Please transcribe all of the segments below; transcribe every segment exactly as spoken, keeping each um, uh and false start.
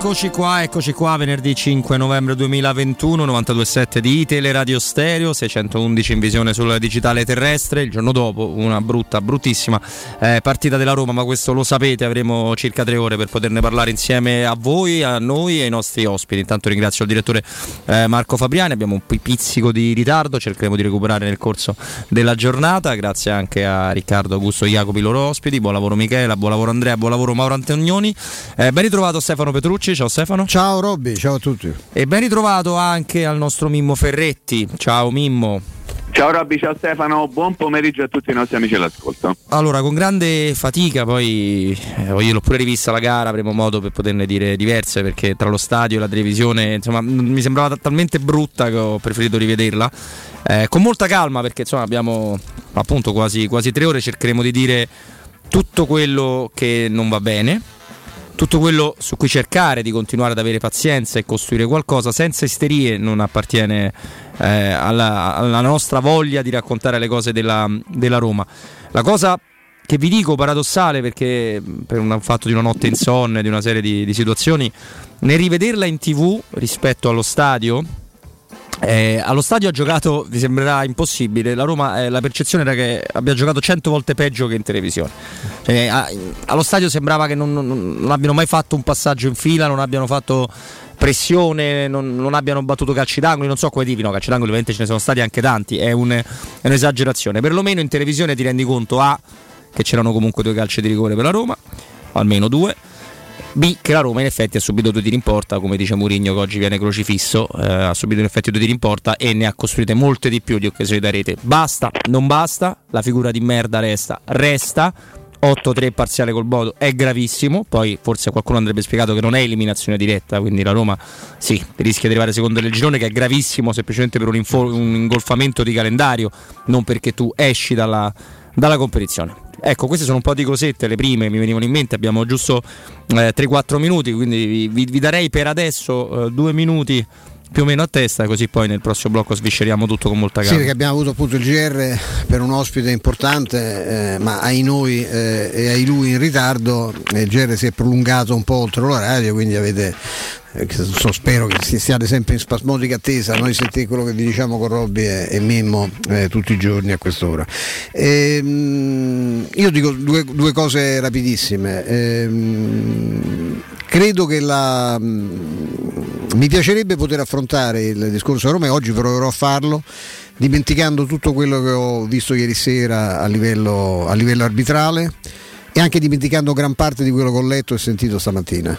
Eccoci qua, eccoci qua, venerdì cinque novembre duemilaventuno, novantadue virgola sette di Teleradio Stereo, seicentoundici in visione sul digitale terrestre. Il giorno dopo una brutta, bruttissima eh, partita della Roma, ma questo lo sapete, avremo circa tre ore per poterne parlare insieme a voi, a noi e ai nostri ospiti. Intanto ringrazio il direttore eh, Marco Fabriani, abbiamo un pizzico di ritardo, cercheremo di recuperare nel corso della giornata, grazie anche a Riccardo, Augusto, Jacopi, loro ospiti. Buon lavoro Michela, buon lavoro Andrea, buon lavoro Mauro Antonioni. Eh, ben ritrovato Stefano Petrucci, ciao Stefano. Ciao Robby, ciao a tutti. E ben ritrovato anche al nostro Mimmo Ferretti, ciao Mimmo. Ciao Robby, ciao Stefano, buon pomeriggio a tutti i nostri amici all'ascolto. Allora, con grande fatica, poi eh, io l'ho pure rivista la gara, avremo modo per poterne dire diverse, perché tra lo stadio e la televisione, insomma, mi sembrava talmente brutta che ho preferito rivederla. Eh, con molta calma, perché insomma abbiamo appunto quasi, quasi tre ore, cercheremo di dire tutto quello che non va bene, tutto quello su cui cercare di continuare ad avere pazienza e costruire qualcosa senza isterie. Non appartiene eh, alla, alla nostra voglia di raccontare le cose della, della Roma. La cosa che vi dico paradossale, perché per un fatto di una notte insonne, di una serie di, di situazioni, nel rivederla in tv rispetto allo stadio, Eh, allo stadio ha giocato, vi sembrerà impossibile, la Roma, eh, la percezione era che abbia giocato cento volte peggio che in televisione. Cioè, a, allo stadio sembrava che non, non, non abbiano mai fatto un passaggio in fila, non abbiano fatto pressione, non, non abbiano battuto calci d'angolo. Non so come dirvi, no, calci d'angolo ovviamente ce ne sono stati anche tanti, è, un, è un'esagerazione. Perlomeno in televisione ti rendi conto A, che c'erano comunque due calci di rigore per la Roma, almeno due, B, che la Roma in effetti ha subito due tiri in porta, come dice Mourinho che oggi viene crocifisso, eh, ha subito in effetti due tiri in porta e ne ha costruite molte di più di occasioni da rete. Basta, non basta, la figura di merda resta, resta, otto tre parziale col Bodo è gravissimo, poi forse qualcuno andrebbe spiegato che non è eliminazione diretta, quindi la Roma sì, rischia di arrivare secondo nel girone, che è gravissimo semplicemente per un, info- un ingolfamento di calendario, non perché tu esci dalla, dalla competizione. Ecco, queste sono un po' di cosette, le prime mi venivano in mente, abbiamo giusto eh, tre quattro minuti, quindi vi, vi, vi darei per adesso eh, due minuti più o meno a testa, così poi nel prossimo blocco svisceriamo tutto con molta calma. Sì, perché abbiamo avuto appunto il G R per un ospite importante, eh, ma ai noi eh, e ai lui in ritardo, il G R si è prolungato un po' oltre l'orario, quindi avete... So, spero che siate sempre in spasmodica attesa. Noi sentite quello che vi diciamo con Robby e, e Mimmo eh, tutti i giorni a quest'ora. Ehm, io dico due, due cose rapidissime. Ehm, credo che la mi piacerebbe poter affrontare il discorso a Roma, e oggi proverò a farlo dimenticando tutto quello che ho visto ieri sera a livello, a livello arbitrale, e anche dimenticando gran parte di quello che ho letto e sentito stamattina.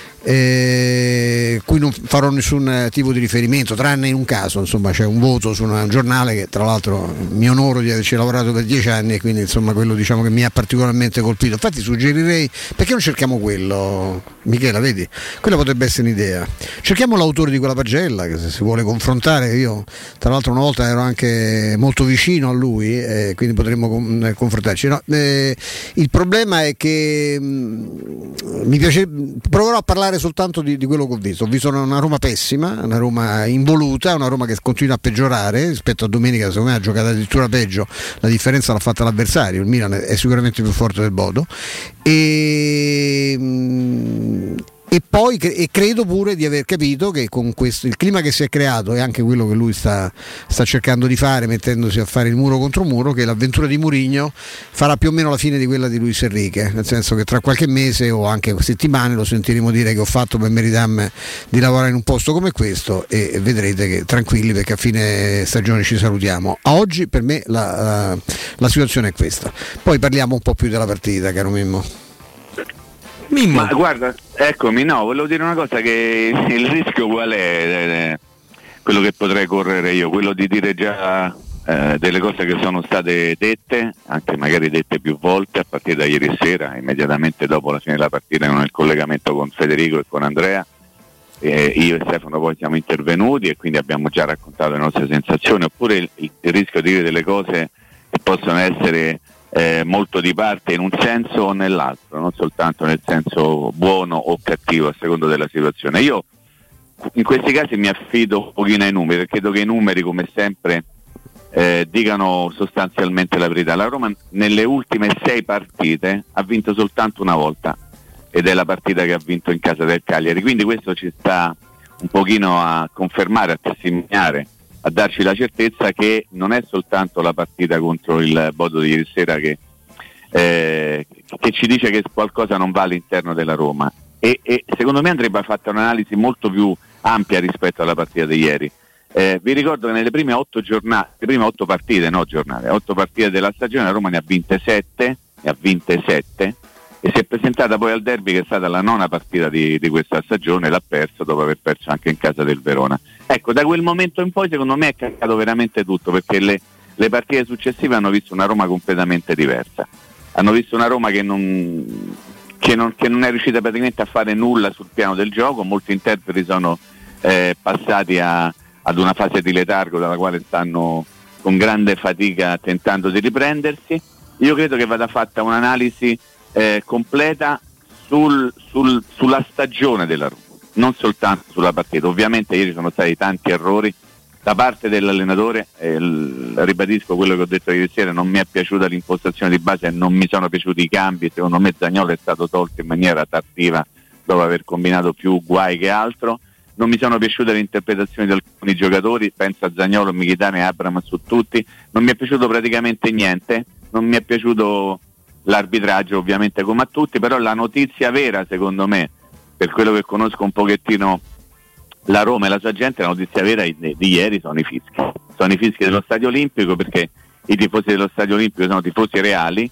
Eh, qui non farò nessun tipo di riferimento, tranne in un caso, insomma c'è un voto su un giornale che tra l'altro mi onoro di averci lavorato per dieci anni, e quindi insomma quello diciamo che mi ha particolarmente colpito. Infatti suggerirei, perché non cerchiamo quello, Michela, vedi? Quella potrebbe essere un'idea, cerchiamo l'autore di quella pagella, che se si vuole confrontare, io tra l'altro una volta ero anche molto vicino a lui, eh, quindi potremmo con, confrontarci, no? Eh, il problema è che mh, mi piace, proverò a parlare soltanto di, di quello che ho visto. Ho visto una, una Roma pessima, una Roma involuta, una Roma che continua a peggiorare rispetto a domenica. Secondo me ha giocato addirittura peggio, la differenza l'ha fatta l'avversario, il Milan è sicuramente più forte del Bodo, e mh, e poi e credo pure di aver capito che con questo, il clima che si è creato, e anche quello che lui sta, sta cercando di fare, mettendosi a fare il muro contro muro, che l'avventura di Mourinho farà più o meno la fine di quella di Luis Enrique, nel senso che tra qualche mese o anche settimane lo sentiremo dire che ho fatto per meritarmi di lavorare in un posto come questo, e vedrete che tranquilli, perché a fine stagione ci salutiamo. A oggi per me la, la, la situazione è questa, poi parliamo un po' più della partita, caro Mimmo. Mimmo. Ma guarda, eccomi, no, volevo dire una cosa, che il rischio qual è? Quello che potrei correre io, quello di dire già eh, delle cose che sono state dette, anche magari dette più volte, a partire da ieri sera, immediatamente dopo la fine della partita, con il collegamento con Federico e con Andrea. Eh, io e Stefano poi siamo intervenuti e quindi abbiamo già raccontato le nostre sensazioni, oppure il, il, il rischio di dire delle cose che possono essere Eh, molto di parte in un senso o nell'altro, non soltanto nel senso buono o cattivo a seconda della situazione. Io in questi casi mi affido un pochino ai numeri, perché credo che i numeri, come sempre, eh, dicano sostanzialmente la verità. La Roma nelle ultime sei partite ha vinto soltanto una volta, ed è la partita che ha vinto in casa del Cagliari, quindi questo ci sta un pochino a confermare, a testimoniare, a darci la certezza che non è soltanto la partita contro il Bodo di ieri sera che, eh, che ci dice che qualcosa non va all'interno della Roma, e, e secondo me andrebbe fatta un'analisi molto più ampia rispetto alla partita di ieri. Eh, vi ricordo che nelle prime otto giornate, le prime otto partite, no giornate, otto partite della stagione, la Roma ne ha vinte sette, ne ha vinte sette e si è presentata poi al derby, che è stata la nona partita di, di questa stagione, l'ha perso dopo aver perso anche in casa del Verona. Ecco, da quel momento in poi secondo me è cambiato veramente tutto, perché le, le partite successive hanno visto una Roma completamente diversa, hanno visto una Roma che non, che non, che non è riuscita praticamente a fare nulla sul piano del gioco, molti interpreti sono eh, passati a, ad una fase di letargo dalla quale stanno con grande fatica tentando di riprendersi. Io credo che vada fatta un'analisi Eh, completa sul, sul, sulla stagione della Roma, non soltanto sulla partita. Ovviamente ieri sono stati tanti errori da parte dell'allenatore, eh, l- ribadisco quello che ho detto ieri sera, non mi è piaciuta l'impostazione di base, non mi sono piaciuti i cambi, secondo me Zaniolo è stato tolto in maniera tardiva dopo aver combinato più guai che altro, non mi sono piaciute le interpretazioni di alcuni giocatori, penso a Zaniolo, Mkhitaryan e Abraham su tutti, non mi è piaciuto praticamente niente, non mi è piaciuto l'arbitraggio ovviamente come a tutti, però la notizia vera secondo me, per quello che conosco un pochettino la Roma e la sua gente, la notizia vera di, di ieri sono i fischi, sono i fischi dello Stadio Olimpico, perché i tifosi dello Stadio Olimpico sono tifosi reali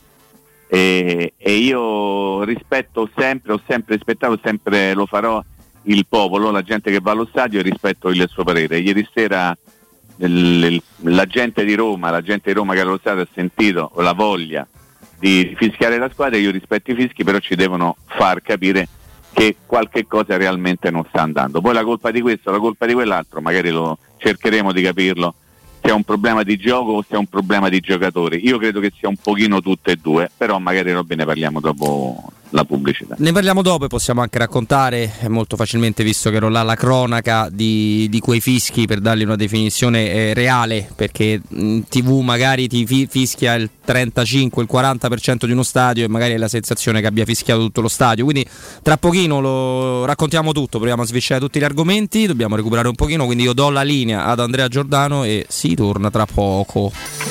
e, e io rispetto sempre, ho sempre rispettato, sempre lo farò il popolo, la gente che va allo stadio, e rispetto il suo parere. Ieri sera il, il, la gente di Roma, la gente di Roma che allo stadio ha sentito la voglia di fischiare la squadra, io rispetto i fischi, però ci devono far capire che qualche cosa realmente non sta andando. Poi la colpa di questo, la colpa di quell'altro, magari lo cercheremo di capirlo, se è un problema di gioco o se è un problema di giocatori. Io credo che sia un pochino tutte e due, però magari Robby ne parliamo dopo la pubblicità. Ne parliamo dopo e possiamo anche raccontare molto facilmente, visto che ero là, la cronaca di, di quei fischi, per dargli una definizione eh, reale, perché in tivù magari ti fi- fischia il trentacinque, il quaranta per cento di uno stadio e magari hai la sensazione che abbia fischiato tutto lo stadio, quindi tra pochino lo raccontiamo tutto, proviamo a sviscerare tutti gli argomenti, dobbiamo recuperare un pochino, quindi io do la linea ad Andrea Giordano e si torna tra poco.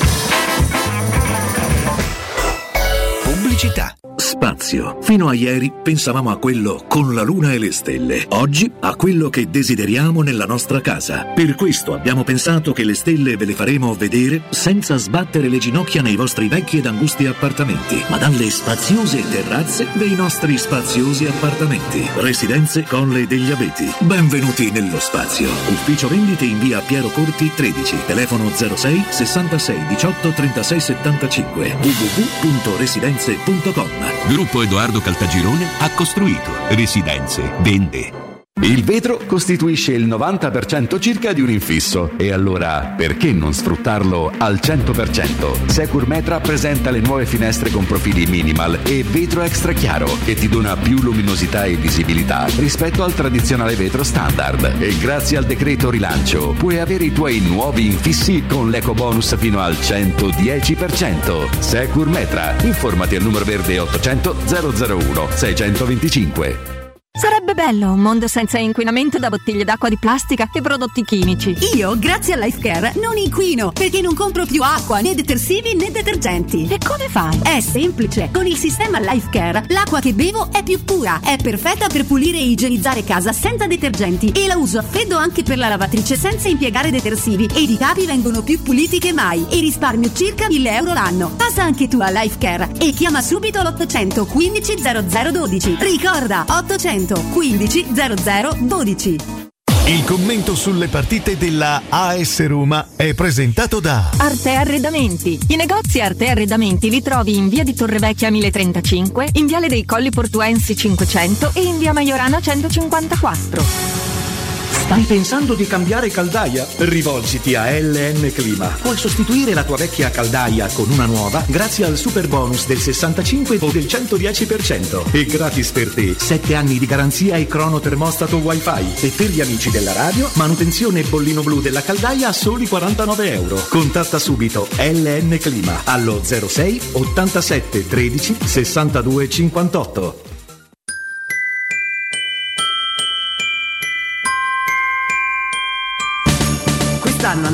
Pubblicità. Spazio. Fino a ieri pensavamo a quello con la luna e le stelle. Oggi a quello che desideriamo nella nostra casa. Per questo abbiamo pensato che le stelle ve le faremo vedere senza sbattere le ginocchia nei vostri vecchi ed angusti appartamenti, ma dalle spaziose terrazze dei nostri spaziosi appartamenti. Residenze Colle degli Abeti. Benvenuti nello spazio. Ufficio vendite in via Piero Corti tredici. Telefono zero sei sessantasei diciotto trentasei settantacinque. w w w punto residenze punto com. Gruppo Edoardo Caltagirone ha costruito, residenze, vende. Il vetro costituisce il novanta per cento circa di un infisso, e allora perché non sfruttarlo al cento per cento? Securmetra presenta le nuove finestre con profili minimal e vetro extra chiaro, che ti dona più luminosità e visibilità rispetto al tradizionale vetro standard. E grazie al decreto rilancio puoi avere i tuoi nuovi infissi con l'eco bonus fino al centodieci per cento. Securmetra, informati al numero verde ottocento zero zero uno seicentoventicinque. Sarebbe bello un mondo senza inquinamento da bottiglie d'acqua di plastica e prodotti chimici. Io, grazie a LifeCare, non inquino, perché non compro più acqua, né detersivi né detergenti. E come fai? È semplice. Con il sistema LifeCare, l'acqua che bevo è più pura, è perfetta per pulire e igienizzare casa senza detergenti, e la uso a freddo anche per la lavatrice senza impiegare detersivi, ed i capi vengono più puliti che mai, e risparmio circa mille euro l'anno. Passa anche tu a LifeCare e chiama subito l'ottocento quindici zero zero dodici. Ricorda, ottocento quindici zero zero dodici. Il commento sulle partite della A S Roma è presentato da Arte Arredamenti. I negozi Arte Arredamenti li trovi in via di Torrevecchia mille trentacinque, in viale dei Colli Portuensi cinquecento e in via Maiorana centocinquantaquattro. Stai pensando di cambiare caldaia? Rivolgiti a L N Clima. Puoi sostituire la tua vecchia caldaia con una nuova grazie al super bonus del sessantacinque o del centodieci per cento. E gratis per te sette anni di garanzia e cronotermostato wifi. E per gli amici della radio, manutenzione e bollino blu della caldaia a soli quarantanove euro. Contatta subito L N Clima allo zero sei ottantasette tredici sessantadue cinquantotto.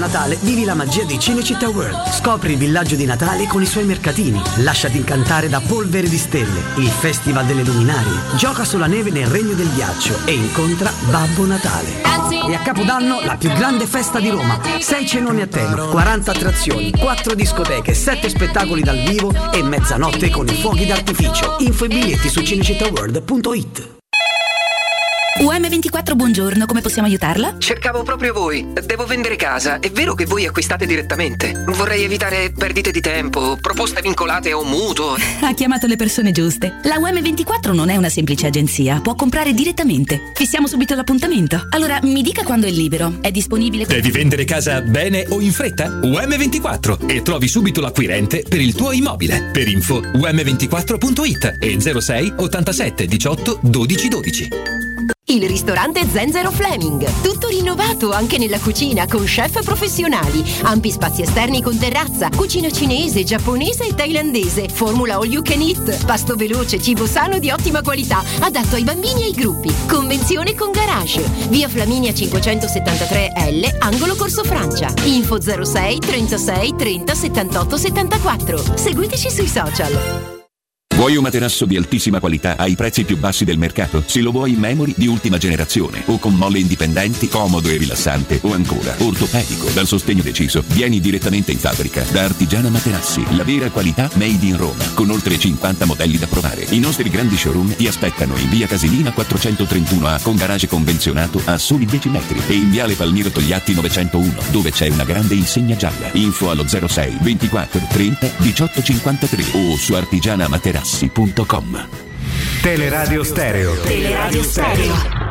Natale vivi la magia di Cinecittà World. Scopri il villaggio di Natale con i suoi mercatini. Lasciati incantare da Polvere di Stelle, il festival delle luminarie. Gioca sulla neve nel regno del ghiaccio e incontra Babbo Natale. E a Capodanno la più grande festa di Roma. sei cenoni a tema, quaranta attrazioni, quattro discoteche, sette spettacoli dal vivo e mezzanotte con i fuochi d'artificio. Info e biglietti su cinecittàworld punto it. U M ventiquattro, buongiorno, come possiamo aiutarla? Cercavo proprio voi. Devo vendere casa. È vero che voi acquistate direttamente? Vorrei evitare perdite di tempo, proposte vincolate o mutuo. Ha chiamato le persone giuste. La U M ventiquattro non è una semplice agenzia, può comprare direttamente. Fissiamo subito l'appuntamento. Allora, mi dica quando è libero. È disponibile? Devi vendere casa bene o in fretta? U M ventiquattro e trovi subito l'acquirente per il tuo immobile. Per info u m ventiquattro punto it e zero sei ottantasette diciotto dodici dodici. Il ristorante Zenzero Fleming, tutto rinnovato anche nella cucina con chef professionali, ampi spazi esterni con terrazza, cucina cinese, giapponese e thailandese, formula all you can eat, pasto veloce, cibo sano di ottima qualità, adatto ai bambini e ai gruppi, convenzione con garage, via Flaminia cinquecentosettantatré L, angolo Corso Francia, info zero sei trentasei trenta settantotto settantaquattro, seguiteci sui social. Vuoi un materasso di altissima qualità ai prezzi più bassi del mercato? Se lo vuoi in memory di ultima generazione o con molle indipendenti, comodo e rilassante, o ancora ortopedico dal sostegno deciso, vieni direttamente in fabbrica da Artigiana Materassi, la vera qualità made in Roma, con oltre cinquanta modelli da provare. I nostri grandi showroom ti aspettano in via Casilina quattrocentotrentuno A con garage convenzionato a soli dieci metri e in viale Palmiro Togliatti novecentouno dove c'è una grande insegna gialla. Info allo zero sei ventiquattro trenta diciotto cinquantatré o su artigiana materassi punto com. Teleradio Stereo. Teleradio Stereo.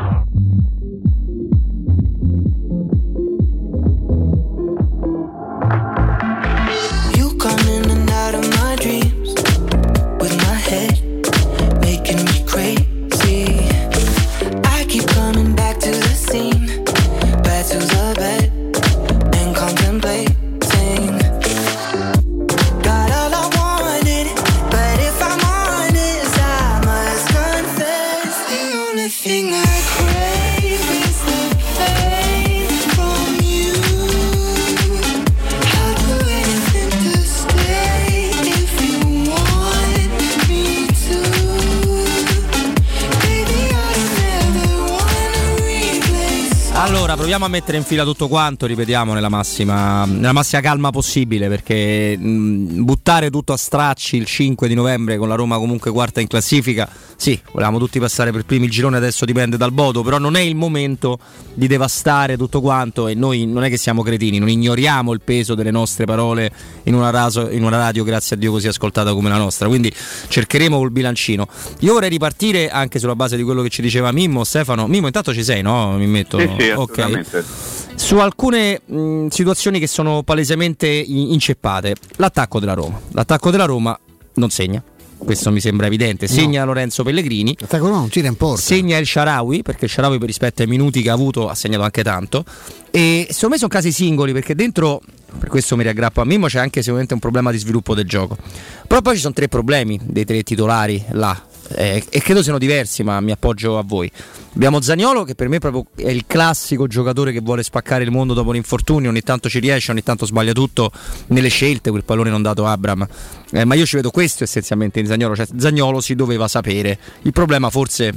Allora, proviamo a mettere in fila tutto quanto, ripetiamo nella massima, nella massima calma possibile, perché mh, buttare tutto a stracci il cinque di novembre con la Roma comunque quarta in classifica, sì, volevamo tutti passare per primi il girone, adesso dipende dal voto, però non è il momento di devastare tutto quanto e noi non è che siamo cretini, non ignoriamo il peso delle nostre parole in una, raso, in una radio, grazie a Dio, così ascoltata come la nostra, quindi cercheremo col bilancino. Io vorrei ripartire anche sulla base di quello che ci diceva Mimmo. Stefano, Mimmo, intanto ci sei, no? Mi metto... Sì, sì. Okay. Su alcune mh, situazioni che sono palesemente inceppate. L'attacco della Roma. L'attacco della Roma non segna. Questo mi sembra evidente. Segna no. Lorenzo Pellegrini. L'attacco no, non tira in porta. Segna il Shaarawy, perché il Shaarawy, per rispetto ai minuti che ha avuto, ha segnato anche tanto. E secondo me sono casi singoli, perché dentro, per questo mi riaggrappo a Mimmo, c'è anche sicuramente un problema di sviluppo del gioco. Però poi ci sono tre problemi dei tre titolari là. Eh, e credo siano diversi, ma mi appoggio a voi. Abbiamo Zaniolo, che per me proprio è il classico giocatore che vuole spaccare il mondo dopo l'infortunio, ogni tanto ci riesce, ogni tanto sbaglia tutto nelle scelte, quel pallone non dato a Abraham, eh, ma io ci vedo questo essenzialmente in Zaniolo, cioè Zaniolo si doveva sapere. Il problema forse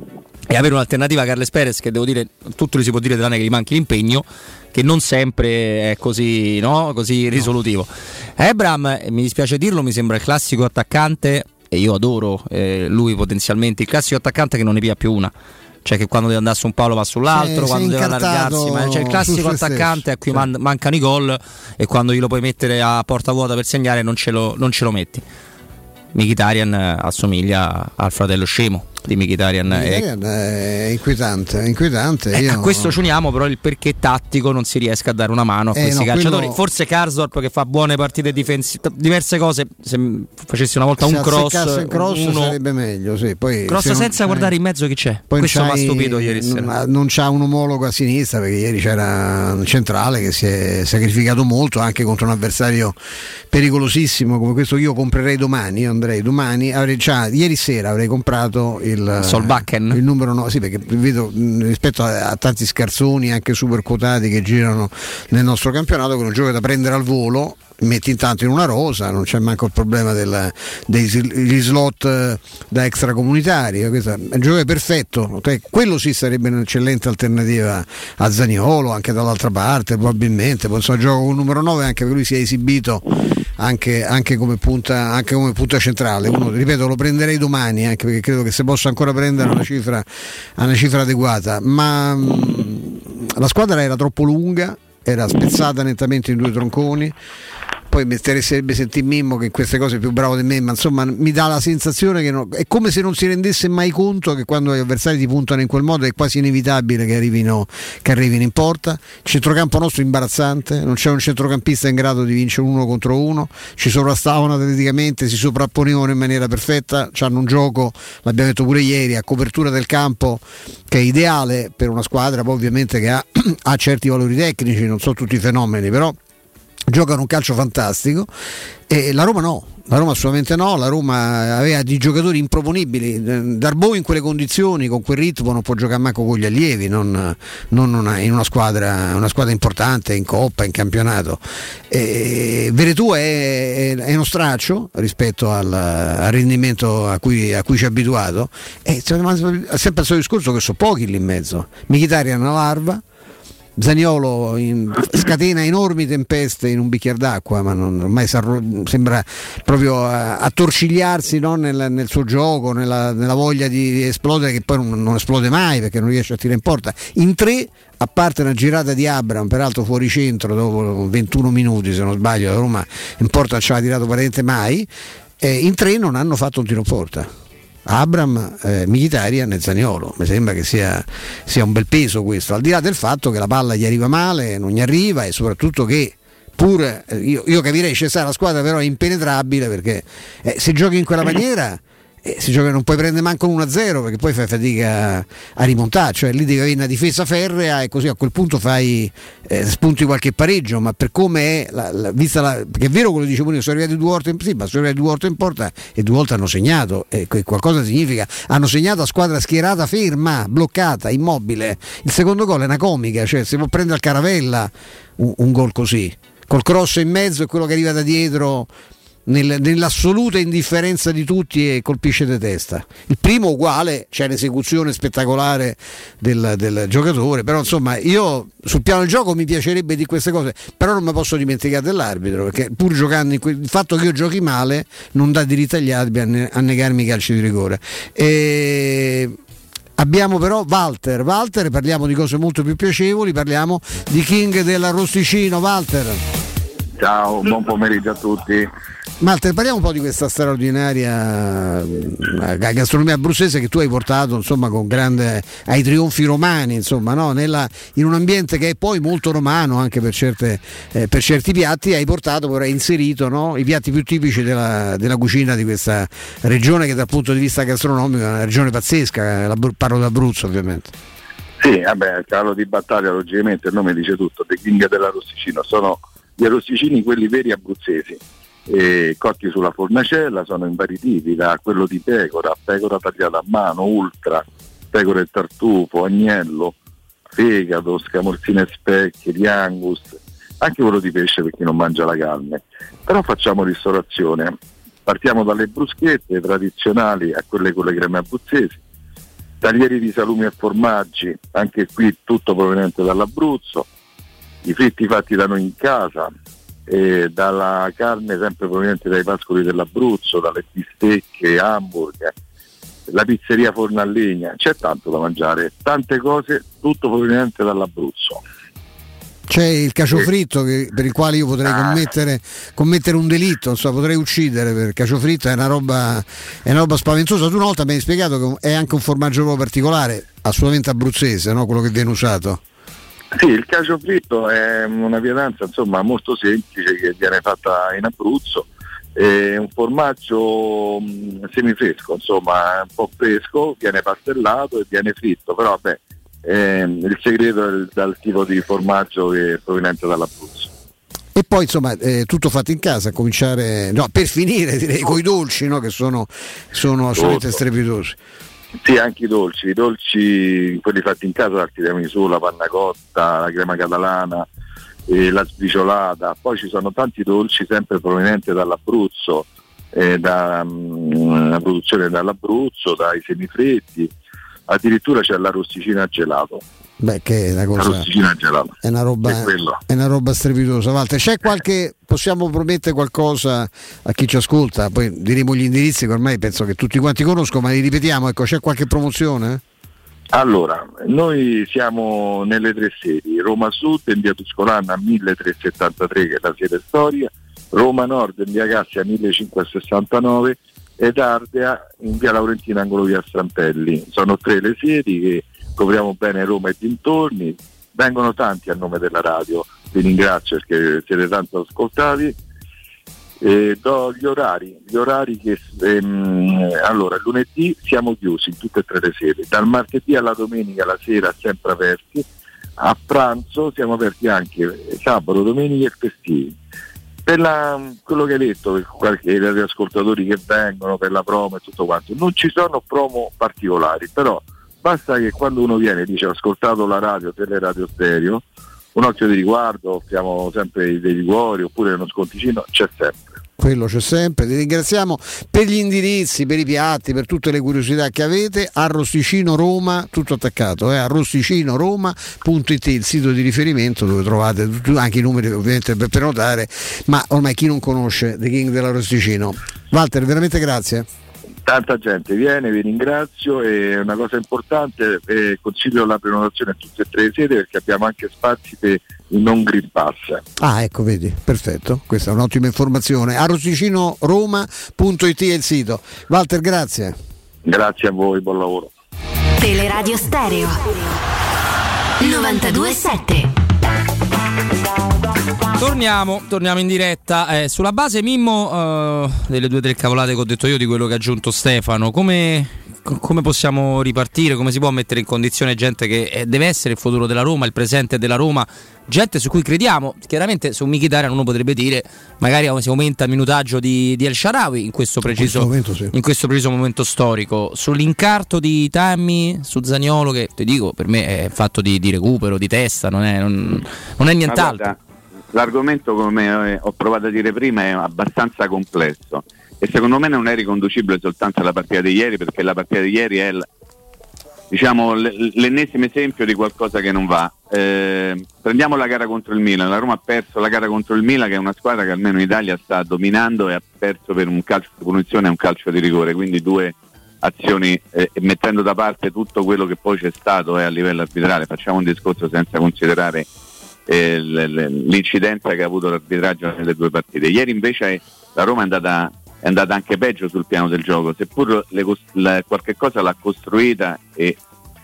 è avere un'alternativa a Carles Perez, che devo dire, tutto gli si può dire tranne che gli manchi l'impegno, che non sempre è così, no? Così risolutivo. no. Abraham, mi dispiace dirlo, mi sembra il classico attaccante, e io adoro eh, lui potenzialmente, il classico attaccante che non ne pia più una, cioè che quando deve andare su un palo va sull'altro, sì, quando deve allargarsi, ma c'è il classico attaccante a cui sì. man- mancano i gol e quando glielo puoi mettere a porta vuota per segnare non ce lo, non ce lo metti. Mkhitaryan assomiglia al fratello scemo di Mkhitaryan. Mkhitaryan è, è inquietante, è inquietante. Eh, io... A questo ci uniamo però il perché tattico non si riesca a dare una mano a eh, questi no, calciatori. quello... Forse Karsdorp, che fa buone partite difensive, diverse cose, se facessi una volta se un cross, il cross uno... sarebbe meglio, sì. Poi, cross se senza non... guardare in mezzo chi c'è. Poi questo mi ha stupito ieri sera. Non, non c'ha un omologo a sinistra, perché ieri c'era un centrale che si è sacrificato molto anche contro un avversario pericolosissimo come questo. Io comprerei domani, io andrei domani, avrei già ieri sera avrei comprato il, il Solbakken, il numero nove, sì, perché vedo rispetto a, a tanti scarsoni anche super quotati che girano nel nostro campionato, che è un gioco da prendere al volo, metti intanto in una rosa, non c'è manco il problema del, degli slot da extracomunitari. Questo è un gioco perfetto, quello sì sarebbe un'eccellente alternativa a Zaniolo, anche dall'altra parte probabilmente. Poi insomma, gioco con il numero nove, anche perché lui si è esibito anche, anche, come punta, anche come punta centrale. Uno, ripeto, lo prenderei domani, anche perché credo che se possa ancora prendere una cifra, una cifra adeguata, ma mh, la squadra era troppo lunga, era spezzata nettamente in due tronconi. Poi mi interesserebbe sentire Mimmo, che in queste cose è più bravo di me, ma insomma mi dà la sensazione che no, è come se non si rendesse mai conto che quando gli avversari ti puntano in quel modo è quasi inevitabile che arrivino, che arrivino in porta. Il centrocampo nostro è imbarazzante, non c'è un centrocampista in grado di vincere uno contro uno, ci sovrastavano atleticamente, si sovrapponevano in maniera perfetta, hanno un gioco, l'abbiamo detto pure ieri, a copertura del campo che è ideale per una squadra, poi ovviamente che ha, ha certi valori tecnici, non so tutti i fenomeni, però giocano un calcio fantastico. E la Roma no, la Roma assolutamente no, la Roma aveva di giocatori improponibili. Darboe in quelle condizioni, con quel ritmo, non può giocare manco con gli allievi, non, non una, in una squadra, una squadra importante in Coppa, in campionato. E Veretù è, è uno straccio rispetto al, al rendimento a cui, a cui ci ha abituato, e sempre il solito discorso che sono pochi lì in mezzo. Mkhitaryan è una larva, Zaniolo in, scatena enormi tempeste in un bicchiere d'acqua, ma non, ormai sembra proprio attorcigliarsi, no, nel, nel suo gioco, nella, nella voglia di esplodere, che poi non, non esplode mai perché non riesce a tirare in porta. In tre, a parte una girata di Abraham, peraltro fuori centro dopo ventuno minuti se non sbaglio, la Roma in porta non ci aveva tirato praticamente mai, eh, in tre non hanno fatto un tiro in porta. Abram, eh, Mkhitaryan e Zaniolo, mi sembra che sia, sia un bel peso questo, al di là del fatto che la palla gli arriva male, non gli arriva, e soprattutto che pur eh, io, io capirei Cesare, la squadra però è impenetrabile, perché eh, se giochi in quella maniera eh, si gioca, non puoi prendere manco uno a zero, perché poi fai fatica a, a rimontare, cioè lì devi avere una difesa ferrea e così a quel punto fai eh, spunti qualche pareggio. Ma per come è la, la, vista la, perché è vero quello che dicevo io, sono arrivati due volte in, sì, ma sono arrivati due volte in porta e due volte hanno segnato, e qualcosa significa, hanno segnato a squadra schierata, ferma, bloccata, immobile. Il secondo gol è una comica, cioè si può prendere al Caravella un, un gol così, col cross in mezzo e quello che arriva da dietro Nel, nell'assoluta indifferenza di tutti e colpisce di testa. Il primo uguale, c'è un'esecuzione spettacolare del, del giocatore, però insomma io sul piano del gioco mi piacerebbe di queste cose, però non mi posso dimenticare dell'arbitro, perché pur giocando in que- il fatto che io giochi male non dà diritto agli arbitri a, ne- a negarmi i calci di rigore. E abbiamo però Walter, Walter, parliamo di cose molto più piacevoli, parliamo di King dell'Arrosticino. Walter, ciao, buon pomeriggio a tutti. Walter, parliamo un po' di questa straordinaria gastronomia abruzzese che tu hai portato, insomma, con grande, ai trionfi romani, insomma, no? Nella, in un ambiente che è poi molto romano anche per, certe, eh, per certi piatti, hai portato, hai inserito, no? I piatti più tipici della, della cucina di questa regione, che dal punto di vista gastronomico è una regione pazzesca, parlo d'Abruzzo ovviamente. Sì, vabbè, il cavallo di battaglia logicamente, il nome dice tutto, The King dell'Arrosticino, sono gli arrosticini quelli veri abruzzesi. E cotti sulla fornacella, sono in vari tipi, da quello di pecora, pecora tagliata a mano, ultra, pecora e tartufo, agnello, fegato, scamorzine e specchie, di angus, anche quello di pesce per chi non mangia la carne. Però facciamo ristorazione, partiamo dalle bruschette tradizionali a quelle con le creme abruzzesi, taglieri di salumi e formaggi, anche qui tutto proveniente dall'Abruzzo, i fritti fatti da noi in casa, e dalla carne sempre proveniente dai pascoli dell'Abruzzo, dalle bistecche, hamburger, la pizzeria forno a legna, c'è tanto da mangiare, tante cose, tutto proveniente dall'Abruzzo. C'è il cacio fritto che, per il quale io potrei ah. commettere, commettere un delitto, insomma, potrei uccidere, perché il cacio fritto è una roba, è una roba spaventosa. Tu una volta mi hai spiegato che è anche un formaggio proprio particolare, assolutamente abruzzese, no? Quello che viene usato. Sì, il cacio fritto è una pietanza, insomma, molto semplice, che viene fatta in Abruzzo, è un formaggio mh, semifresco, insomma, un po' fresco, viene pastellato e viene fritto, però vabbè, ehm, il segreto è dal tipo di formaggio che è proveniente dall'Abruzzo. E poi insomma eh, tutto fatto in casa, a cominciare, no, per finire direi con i dolci, no, che sono, sono assolutamente strepitosi. Sì, anche i dolci, i dolci quelli fatti in casa, il tiramisù, la panna cotta, la crema catalana, eh, la sbriciolata, poi ci sono tanti dolci sempre provenienti dall'Abruzzo, eh, da mh, la produzione dall'Abruzzo, dai semifreddi, addirittura c'è l'arrosticina gelato. Beh, che è una cosa, è una roba, è, è una roba strepitosa. Walter, c'è qualche, possiamo promettere qualcosa a chi ci ascolta? Poi diremo gli indirizzi che ormai penso che tutti quanti conoscono, ma li ripetiamo. Ecco, c'è qualche promozione? Allora, noi siamo nelle tre sedi: Roma Sud in via Tuscolana milletrecentosettantatré, che è la sede storia, Roma Nord in via Cassia millecinquecentosessantanove ed Ardea in via Laurentina angolo via Strampelli. Sono tre le sedi che copriamo bene Roma e dintorni, vengono tanti a nome della radio, vi ringrazio perché siete tanto ascoltati. E do gli orari, gli orari che ehm, allora lunedì siamo chiusi in tutte e tre le sedi, dal martedì alla domenica la sera sempre aperti, a pranzo siamo aperti anche sabato, domenica e festivi. Per la, quello che hai detto, per qualche gli ascoltatori che vengono per la promo e tutto quanto, non ci sono promo particolari, però basta che quando uno viene e dice ho ascoltato la radio, Teleradio Stereo, un occhio di riguardo, offriamo sempre dei liquori oppure uno sconticino, c'è sempre. Quello c'è sempre, ti ringraziamo per gli indirizzi, per i piatti, per tutte le curiosità che avete. Arrosticino Roma, tutto attaccato, eh? arrosticino roma punto it, il sito di riferimento dove trovate anche i numeri ovviamente per prenotare, ma ormai chi non conosce The King dell'Arrosticino. Walter, veramente grazie. Tanta gente viene, vi ringrazio, e una cosa importante, eh, consiglio la prenotazione a tutte e tre le sedi perché abbiamo anche spazi per il non Green Pass. Ah, ecco, vedi, perfetto, questa è un'ottima informazione. arrosticino roma punto it è il sito. Walter, grazie. Grazie a voi, buon lavoro. Teleradio Stereo novantadue sette. Torniamo, torniamo in diretta. Eh, sulla base, Mimmo, uh, delle due o tre cavolate che ho detto io, di quello che ha aggiunto Stefano, come, come possiamo ripartire? Come si può mettere in condizione gente che eh, deve essere il futuro della Roma, il presente della Roma, gente su cui crediamo? Chiaramente su Mkhitaryan uno potrebbe dire magari si aumenta il minutaggio di, di El Shaarawy in questo preciso in questo, momento, sì. in questo preciso momento storico. Sull'incarto di Tammy, su Zaniolo, che ti dico per me è fatto di, di recupero, di testa, non è, non, non è nient'altro. L'argomento, come ho provato a dire prima, è abbastanza complesso e secondo me non è riconducibile soltanto alla partita di ieri, perché la partita di ieri è l- diciamo l- l'ennesimo esempio di qualcosa che non va. Eh, prendiamo la gara contro il Milan. La Roma ha perso la gara contro il Milan, che è una squadra che almeno in Italia sta dominando, e ha perso per un calcio di punizione e un calcio di rigore, quindi due azioni, eh, mettendo da parte tutto quello che poi c'è stato eh, a livello arbitrale. Facciamo un discorso senza considerare Eh, l'incidenza che ha avuto l'arbitraggio nelle due partite. Ieri invece la Roma è andata, è andata anche peggio sul piano del gioco, seppur le, la, qualche cosa l'ha costruita e,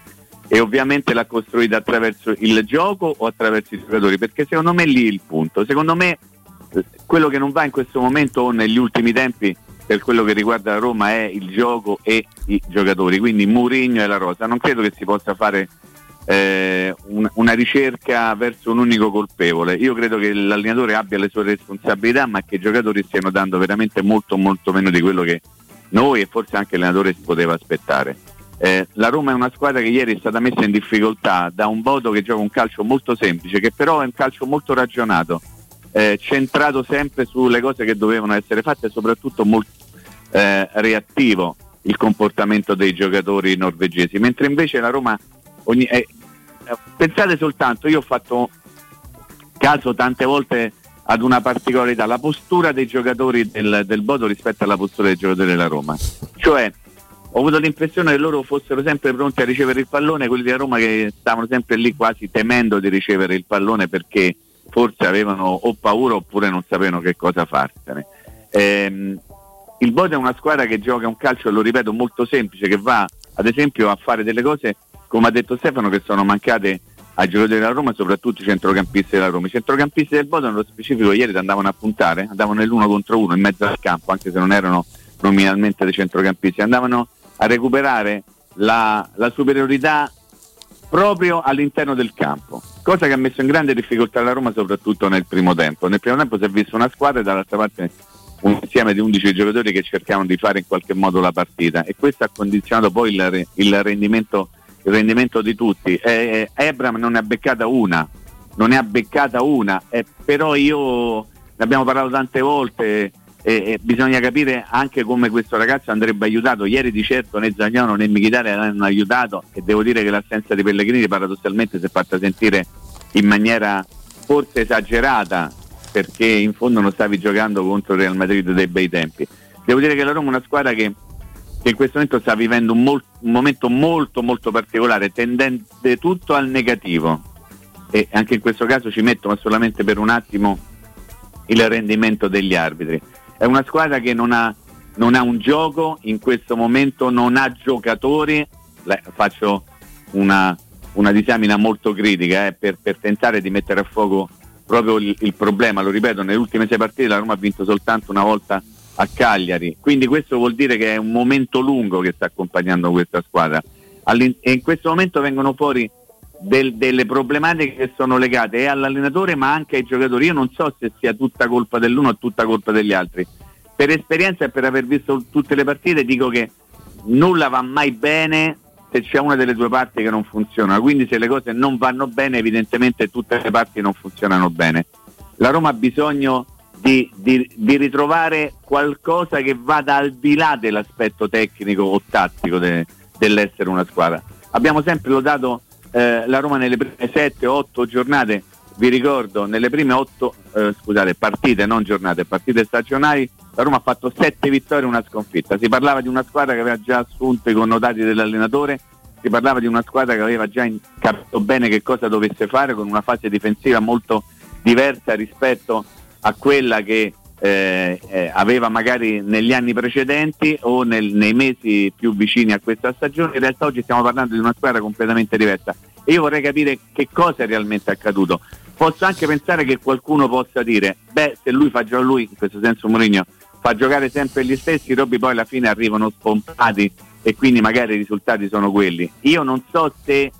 e ovviamente l'ha costruita attraverso il gioco o attraverso i giocatori, perché secondo me lì è il punto. Secondo me quello che non va in questo momento o negli ultimi tempi per quello che riguarda la Roma è il gioco e i giocatori, quindi Mourinho e la rosa. Non credo che si possa fare Eh, un, una ricerca verso un unico colpevole. Io credo che l'allenatore abbia le sue responsabilità, ma che i giocatori stiano dando veramente molto molto meno di quello che noi e forse anche l'allenatore si poteva aspettare. Eh, la Roma è una squadra che ieri è stata messa in difficoltà da un Bodo che gioca un calcio molto semplice, che però è un calcio molto ragionato, eh, centrato sempre sulle cose che dovevano essere fatte e soprattutto molto eh, reattivo il comportamento dei giocatori norvegesi, mentre invece la Roma ogni, eh, pensate soltanto, io ho fatto caso tante volte ad una particolarità, la postura dei giocatori del, del Bodo rispetto alla postura dei giocatori della Roma, cioè ho avuto l'impressione che loro fossero sempre pronti a ricevere il pallone, quelli della Roma che stavano sempre lì quasi temendo di ricevere il pallone perché forse avevano o paura oppure non sapevano che cosa farsene. Ehm, il Bodo è una squadra che gioca un calcio, lo ripeto, molto semplice, che va ad esempio a fare delle cose, come ha detto Stefano, che sono mancate ai giocatori della Roma, soprattutto i centrocampisti della Roma. I centrocampisti del Bodo nello specifico ieri andavano a puntare, andavano nell'uno contro uno in mezzo al campo, anche se non erano nominalmente dei centrocampisti, andavano a recuperare la, la superiorità proprio all'interno del campo, cosa che ha messo in grande difficoltà la Roma soprattutto nel primo tempo. Nel primo tempo si è visto una squadra e dall'altra parte un insieme di undici giocatori che cercavano di fare in qualche modo la partita, e questo ha condizionato poi il, il rendimento il rendimento di tutti. Eh, Ebram non ne ha beccata una, non ne ha beccata una, eh, però io ne abbiamo parlato tante volte. E, e bisogna capire anche come questo ragazzo andrebbe aiutato. Ieri di certo né Zaniolo né Mkhitaryan hanno aiutato, e devo dire che l'assenza di Pellegrini paradossalmente si è fatta sentire in maniera forse esagerata, perché in fondo non stavi giocando contro il Real Madrid dei bei tempi. Devo dire che la Roma è una squadra che, che in questo momento sta vivendo un, mol- un momento molto molto particolare, tendente tutto al negativo, e anche in questo caso ci metto, ma solamente per un attimo, il rendimento degli arbitri. È una squadra che non ha, non ha un gioco, in questo momento non ha giocatori. Le, faccio una, una disamina molto critica eh, per, per tentare di mettere a fuoco proprio il, il problema. Lo ripeto, nelle ultime sei partite la Roma ha vinto soltanto una volta a Cagliari, quindi questo vuol dire che è un momento lungo che sta accompagnando questa squadra. All'in- e in questo momento vengono fuori del, delle problematiche che sono legate e all'allenatore ma anche ai giocatori. Io non so se sia tutta colpa dell'uno o tutta colpa degli altri. Per esperienza e per aver visto tutte le partite dico che nulla va mai bene se c'è una delle due parti che non funziona, quindi se le cose non vanno bene evidentemente tutte le parti non funzionano bene. La Roma ha bisogno di, di, di ritrovare qualcosa che vada al di là dell'aspetto tecnico o tattico de, dell'essere una squadra. Abbiamo sempre lodato eh, la Roma nelle prime sette otto giornate, vi ricordo nelle prime otto eh, scusate partite, non giornate, partite stagionali, la Roma ha fatto sette vittorie e una sconfitta. Si parlava di una squadra che aveva già assunto i connotati dell'allenatore, si parlava di una squadra che aveva già capito bene che cosa dovesse fare, con una fase difensiva molto diversa rispetto a quella che eh, eh, aveva magari negli anni precedenti o nel, nei mesi più vicini a questa stagione. In realtà oggi stiamo parlando di una squadra completamente diversa e io vorrei capire che cosa è realmente accaduto. Posso anche pensare che qualcuno possa dire beh, se lui fa giocare lui, in questo senso Mourinho, fa giocare sempre gli stessi, i robi poi alla fine arrivano spompati e quindi magari i risultati sono quelli. Io non so se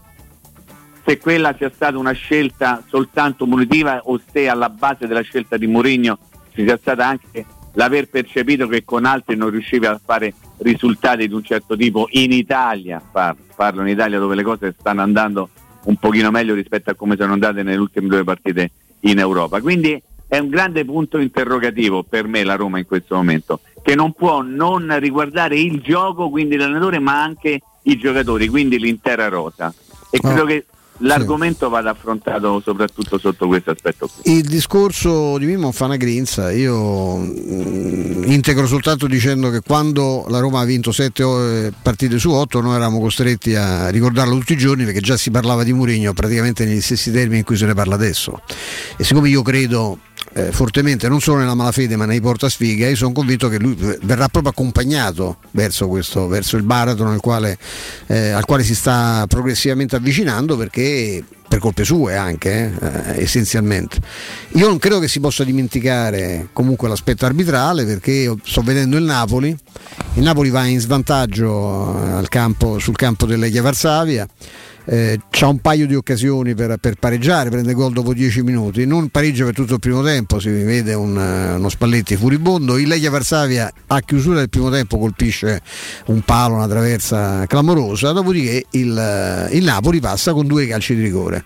se quella sia stata una scelta soltanto punitiva o se alla base della scelta di Mourinho ci sia stata anche l'aver percepito che con altri non riusciva a fare risultati di un certo tipo in Italia, parlo, parlo in Italia dove le cose stanno andando un pochino meglio rispetto a come sono andate nelle ultime due partite in Europa. Quindi è un grande punto interrogativo per me la Roma in questo momento, che non può non riguardare il gioco, quindi l'allenatore, ma anche i giocatori, quindi l'intera rosa. E credo oh. che l'argomento sì. vada affrontato soprattutto sotto questo aspetto qui. Il discorso di Mimmo fa una grinza, io mh, integro soltanto dicendo che quando la Roma ha vinto sette partite su otto noi eravamo costretti a ricordarlo tutti i giorni, perché già si parlava di Mourinho praticamente negli stessi termini in cui se ne parla adesso. E siccome io credo Eh, fortemente non solo nella malafede ma nei portasfiga, io sono convinto che lui verrà proprio accompagnato verso questo, verso il baratro nel quale, eh, al quale si sta progressivamente avvicinando, perché per colpe sue anche eh, essenzialmente. Io non credo che si possa dimenticare comunque l'aspetto arbitrale, perché io sto vedendo il Napoli il Napoli va in svantaggio al campo, sul campo del Legia Varsavia. Eh, c'ha un paio di occasioni per, per pareggiare, prende gol dopo dieci minuti, non pareggia per tutto il primo tempo, si vede un, uno Spalletti furibondo. Il Legia Varsavia a chiusura del primo tempo colpisce un palo, una traversa clamorosa, dopodiché il, il Napoli passa con due calci di rigore.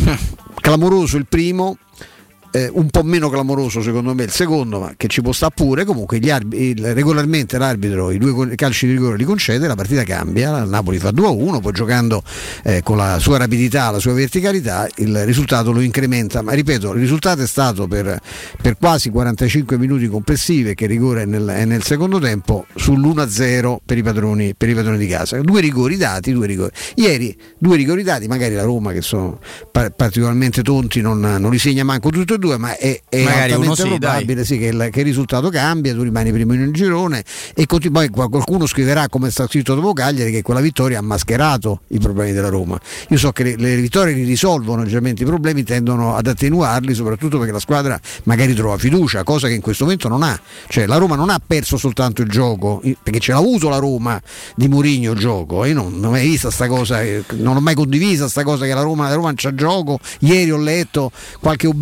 Clamoroso il primo, eh, un po' meno clamoroso secondo me il secondo, ma che ci può sta pure. Comunque gli arbi- il, regolarmente l'arbitro i due calci di rigore li concede, la partita cambia, il Napoli fa due a uno, poi giocando eh, con la sua rapidità, la sua verticalità, il risultato lo incrementa. Ma ripeto, il risultato è stato per, per quasi quarantacinque minuti complessivi, che il rigore è nel, è nel secondo tempo, sull'uno a zero per i padroni, per i padroni di casa. Due rigori dati, due rigori. Ieri due rigori dati, magari la Roma, che sono par- particolarmente tonti, non, non li segna manco tutti e due, ma è, è altamente sì, probabile sì, che, il, che il risultato cambia, tu rimani primo in un girone e continu- poi qualcuno scriverà, come sta scritto dopo Cagliari, che quella vittoria ha mascherato i problemi della Roma. Io so che le, le vittorie li risolvono, generalmente i problemi tendono ad attenuarli, soprattutto perché la squadra magari trova fiducia, cosa che in questo momento non ha. Cioè la Roma non ha perso soltanto il gioco, perché ce l'ha avuto la Roma di Mourinho il gioco, e non, non ho mai vista sta cosa, non ho mai condivisa sta cosa che la Roma, la Roma non c'ha gioco. Ieri ho letto qualche obeso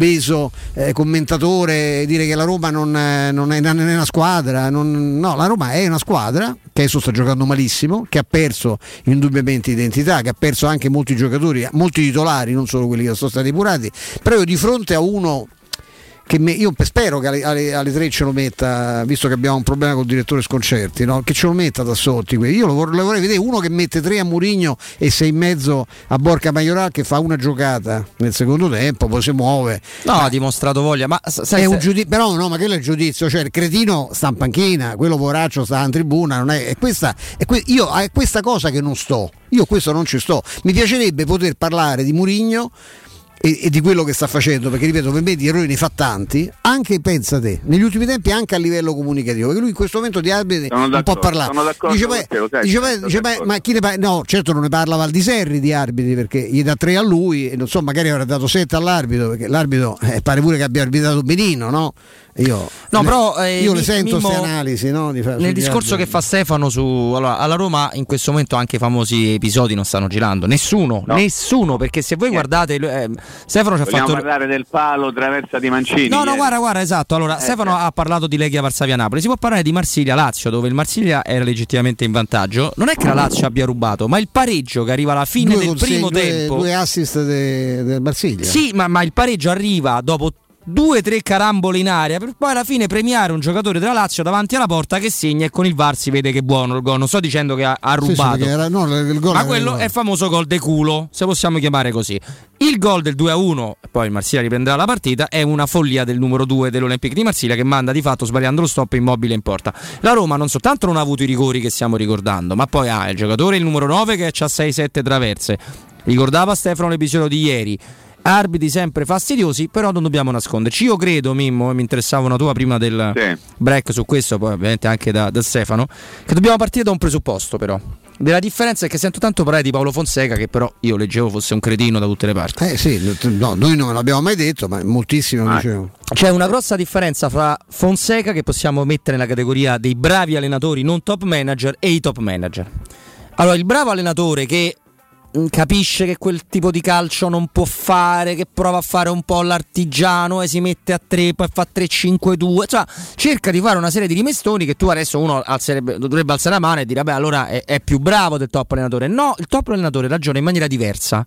mezzo eh, commentatore dire che la Roma non, eh, non, è, non è una squadra, non, no, la Roma è una squadra che adesso sta giocando malissimo, che ha perso indubbiamente identità, che ha perso anche molti giocatori, molti titolari, non solo quelli che sono stati epurati, però io di fronte a uno che me, io spero che alle, alle, alle tre ce lo metta, visto che abbiamo un problema col direttore Sconcerti, no? Che ce lo metta da sotto. Io lo vorrei, lo vorrei vedere uno che mette tre a Mourinho e sei in mezzo a Borca Majoral, che fa una giocata nel secondo tempo, poi si muove. No, ha dimostrato voglia, ma sai, è se... un giudizio, però no, ma quello è il giudizio, cioè il cretino sta in panchina, quello poraccio sta in tribuna, non è, è questa, è que, io è questa cosa che non sto, io questo non ci sto. Mi piacerebbe poter parlare di Mourinho E, e di quello che sta facendo, perché ripeto, per me di errori ne fa tanti, anche pensa te, negli ultimi tempi anche a livello comunicativo, perché lui in questo momento di arbitri non può parlare. Dice, beh, te, sai, dice, beh, dice beh, ma chi ne parla? No, certo non ne parla Valdiserri di arbitri, perché gli dà tre a lui e non so, magari avrà dato sette all'arbitro, perché l'arbitro eh, pare pure che abbia arbitrato benino, no? Io, no, le, però, eh, io mi, le sento queste Mimmo, analisi, no? Di fa, nel discorso che fa Stefano su allora, alla Roma in questo momento anche i famosi episodi non stanno girando, nessuno, no. nessuno, perché se voi guardate eh, Stefano ci ha Vogliamo fatto parlare del palo traversa di Mancini. No, no, ieri. guarda, guarda, esatto. Allora, eh, Stefano eh. ha parlato di Legia Varsavia Napoli. Si può parlare di Marsiglia Lazio, dove il Marsiglia era legittimamente in vantaggio. Non è che la Lazio abbia rubato, ma il pareggio che arriva alla fine due del primo due, tempo. Due assist del de Marsiglia. Sì, ma, ma il pareggio arriva dopo due o tre carambole in aria per poi alla fine premiare un giocatore della Lazio davanti alla porta che segna, e con il V A R si vede che è buono il gol. Non sto dicendo che ha, ha rubato, sì, sì, era, no, il gol ma quello è il famoso gol de culo, se possiamo chiamare così. Il gol del due a uno, poi il Marsiglia riprenderà la partita, è una follia del numero due dell'Olympique di Marsiglia, che manda di fatto, sbagliando lo stop, Immobile in porta. La Roma non soltanto non ha avuto i rigori che stiamo ricordando, ma poi ha il giocatore, il numero nove, che ha sei sette traverse. Ricordava Stefano l'episodio di ieri, arbitri sempre fastidiosi, però non dobbiamo nasconderci. Io credo, Mimmo, mi interessava una tua prima del sì. break su questo, poi ovviamente anche da, da Stefano, che dobbiamo partire da un presupposto, però della differenza è che sento tanto parlare di Paolo Fonseca, che però io leggevo fosse un cretino da tutte le parti. Eh sì, no, noi non l'abbiamo mai detto, ma moltissimo ah. dicevo. C'è una grossa differenza fra Fonseca, che possiamo mettere nella categoria dei bravi allenatori non top manager, e i top manager. Allora, il bravo allenatore che capisce che quel tipo di calcio non può fare, che prova a fare un po' l'artigiano e si mette a tre, poi fa tre cinque due, cioè cerca di fare una serie di rimestoni che tu adesso uno alzerebbe, dovrebbe alzare la mano e dire vabbè, allora è, è più bravo del top allenatore. No, il top allenatore ragiona in maniera diversa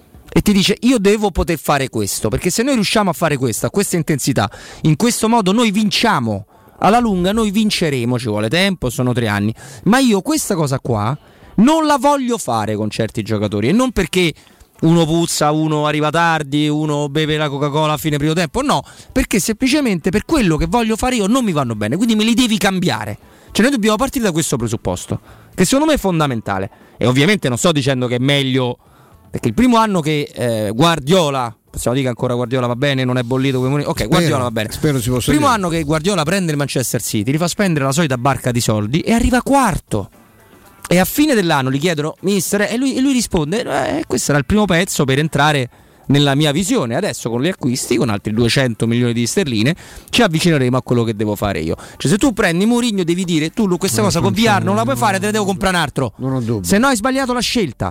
e ti dice io devo poter fare questo, perché se noi riusciamo a fare questo a questa intensità, in questo modo noi vinciamo, alla lunga noi vinceremo, ci vuole tempo, sono tre anni, ma io questa cosa qua non la voglio fare con certi giocatori, e non perché uno puzza, uno arriva tardi, uno beve la Coca-Cola a fine primo tempo, no, perché semplicemente per quello che voglio fare io non mi vanno bene, quindi me li devi cambiare. Cioè noi dobbiamo partire da questo presupposto, che secondo me è fondamentale. E ovviamente non sto dicendo che è meglio, perché il primo anno che eh, Guardiola, possiamo dire che ancora Guardiola va bene, non è bollito come ok, spero, Guardiola va bene. Spero si possa primo dire. Anno che Guardiola prende il Manchester City, li fa spendere la solita barca di soldi e arriva quarto. E a fine dell'anno gli chiedono mister, e lui, e lui risponde eh, questo era il primo pezzo per entrare nella mia visione, adesso con gli acquisti, con altri duecento milioni di sterline ci avvicineremo a quello che devo fare io. Cioè se tu prendi Mourinho devi dire tu questa no, cosa con V R non la puoi fare, te ne devo comprare un altro, non ho dubbio. Se no hai sbagliato la scelta.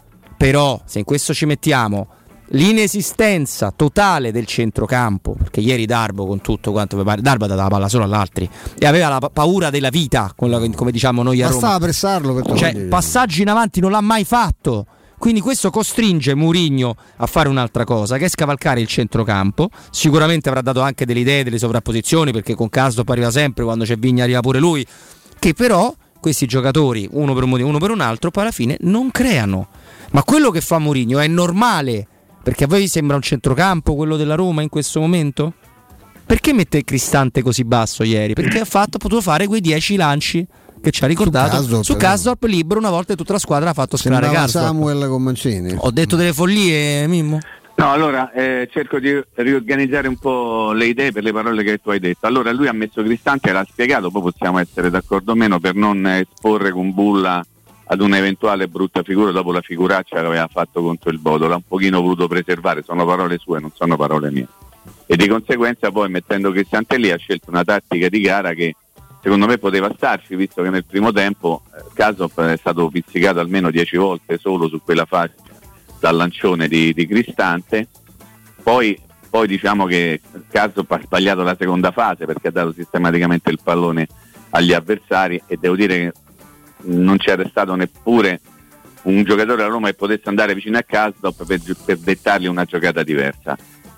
Però se in questo ci mettiamo l'inesistenza totale del centrocampo, perché ieri Darbo, con tutto quanto Darbo dava la palla solo all'altri e aveva la paura della vita, come diciamo noi a Roma, bastava pressarlo per cioè passaggi in avanti non l'ha mai fatto, quindi questo costringe Mourinho a fare un'altra cosa, che è scavalcare il centrocampo. Sicuramente avrà dato anche delle idee, delle sovrapposizioni, perché con Kasdorp arriva sempre, quando c'è Vigna arriva pure lui, che però questi giocatori uno per un motivo, uno per un altro, poi alla fine non creano. Ma quello che fa Mourinho è normale, perché a voi sembra un centrocampo quello della Roma in questo momento? Perché mette Cristante così basso ieri? Perché ha fatto, ha potuto fare quei dieci lanci che ci ha ricordato su Kasdorp libero, una volta e tutta la squadra ha fatto scalare Kasdorp. Samuel con Mancini. Ho detto delle follie, Mimmo? No, allora eh, cerco di riorganizzare un po' le idee per le parole che tu hai detto. Allora lui ha messo Cristante e l'ha spiegato, poi possiamo essere d'accordo o meno, per non esporre con Bulla ad un'eventuale brutta figura dopo la figuraccia che aveva fatto contro il Bodo. L'ha un pochino voluto preservare, sono parole sue, non sono parole mie, e di conseguenza poi mettendo Cristante lì ha scelto una tattica di gara che secondo me poteva starci, visto che nel primo tempo eh, Kasdorp è stato pizzicato almeno dieci volte solo su quella fascia dal lancione di, di Cristante. Poi poi diciamo che Karsdorp ha sbagliato la seconda fase perché ha dato sistematicamente il pallone agli avversari, e devo dire che non c'era stato neppure un giocatore della Roma che potesse andare vicino a Karsdorp per, per dettargli una giocata diversa.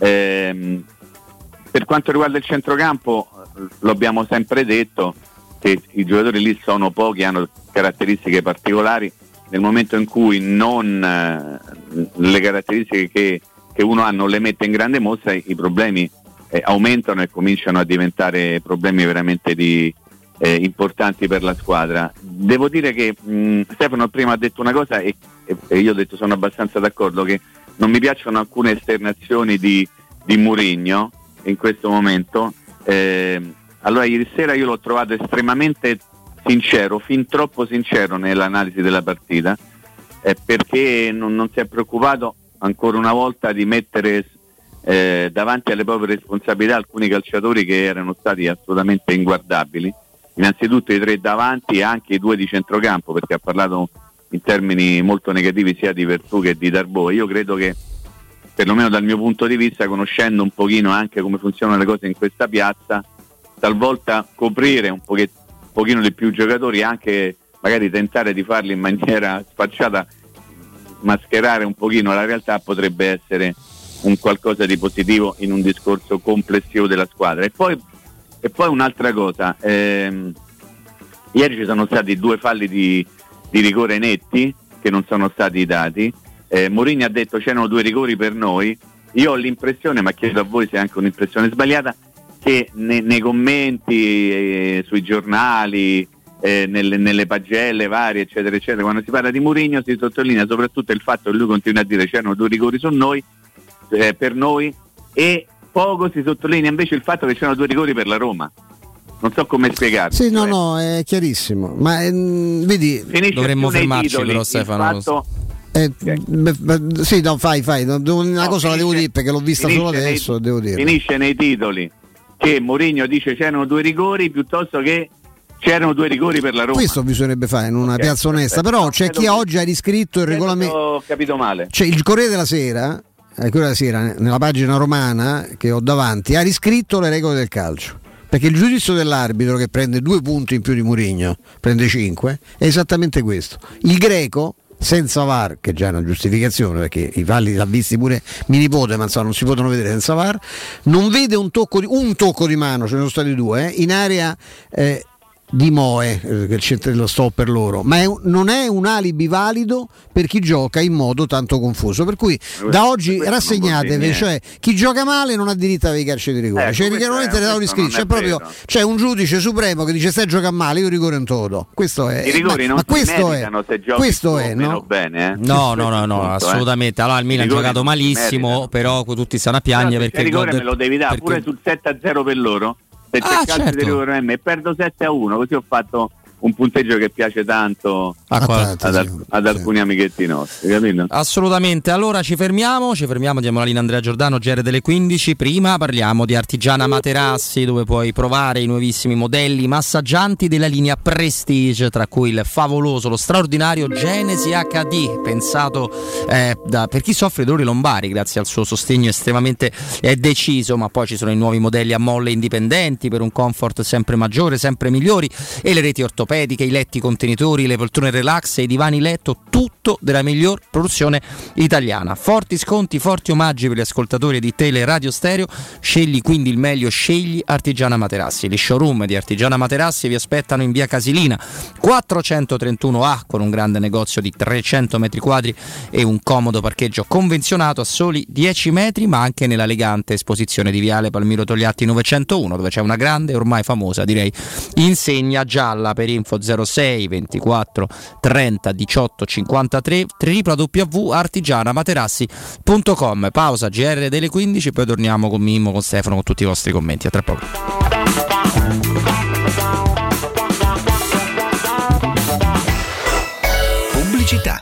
Ehm, per quanto riguarda il centrocampo, lo abbiamo sempre detto che i giocatori lì sono pochi, hanno caratteristiche particolari. Nel momento in cui non eh, le caratteristiche che, che uno ha non le mette in grande mostra, i problemi eh, aumentano e cominciano a diventare problemi veramente di, eh, importanti per la squadra. Devo dire che mh, Stefano prima ha detto una cosa e, e, e io ho detto sono abbastanza d'accordo, che non mi piacciono alcune esternazioni di, di Mourinho in questo momento. Eh, allora ieri sera io l'ho trovato estremamente sincero, fin troppo sincero nell'analisi della partita, eh, perché non, non si è preoccupato ancora una volta di mettere eh, davanti alle proprie responsabilità alcuni calciatori che erano stati assolutamente inguardabili, innanzitutto i tre davanti e anche i due di centrocampo, perché ha parlato in termini molto negativi sia di Versù che di Darboe. Io credo che, perlomeno dal mio punto di vista, conoscendo un pochino anche come funzionano le cose in questa piazza, talvolta coprire un pochettino un pochino di più giocatori, anche magari tentare di farli in maniera sfacciata, mascherare un pochino la realtà, potrebbe essere un qualcosa di positivo in un discorso complessivo della squadra. E poi, e poi un'altra cosa, ehm, ieri ci sono stati due falli di, di rigore netti che non sono stati dati. eh, Mourinho ha detto c'erano due rigori per noi. Io ho l'impressione, ma chiedo a voi se è anche un'impressione sbagliata, che ne, nei commenti eh, sui giornali, eh, nelle, nelle pagelle varie eccetera eccetera, quando si parla di Mourinho si sottolinea soprattutto il fatto che lui continua a dire c'erano due rigori su noi, eh, per noi, e poco si sottolinea invece il fatto che c'erano due rigori per la Roma. Non so come spiegarlo. Sì, no, no, è chiarissimo. Ma ehm, vedi, Finisce dovremmo fermarci titoli, però Stefano. Fatto... Eh, beh, sì, no, fai, fai. Una no, cosa finisce, la devo dire perché l'ho vista solo adesso. Nei, devo dire. Finisce nei titoli che Mourinho dice c'erano due rigori piuttosto che c'erano due rigori per la Roma. Questo bisognerebbe fare in una okay, piazza onesta. Perfetto. Però c'è chi oggi ha riscritto il regolamento. Ho capito male. C'è il Corriere della Sera, il Corriere della Sera, nella pagina romana che ho davanti, ha riscritto le regole del calcio. Perché il giudizio dell'arbitro, che prende due punti in più di Mourinho, prende cinque, è esattamente questo. Il greco, senza V A R, che già è una giustificazione perché i falli l'ha visti pure mio nipote, ma insomma non si potevano vedere senza V A R, non vede un tocco di, un tocco di mano, ce ne sono stati due, eh, in area eh, di Moe, eh, che c'è lo stop per loro, ma è, non è un alibi valido per chi gioca in modo tanto confuso, per cui da oggi rassegnatevi, cioè chi gioca male non ha diritto ai calci di rigore, eh, cioè regolarmente le riscritto, c'è proprio c'è un giudice supremo che dice stai giocando male, io rigore in toto, questo è. I rigori ma, non ma questo è, se giochi questo è, no? Bene, eh? no no no no punto, assolutamente. Allora il Milan ha giocato malissimo, però tutti stanno a piangere perché il rigore il me lo devi dare perché... pure sul sette a zero per loro. Se c'è ah, calcio certo. di rigore e perdo sette a uno, così ho fatto un punteggio che piace tanto ah, ad, ad, ad alcuni amichetti nostri, capito? Assolutamente. Allora ci fermiamo, ci fermiamo, diamo la linea Andrea Giordano, G R delle quindici. Prima parliamo di Artigiana Materassi, dove puoi provare i nuovissimi modelli massaggianti della linea Prestige, tra cui il favoloso, lo straordinario Genesi acca di, pensato eh, da, per chi soffre dolori lombari, grazie al suo sostegno estremamente eh, deciso. Ma poi ci sono i nuovi modelli a molle indipendenti per un comfort sempre maggiore, sempre migliori, e le reti ortopediche, i letti contenitori, le poltrone relax e i divani letto, tutto della miglior produzione italiana. Forti sconti, forti omaggi per gli ascoltatori di Tele Radio Stereo. Scegli quindi il meglio, scegli Artigiana Materassi. Gli showroom di Artigiana Materassi vi aspettano in via Casilina quattrocentotrentuno A, con un grande negozio di trecento metri quadri e un comodo parcheggio convenzionato a soli dieci metri, ma anche nell'elegante esposizione di viale Palmiro Togliatti novecentouno, dove c'è una grande, ormai famosa direi, insegna gialla. Per info zero sei ventiquattro trenta diciotto cinquantatré w w w punto artigianamaterassi punto com. Pausa G R delle quindici, poi torniamo con Mimmo, con Stefano, con tutti i vostri commenti. A tra poco. Pubblicità.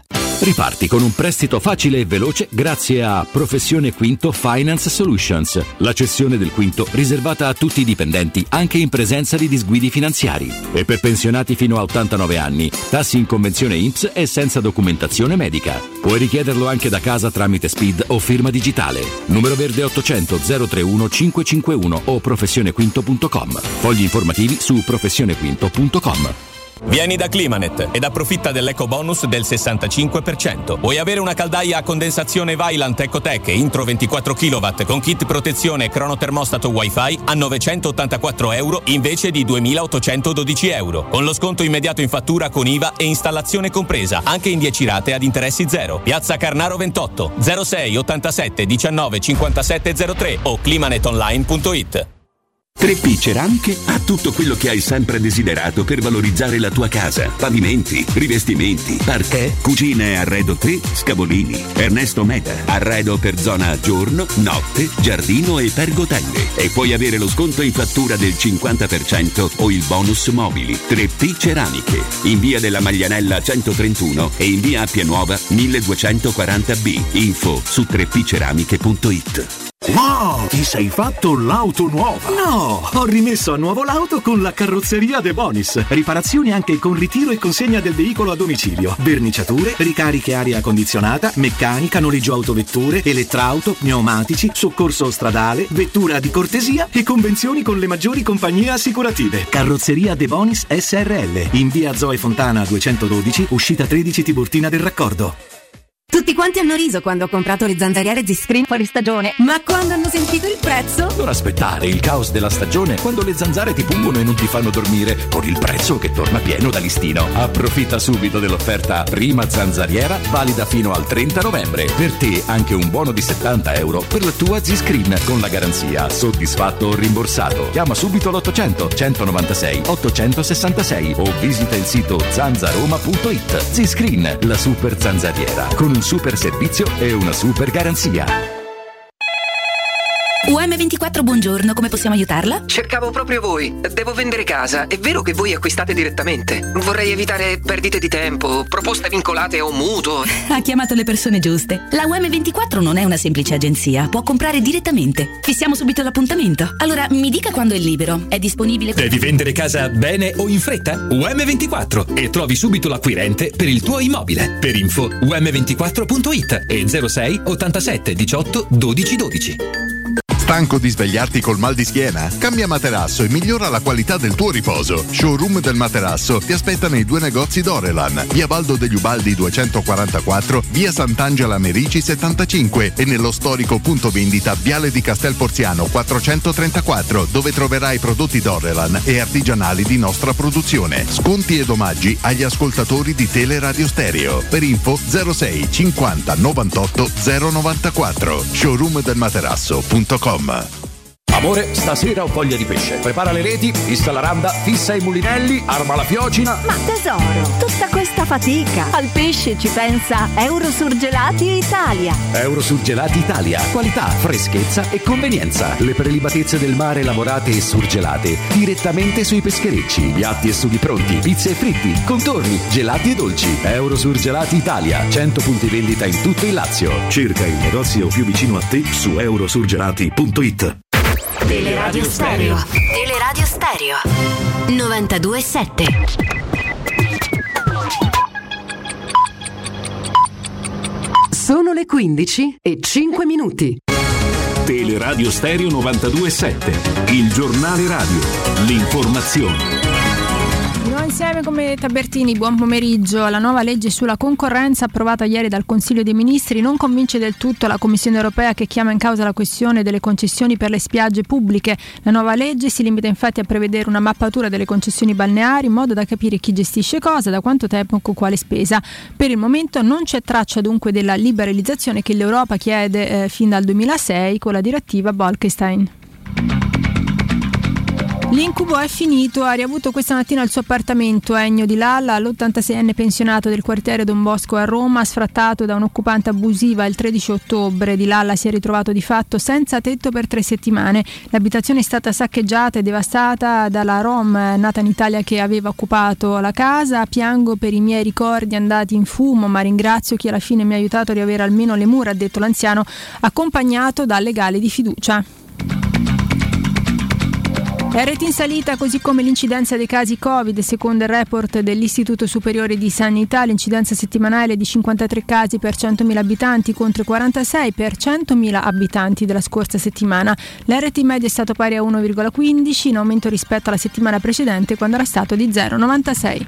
Riparti con un prestito facile e veloce grazie a Professione Quinto Finance Solutions, la cessione del quinto riservata a tutti i dipendenti anche in presenza di disguidi finanziari. E per pensionati fino a ottantanove anni, tassi in convenzione I N P S e senza documentazione medica. Puoi richiederlo anche da casa tramite S P I D o firma digitale. Numero verde ottocento zero trentuno cinquecentocinquantuno o professionequinto punto com. Fogli informativi su professionequinto punto com. Vieni da Climanet ed approfitta dell'eco bonus del sessantacinque per cento. Vuoi avere una caldaia a condensazione Vaillant Ecotech intro ventiquattro chilowatt con kit protezione e cronotermostato Wi-Fi a novecentottantaquattro euro invece di duemilaottocentododici euro. Con lo sconto immediato in fattura con I V A e installazione compresa, anche in dieci rate ad interessi zero. Piazza Carnaro ventotto, zero sei ottantasette diciannove cinquantasette zero tre o climanetonline punto it. tre P Ceramiche ha tutto quello che hai sempre desiderato per valorizzare la tua casa. Pavimenti, rivestimenti, parquet, cucina e arredo tre, Scavolini. Ernesto Meda, arredo per zona giorno, notte, giardino e pergotelle. E puoi avere lo sconto in fattura del cinquanta per cento o il bonus mobili. tre P Ceramiche, in via della Maglianella centotrentuno e in via Appia Nuova milleduecentoquaranta B. Info su tre p ceramiche punto it. Wow, ti sei fatto l'auto nuova? No, ho rimesso a nuovo l'auto con la carrozzeria De Bonis. Riparazioni anche con ritiro e consegna del veicolo a domicilio. Verniciature, ricariche aria condizionata, meccanica, noleggio autovetture, elettrauto, pneumatici, soccorso stradale, vettura di cortesia e convenzioni con le maggiori compagnie assicurative. Carrozzeria De Bonis S R L, in via Zoe Fontana duecentododici, uscita tredici Tiburtina del Raccordo. Tutti quanti hanno riso quando ho comprato le zanzariere Z-Screen fuori stagione, ma quando hanno sentito il prezzo? Non aspettare il caos della stagione quando le zanzare ti pungono e non ti fanno dormire con il prezzo che torna pieno da listino. Approfitta subito dell'offerta prima zanzariera valida fino al trenta novembre. Per te anche un buono di settanta euro per la tua Z-Screen con la garanzia soddisfatto o rimborsato. Chiama subito l'ottocento centonovantasei ottocentosessantasei o visita il sito zanzaroma punto it. Z-Screen, la super zanzariera con un super servizio e una super garanzia. U M ventiquattro, buongiorno, come possiamo aiutarla? Cercavo proprio voi. Devo vendere casa. È vero che voi acquistate direttamente? Vorrei evitare perdite di tempo, proposte vincolate o mutuo. Ha chiamato le persone giuste. La U M ventiquattro non è una semplice agenzia, può comprare direttamente. Fissiamo subito l'appuntamento. Allora, mi dica quando è libero. È disponibile? Devi vendere casa bene o in fretta? U M ventiquattro e trovi subito l'acquirente per il tuo immobile. Per info u m ventiquattro punto it e zero sei ottantasette diciotto dodici dodici. Stanco di svegliarti col mal di schiena? Cambia materasso e migliora la qualità del tuo riposo. Showroom del materasso ti aspetta nei due negozi Dorelan, via Baldo degli Ubaldi duecentoquarantaquattro, via Sant'Angela Merici settantacinque e nello storico punto vendita Viale di Castel Porziano quattrocentotrentaquattro, dove troverai prodotti Dorelan e artigianali di nostra produzione. Sconti ed omaggi agli ascoltatori di Teleradio Stereo. Per info zero sei cinquanta novantotto zero novantaquattro. showroom del materasso punto com. Amore, stasera ho voglia di pesce. Prepara le reti, fissa la randa, fissa i mulinelli, arma la fiocina. Ma tesoro, tutta questa fatica. Al pesce ci pensa Eurosurgelati Italia. Eurosurgelati Italia. Qualità, freschezza e convenienza. Le prelibatezze del mare lavorate e surgelate direttamente sui pescherecci. Piatti e sughi pronti, pizze e fritti, contorni, gelati e dolci. Eurosurgelati Italia. cento punti vendita in tutto il Lazio. Cerca il negozio più vicino a te su eurosurgelati punto it. Teleradio Stereo. Teleradio Stereo novantadue sette. Sono le quindici e cinque minuti. Teleradio Stereo novantadue sette, il giornale radio, l'informazione. Noi insieme come Tabertini, buon pomeriggio. La nuova legge sulla concorrenza approvata ieri dal Consiglio dei Ministri non convince del tutto la Commissione europea, che chiama in causa la questione delle concessioni per le spiagge pubbliche. La nuova legge si limita infatti a prevedere una mappatura delle concessioni balneari in modo da capire chi gestisce cosa, da quanto tempo e con quale spesa. Per il momento non c'è traccia dunque della liberalizzazione che l'Europa chiede eh, fin dal duemilasei con la direttiva Bolkestein. L'incubo è finito, ha riavuto questa mattina il suo appartamento. Ennio Di Lalla, l'ottantaseienne pensionato del quartiere Don Bosco a Roma, sfrattato da un'occupante abusiva il tredici ottobre. Di Lalla si è ritrovato di fatto senza tetto per tre settimane. L'abitazione è stata saccheggiata e devastata dalla Rom, nata in Italia, che aveva occupato la casa. Piango per i miei ricordi andati in fumo, ma ringrazio chi alla fine mi ha aiutato a riavere almeno le mura, ha detto l'anziano, accompagnato dal legale di fiducia. R T in salita, così come l'incidenza dei casi Covid. Secondo il report dell'Istituto Superiore di Sanità, l'incidenza settimanale è di cinquantatré casi per centomila abitanti contro i quarantasei per centomila abitanti della scorsa settimana. L'R T medio è stato pari a uno virgola quindici, in aumento rispetto alla settimana precedente, quando era stato di zero virgola novantasei.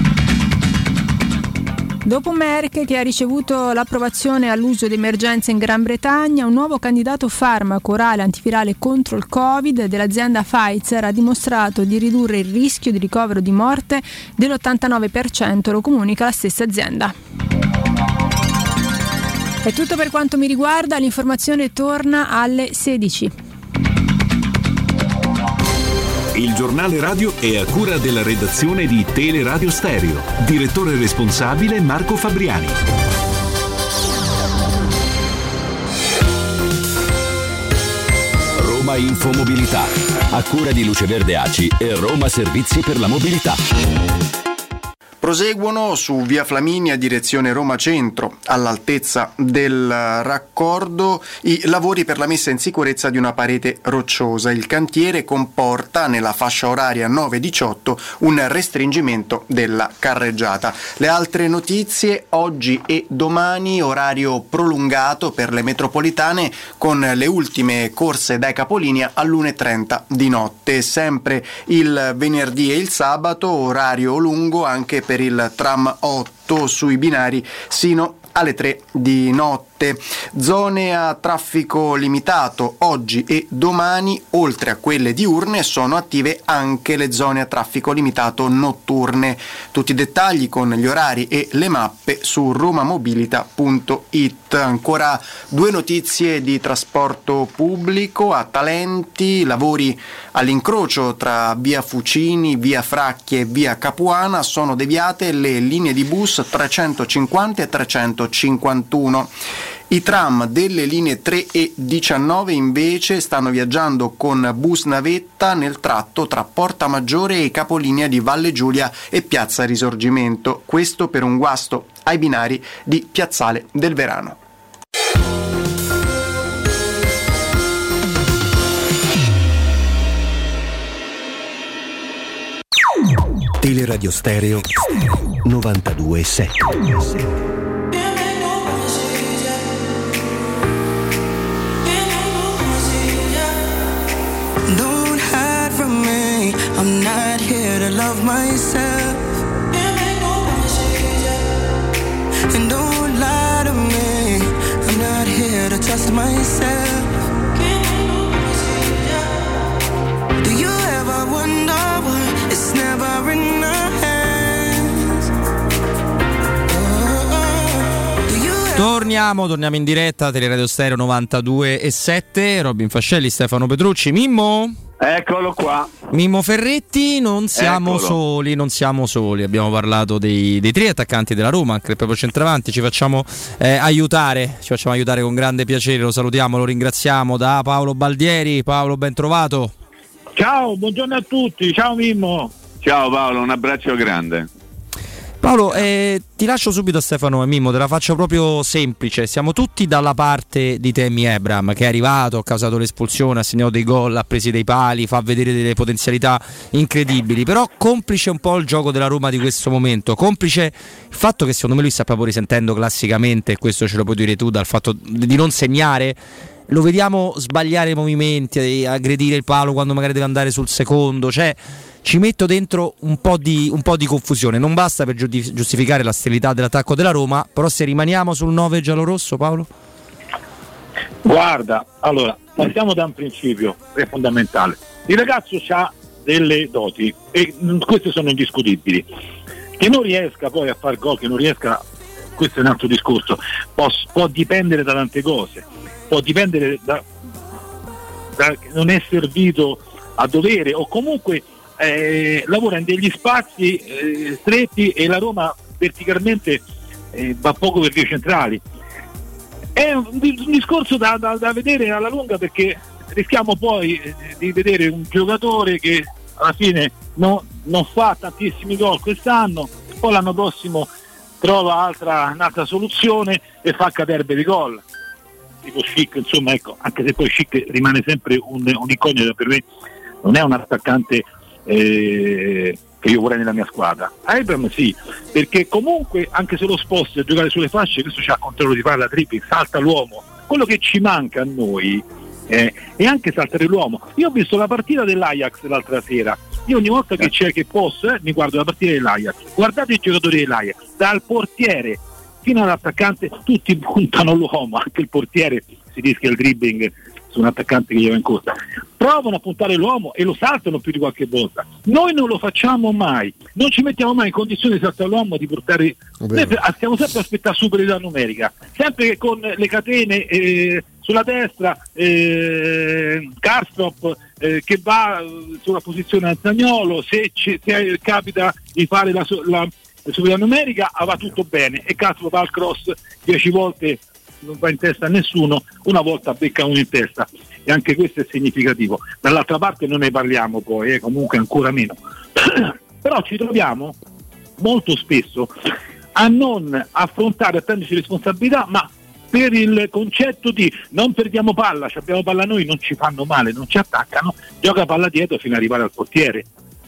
Dopo Merck, che ha ricevuto l'approvazione all'uso d'emergenza in Gran Bretagna, un nuovo candidato farmaco orale antivirale contro il Covid dell'azienda Pfizer ha dimostrato di ridurre il rischio di ricovero di morte dell'ottantanove per cento, lo comunica la stessa azienda. È tutto per quanto mi riguarda, l'informazione torna alle sedici. Il giornale radio è a cura della redazione di Teleradio Stereo. Direttore responsabile Marco Fabriani. Roma Infomobilità, a cura di Luce Verde A C I e Roma Servizi per la Mobilità. Proseguono su via Flaminia direzione Roma Centro, all'altezza del raccordo, i lavori per la messa in sicurezza di una parete rocciosa. Il cantiere comporta nella fascia oraria nove diciotto un restringimento della carreggiata. Le altre notizie: oggi e domani orario prolungato per le metropolitane con le ultime corse dai capolinea all'una e trenta di notte. Sempre il venerdì e il sabato orario lungo anche per il tram otto sui binari sino alle tre di notte. Zone a traffico limitato oggi e domani, oltre a quelle diurne sono attive anche le zone a traffico limitato notturne. Tutti i dettagli con gli orari e le mappe su romamobilita punto it. Ancora due notizie di trasporto pubblico. A Talenti, lavori all'incrocio tra via Fucini, via Fracchie e via Capuana, sono deviate le linee di bus trecentocinquanta e trecentocinquantuno. I tram delle linee tre e diciannove invece stanno viaggiando con bus navetta nel tratto tra Porta Maggiore e capolinea di Valle Giulia e Piazza Risorgimento. Questo per un guasto ai binari di Piazzale del Verano. Teleradio Stereo novantadue sette. I'm not here to love myself, and don't lie to me, I'm not here to trust myself. Do you ever wonder why it's never in our hands? Torniamo, torniamo in diretta, Teleradio Stereo novantadue e sette, Robin Fascelli, Stefano Petrucci. Mimmo? Eccolo qua. Mimmo Ferretti, non siamo Eccolo. soli, non siamo soli. Abbiamo parlato dei, dei tre attaccanti della Roma, anche il proprio centravanti. Ci facciamo eh, aiutare, ci facciamo aiutare con grande piacere. Lo salutiamo, lo ringraziamo da Paolo Baldieri. Paolo, ben trovato. Ciao, buongiorno a tutti. Ciao Mimmo. Ciao Paolo, un abbraccio grande. Paolo, eh, ti lascio subito a Stefano e Mimmo, te la faccio proprio semplice. Siamo tutti dalla parte di Tammy Abraham, che è arrivato, ha causato l'espulsione, ha segnato dei gol, ha preso dei pali, fa vedere delle potenzialità incredibili. Però complice un po' il gioco della Roma di questo momento, complice il fatto che secondo me lui sta proprio risentendo classicamente, e questo ce lo puoi dire tu, dal fatto di non segnare. Lo vediamo sbagliare i movimenti, aggredire il palo quando magari deve andare sul secondo, cioè ci metto dentro un po' di, un po' di confusione. Non basta per giustificare la sterilità dell'attacco della Roma, però se rimaniamo sul nove giallorosso, Paolo? Guarda, allora, partiamo da un principio, è fondamentale. Il ragazzo ha delle doti e queste sono indiscutibili. Che non riesca poi a far gol, che non riesca, questo è un altro discorso, può, può dipendere da tante cose, può dipendere da, da non è servito a dovere, o comunque eh, lavora in degli spazi eh, stretti e la Roma verticalmente eh, va poco per vie centrali. È un, un discorso da, da, da vedere alla lunga, perché rischiamo poi eh, di vedere un giocatore che alla fine no, non fa tantissimi gol quest'anno, poi l'anno prossimo trova altra, un'altra soluzione e fa cadere di gol, tipo Schick, insomma, ecco, anche se poi Schick rimane sempre un, un'incognita, per me non è un attaccante eh, che io vorrei nella mia squadra. Abraham sì, perché comunque anche se lo sposta a giocare sulle fasce, questo c'ha controllo di fare la dribbling, salta l'uomo. Quello che ci manca a noi eh, è anche saltare l'uomo. Io ho visto la partita dell'Ajax l'altra sera, io ogni volta che c'è che posso eh, mi guardo la partita dell'Ajax, guardate i giocatori dell'Ajax, dal portiere fino all'attaccante tutti puntano l'uomo, anche il portiere si rischia il dribbling su un attaccante che gli va in corsa, provano a puntare l'uomo e lo saltano più di qualche volta. Noi non lo facciamo mai, non ci mettiamo mai in condizione di saltare l'uomo, di portare, noi stiamo sempre a aspettare superiorità numerica, sempre che con le catene eh, sulla destra eh, Karsdorp eh, che va eh, sulla posizione a Zaniolo, se, ci, se capita di fare la, la, la superiorità numerica va tutto bene, e cazzo va al cross dieci volte, non va in testa a nessuno, una volta becca uno in testa, e anche questo è significativo. Dall'altra parte non ne parliamo poi, eh, comunque ancora meno. Però ci troviamo molto spesso a non affrontare, a prenderci responsabilità, ma per il concetto di non perdiamo palla, ci abbiamo palla noi, non ci fanno male, non ci attaccano, gioca palla dietro fino ad arrivare al portiere.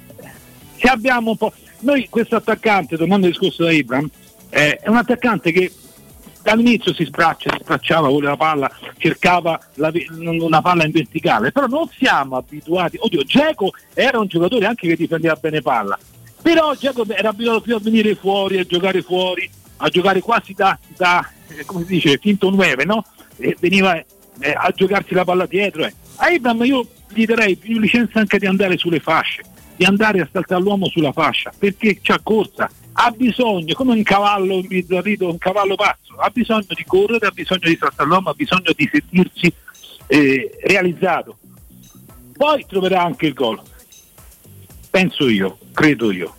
Se abbiamo un po', noi questo attaccante, tornando al discorso da Abraham, eh, è un attaccante che dall'inizio si spraccia, si spracciava, voleva la palla, cercava la, una palla in verticale, però non siamo abituati. Oddio, Dzeko era un giocatore anche che difendeva bene palla, però Dzeko era abituato più a venire fuori, a giocare fuori, a giocare quasi da, da eh, come si dice, finto nueve, no? E veniva eh, a giocarsi la palla dietro. Eh. A Abraham io gli darei più licenza anche di andare sulle fasce, di andare a saltare l'uomo sulla fascia, perché c'ha corsa, ha bisogno, come un cavallo imbizzarrito, un cavallo pazzo, ha bisogno di correre, ha bisogno di saltare l'uomo, ha bisogno di sentirsi eh, realizzato. Poi troverà anche il gol, penso io, credo io.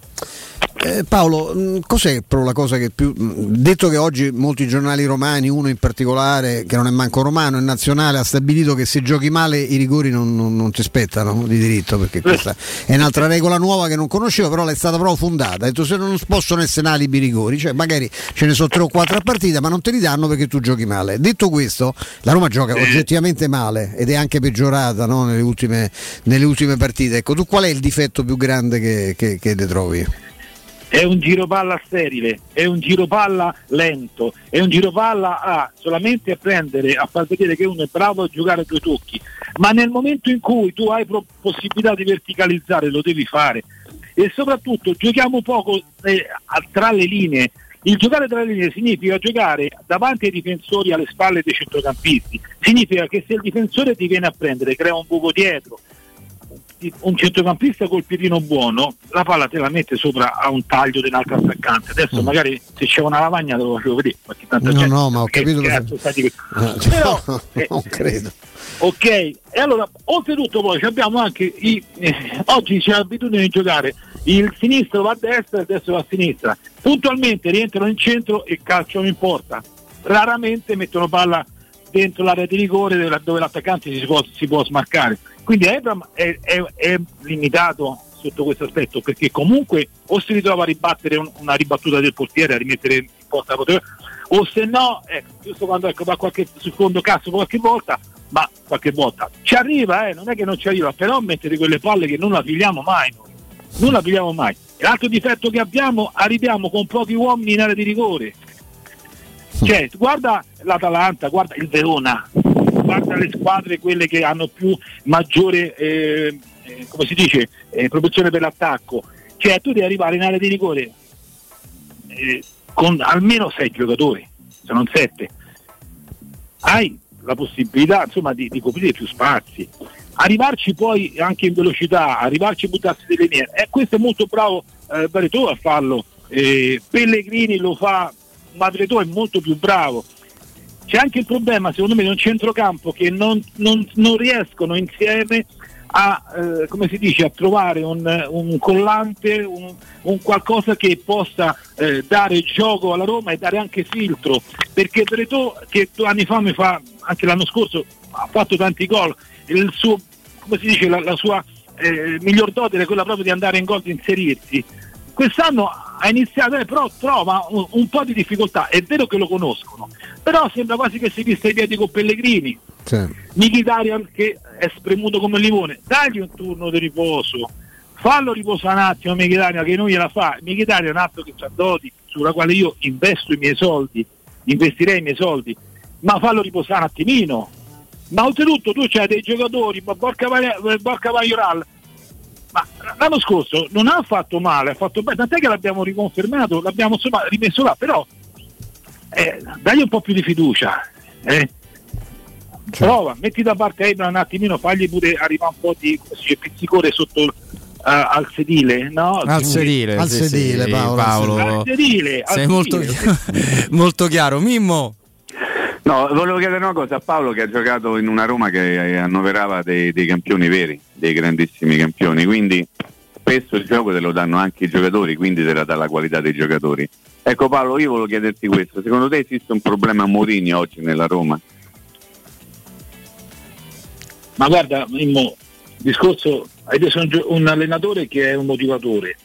Eh, Paolo, mh, cos'è però la cosa che più mh, detto che oggi molti giornali romani, uno in particolare che non è manco romano, è nazionale, ha stabilito che se giochi male i rigori non, non, non ti spettano di diritto, perché questa è un'altra regola nuova che non conoscevo, però è stata proprio fondata, ha detto se non possono essere alibi i rigori, cioè magari ce ne sono tre o quattro a partita ma non te li danno perché tu giochi male. Detto questo, la Roma gioca oggettivamente male ed è anche peggiorata, no, nelle ultime, nelle ultime partite. Ecco, tu qual è il difetto più grande che, che, che ne trovi? È un giropalla sterile, è un giropalla lento, è un giropalla a solamente a prendere, a far vedere che uno è bravo a giocare a due tocchi, ma nel momento in cui tu hai pro- possibilità di verticalizzare lo devi fare, e soprattutto giochiamo poco eh, tra le linee. Il giocare tra le linee significa giocare davanti ai difensori, alle spalle dei centrocampisti, significa che se il difensore ti viene a prendere, crea un buco dietro, un centrocampista col piedino buono la palla te la mette sopra a un taglio di un altro attaccante. Adesso mm. magari se c'è una lavagna te lo facevo vedere, ma tanta no gente, no ma ho capito che stati... no, però no, eh, non credo. Ok, e allora oltretutto poi abbiamo anche i, eh, oggi c'è l'abitudine di giocare il sinistro va a destra e il destro va a sinistra, puntualmente rientrano in centro e calciano in porta, raramente mettono palla dentro l'area di rigore dove l'attaccante si può, si può smarcare. Quindi Abraham è, è, è limitato sotto questo aspetto, perché comunque o si ritrova a ribattere un, una ribattuta del portiere, a rimettere in porta la portiere, o se no, ecco, giusto quando ecco, va qualche secondo cazzo qualche volta, ma qualche volta ci arriva, eh, non è che non ci arriva, però mettere quelle palle che non la pigliamo mai noi, non la pigliamo mai. E l'altro difetto che abbiamo, arriviamo con pochi uomini in area di rigore. Cioè, guarda l'Atalanta, guarda il Verona, guarda le squadre quelle che hanno più maggiore eh, eh, come si dice eh, propensione per l'attacco, cioè tu devi arrivare in area di rigore eh, con almeno sei giocatori, se non sette, hai la possibilità insomma di, di coprire più spazi, arrivarci poi anche in velocità, arrivarci a buttarsi delle linee, e eh, questo è molto bravo eh, Barretto a farlo, eh, Pellegrini lo fa, ma Barretto è molto più bravo. C'è anche il problema, secondo me, di un centrocampo che non, non, non riescono insieme a eh, come si dice, a trovare un, un collante, un, un qualcosa che possa eh, dare gioco alla Roma e dare anche filtro, perché Breton, che due anni fa mi fa, anche l'anno scorso ha fatto tanti gol, il suo, come si dice, la, la sua eh, miglior dote è quella proprio di andare in gol, di inserirsi. Quest'anno ha iniziato, eh, però trova un, un po' di difficoltà. È vero che lo conoscono, però sembra quasi che si vista i piedi con Pellegrini. Sì. Mkhitaryan che è spremuto come un limone, dagli un turno di riposo, fallo riposare un attimo Mkhitaryan, che non gliela fa. Mkhitaryan è un altro che ha doti sulla quale io investo i miei soldi, investirei i miei soldi, ma fallo riposare un attimino. Ma oltretutto tu c'hai dei giocatori, Borca Majoral, ma l'anno scorso non ha fatto male, ha fatto bene, tant'è che l'abbiamo riconfermato, l'abbiamo insomma rimesso là, però eh, dagli un po' più di fiducia, eh. Prova, metti da parte Abraham un attimino, fagli pure arrivare un po' di pizzicore sotto uh, al sedile, no? Al sedile, al sì, sedile sì, Paolo, Paolo. Al sedile, al sei sedile. molto, molto chiaro. Mimmo? No, volevo chiedere una cosa a Paolo, che ha giocato in una Roma che annoverava dei, dei campioni veri, dei grandissimi campioni, quindi spesso il gioco te lo danno anche i giocatori, quindi te la dà la qualità dei giocatori. Ecco Paolo, io volevo chiederti questo, secondo te esiste un problema a Mourinho oggi nella Roma? Ma guarda, Mimmo, discorso, hai preso un, un allenatore che è un motivatore,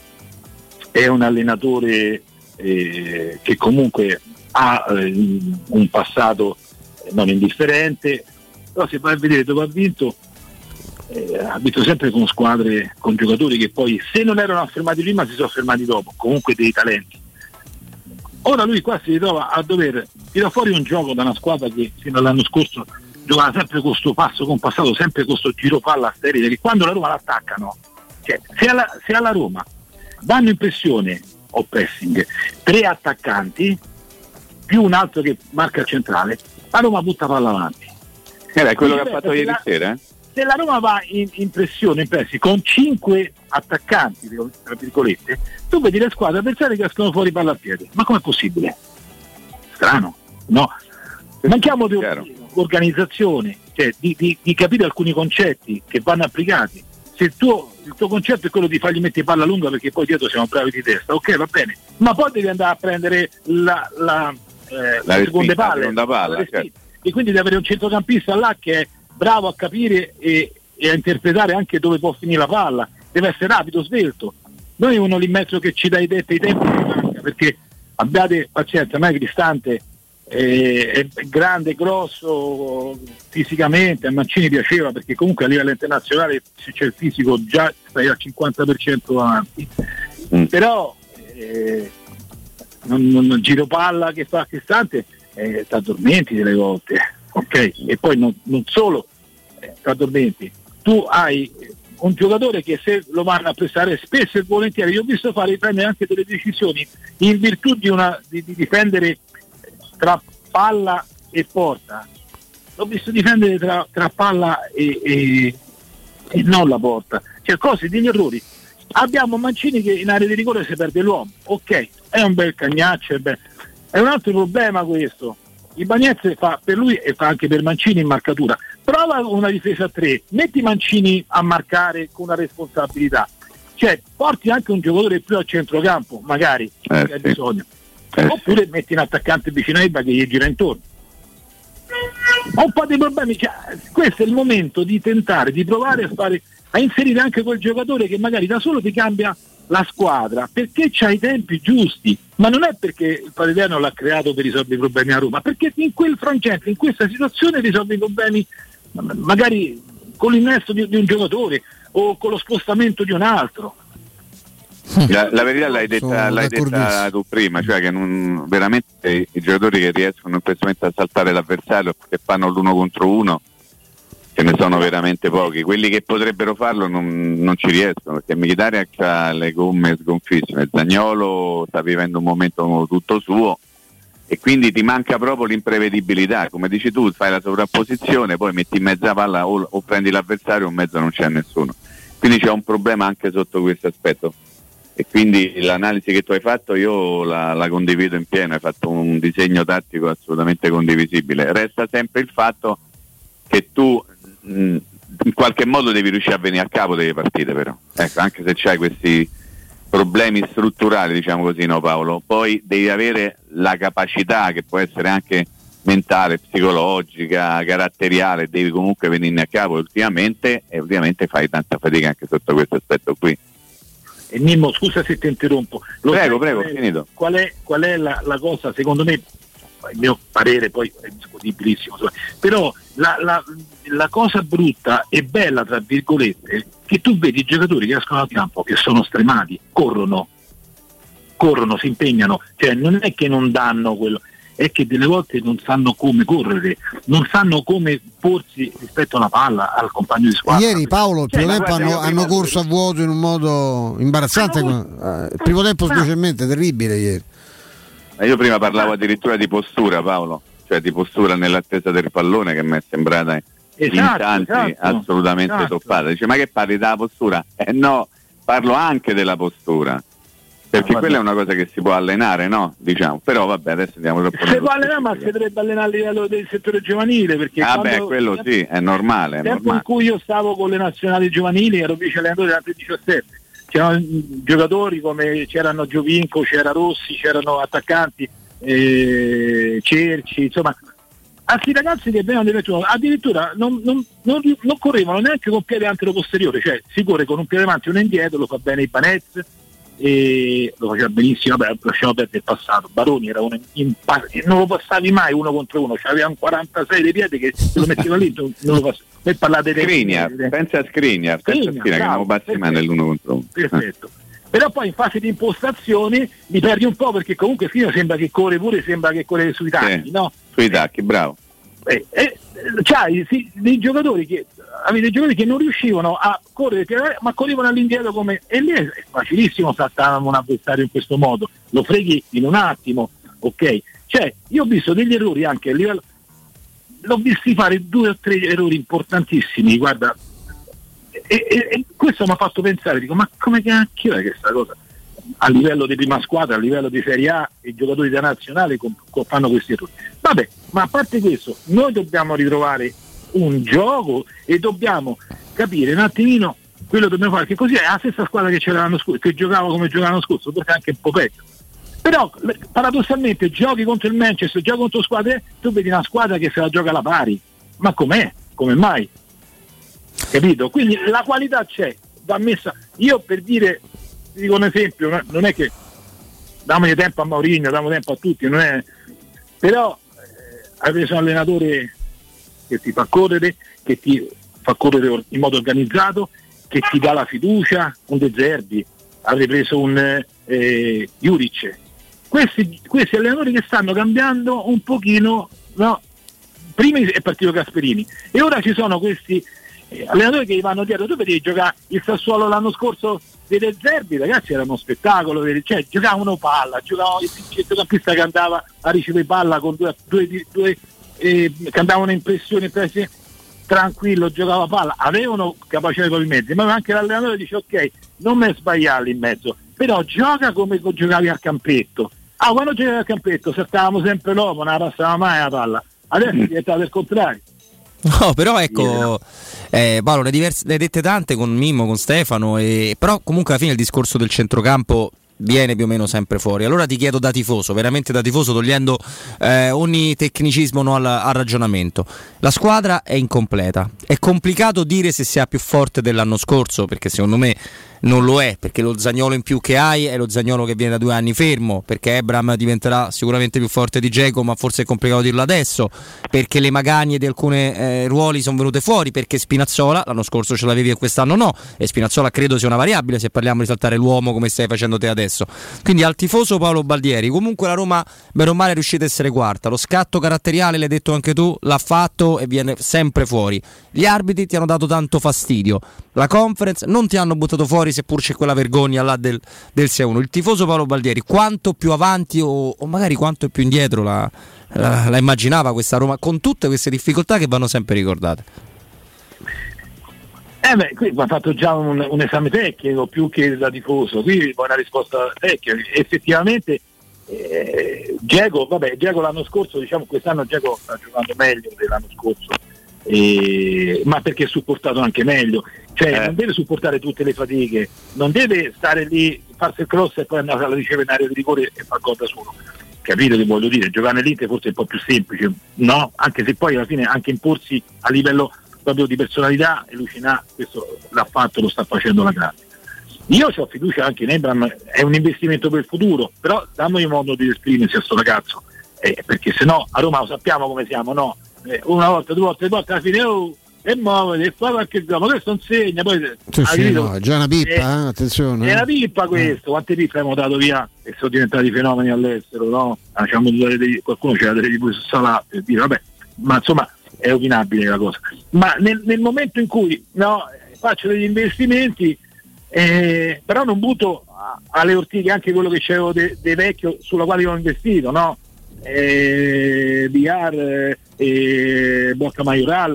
è un allenatore eh, che comunque ha eh, un passato non indifferente, però se vai a vedere dove ha vinto, eh, ha vinto sempre con squadre, con giocatori che poi se non erano affermati prima si sono affermati dopo, comunque dei talenti. Ora lui qua si ritrova a dover tirare fuori un gioco da una squadra che fino all'anno scorso giocava sempre con questo passo compassato, sempre con questo giro palla sterile, che quando la Roma l'attaccano, cioè se alla, se alla Roma danno in pressione o pressing tre attaccanti più un altro che marca il centrale, la Roma butta palla avanti. Era quello che ha fatto ieri la, sera? Eh? Se la Roma va in, in pressione, in pressing, con cinque attaccanti, tra virgolette, tu vedi le squadre avversarie che escono fuori palla a piedi. Ma com'è possibile? Strano, no? Manchiamo di organizzazione, cioè di, di, di capire alcuni concetti che vanno applicati. Se il tuo, il tuo concetto è quello di fargli mettere palla lunga perché poi dietro siamo bravi di testa, ok, va bene, ma poi devi andare a prendere la, la, eh, la le seconde palle, la seconda palla, la certo. E quindi devi avere un centrocampista là che è bravo a capire e, e a interpretare anche dove può finire la palla, deve essere rapido, svelto. Noi uno lì in mezzo che ci dai dette i tempi che manca, perché abbiate pazienza, ma è Cristante è grande, grosso fisicamente, a Mancini piaceva perché comunque a livello internazionale se c'è il fisico già stai al cinquanta per cento avanti, mm. però eh, non, non giro palla che fa Cristante, eh, t'addormenti delle volte, ok? E poi non, non solo eh, t'addormenti, tu hai un giocatore che se lo vanno a prestare spesso e volentieri, io ho visto fare prendere anche delle decisioni in virtù di, una, di, di difendere tra palla e porta, l'ho visto difendere tra, tra palla e, e, e non la porta, cioè cose, degli errori. Abbiamo Mancini che in area di rigore si perde l'uomo, ok, è un bel cagnaccio, è, bel... è un altro problema questo. Ibañez fa per lui e fa anche per Mancini in marcatura, prova una difesa a tre, metti Mancini a marcare con una responsabilità, cioè porti anche un giocatore più al centrocampo magari, eh, che hai sì. bisogno. Eh, oppure metti un attaccante vicino a Ibra che gli gira intorno. Ho un po' di problemi, cioè, questo è il momento di tentare, di provare a fare, a inserire anche quel giocatore che magari da solo ti cambia la squadra, perché c'ha i tempi giusti, ma non è perché il Palermo l'ha creato per risolvere i problemi a Roma, perché in quel frangente, in questa situazione risolve i problemi magari con l'innesto di, di un giocatore o con lo spostamento di un altro. La, la verità l'hai detta, l'hai detta tu prima, cioè che non, veramente i, i giocatori che riescono in questo momento a saltare l'avversario che fanno l'uno contro uno ce ne sono veramente pochi, quelli che potrebbero farlo non, non ci riescono, perché Mkhitaryan ha le gomme sgonfissime, Zaniolo sta vivendo un momento tutto suo e quindi ti manca proprio l'imprevedibilità, come dici tu, fai la sovrapposizione, poi metti in mezza palla o, o prendi l'avversario o in mezzo non c'è nessuno, quindi c'è un problema anche sotto questo aspetto. E quindi l'analisi che tu hai fatto io la, la condivido in pieno, hai fatto un disegno tattico assolutamente condivisibile. Resta sempre il fatto che tu mh, in qualche modo devi riuscire a venire a capo delle partite, però ecco, anche se c'hai questi problemi strutturali, diciamo così, no Paolo, poi devi avere la capacità, che può essere anche mentale, psicologica, caratteriale, devi comunque venirne a capo ultimamente, e ovviamente fai tanta fatica anche sotto questo aspetto qui. E Mimmo, scusa se ti interrompo. Lo prego, sai, prego, qual è, finito. Qual è, qual è la, la cosa, secondo me, il mio parere poi è discutibilissimo, però la, la, la cosa brutta e bella, tra virgolette, che tu vedi i giocatori che escono al campo, che sono stremati, corrono, corrono, si impegnano, cioè non è che non danno quello, è che delle volte non sanno come correre, non sanno come porsi rispetto alla palla, al compagno di squadra. Ieri Paolo, il cioè, primo tempo hanno, hanno corso a vuoto in un modo imbarazzante, ah, il primo tempo specialmente terribile ieri. Io prima parlavo addirittura di postura, Paolo, cioè di postura nell'attesa del pallone, che mi è sembrata in esatto, tanti esatto, assolutamente esatto. toppata. Dice, ma che parli della postura? Eh no, parlo anche della postura, perché no, quella è una cosa che si può allenare, no? Diciamo, però vabbè, adesso andiamo troppo. Si può allenare, ma si dovrebbe allenare a livello del settore giovanile, perché ah quando, beh, quello sì, è normale. Nel è tempo normale. in cui io stavo con le nazionali giovanili, ero vice allenatore della T diciassette, c'erano giocatori come c'erano Giovinco, c'era Rossi, c'erano attaccanti, eh, Cerci, insomma, altri ragazzi che venivano diretto, addirittura non, non, non, non correvano neanche con piede antero-posteriore, cioè si corre con un piede avanti e uno indietro, lo fa bene Ibanez, e lo faceva benissimo, vabbè, lasciamo perdere il passato. Baroni era uno in, non lo passavi mai uno contro uno, c'aveva un quarantasei dei piedi che se lo metteva lì non lo passavi. Per parlare di Skriniar, pensa a Skriniar, pensa a Skriniar che non lo passi mai nell'uno contro uno. Perfetto. Però poi in fase di impostazione mi perdi un po', perché comunque fino sembra che corre pure, sembra che corre sui tacchi, sì, no? Sui tacchi, bravo. Eh, eh, c'hai sì, dei giocatori che avete giocatori che non riuscivano a correre, ma correvano all'indietro come, e lì è facilissimo saltare un avversario in questo modo, lo freghi in un attimo, ok? Cioè io ho visto degli errori anche a livello, l'ho visti fare due o tre errori importantissimi, guarda, e, e, e questo mi ha fatto pensare, dico, ma come cacchio è questa cosa? A livello di prima squadra, a livello di Serie A, i giocatori da nazionale con, con, fanno questi errori. Vabbè, ma a parte questo, noi dobbiamo ritrovare un gioco e dobbiamo capire un attimino quello che dobbiamo fare, che così è la stessa squadra che c'era l'anno scorso, che giocava come giocava l'anno scorso, forse anche un po' peggio. Però paradossalmente giochi contro il Manchester, giochi contro squadre, tu vedi una squadra che se la gioca alla pari. Ma com'è? Come mai? Capito? Quindi la qualità c'è, va messa. Io per dire, ti dico un esempio, non è che dammi tempo a Mourinho, diamo tempo a tutti, non è, però eh, hai preso un allenatore che ti fa correre, che ti fa correre in modo organizzato, che ti dà la fiducia, un De Zerbi, avrei preso un eh, Juric, questi, questi allenatori che stanno cambiando un pochino, no? Prima è partito Gasperini e ora ci sono questi eh, allenatori che gli vanno dietro. Tu vedevi giocare il Sassuolo l'anno scorso dei De Zerbi, ragazzi, era uno spettacolo, cioè giocavano palla, giocavano il centrocampista che andava a ricevere palla con due, due, due eh, che andavano in pressione, pressione tranquillo, giocava palla, avevano capacità con i mezzi, ma anche l'allenatore dice ok, non mi sbagliare in mezzo, però gioca come giocavi al campetto. Ah, quando giocavi al campetto saltavamo sempre l'uomo, non la passava mai la palla, adesso è diventato il contrario. No, però ecco, eh, Paolo, le, diverse, le dette tante con Mimmo, con Stefano, e, però comunque alla fine il discorso del centrocampo viene più o meno sempre fuori. Allora ti chiedo da tifoso, veramente da tifoso, togliendo eh, ogni tecnicismo, no, al, al ragionamento. La squadra è incompleta, è complicato dire se sia più forte dell'anno scorso, perché secondo me non lo è, perché lo Zaniolo in più che hai è lo Zaniolo che viene da due anni fermo, perché Ebram diventerà sicuramente più forte di Dzeko, ma forse è complicato dirlo adesso, perché le magagne di alcuni eh, ruoli sono venute fuori, perché Spinazzola l'anno scorso ce l'avevi e quest'anno no, e Spinazzola credo sia una variabile se parliamo di saltare l'uomo come stai facendo te adesso. Quindi al tifoso Paolo Baldieri, comunque la Roma bene o male è riuscita a essere quarta, lo scatto caratteriale, l'hai detto anche tu, l'ha fatto e viene sempre fuori. Gli arbitri ti hanno dato tanto fastidio, la conference non ti hanno buttato fuori, seppur c'è quella vergogna là del, del sei a uno. Il tifoso Paolo Baldieri quanto più avanti o, o magari quanto più indietro la, la, la immaginava questa Roma, con tutte queste difficoltà che vanno sempre ricordate? Eh beh, qui va fatto già un, un esame tecnico più che da tifoso, qui va una risposta tecnica. Effettivamente eh, Dzeko, vabbè, Dzeko l'anno scorso, diciamo quest'anno Dzeko sta giocando meglio dell'anno scorso, e, ma perché è supportato anche meglio, cioè eh. non deve supportare tutte le fatiche, non deve stare lì, farsi il cross e poi andare alla riceve in area di rigore e far gol da solo. Capito che voglio dire? Giocare nell'Inter forse è un po' più semplice, no? Anche se poi alla fine anche imporsi a livello proprio di personalità, e Lucinà questo l'ha fatto, lo sta facendo la grande. Io ho fiducia anche in Ebram, è un investimento per il futuro, però dammi modo di esprimersi a sto ragazzo, eh, perché se no a Roma lo sappiamo come siamo, no? Eh, una volta, due volte, tre volte, alla fine oh, e muovete, e fa qualche gioco, questo non segna, poi sì, sì, no, è già una pippa, eh, eh, attenzione. È una pippa questo, eh. Quante pippe abbiamo dato via e sono diventati fenomeni all'estero, no? Ah, dei, qualcuno c'era delle pure su Salah per dire, vabbè, ma insomma è opinabile la cosa. Ma nel, nel momento in cui no, faccio degli investimenti, eh, però non butto alle ortiche anche quello che c'avevo de, de vecchio sulla quale ho investito, no? Eh, B R, eh, Bocca Majoral.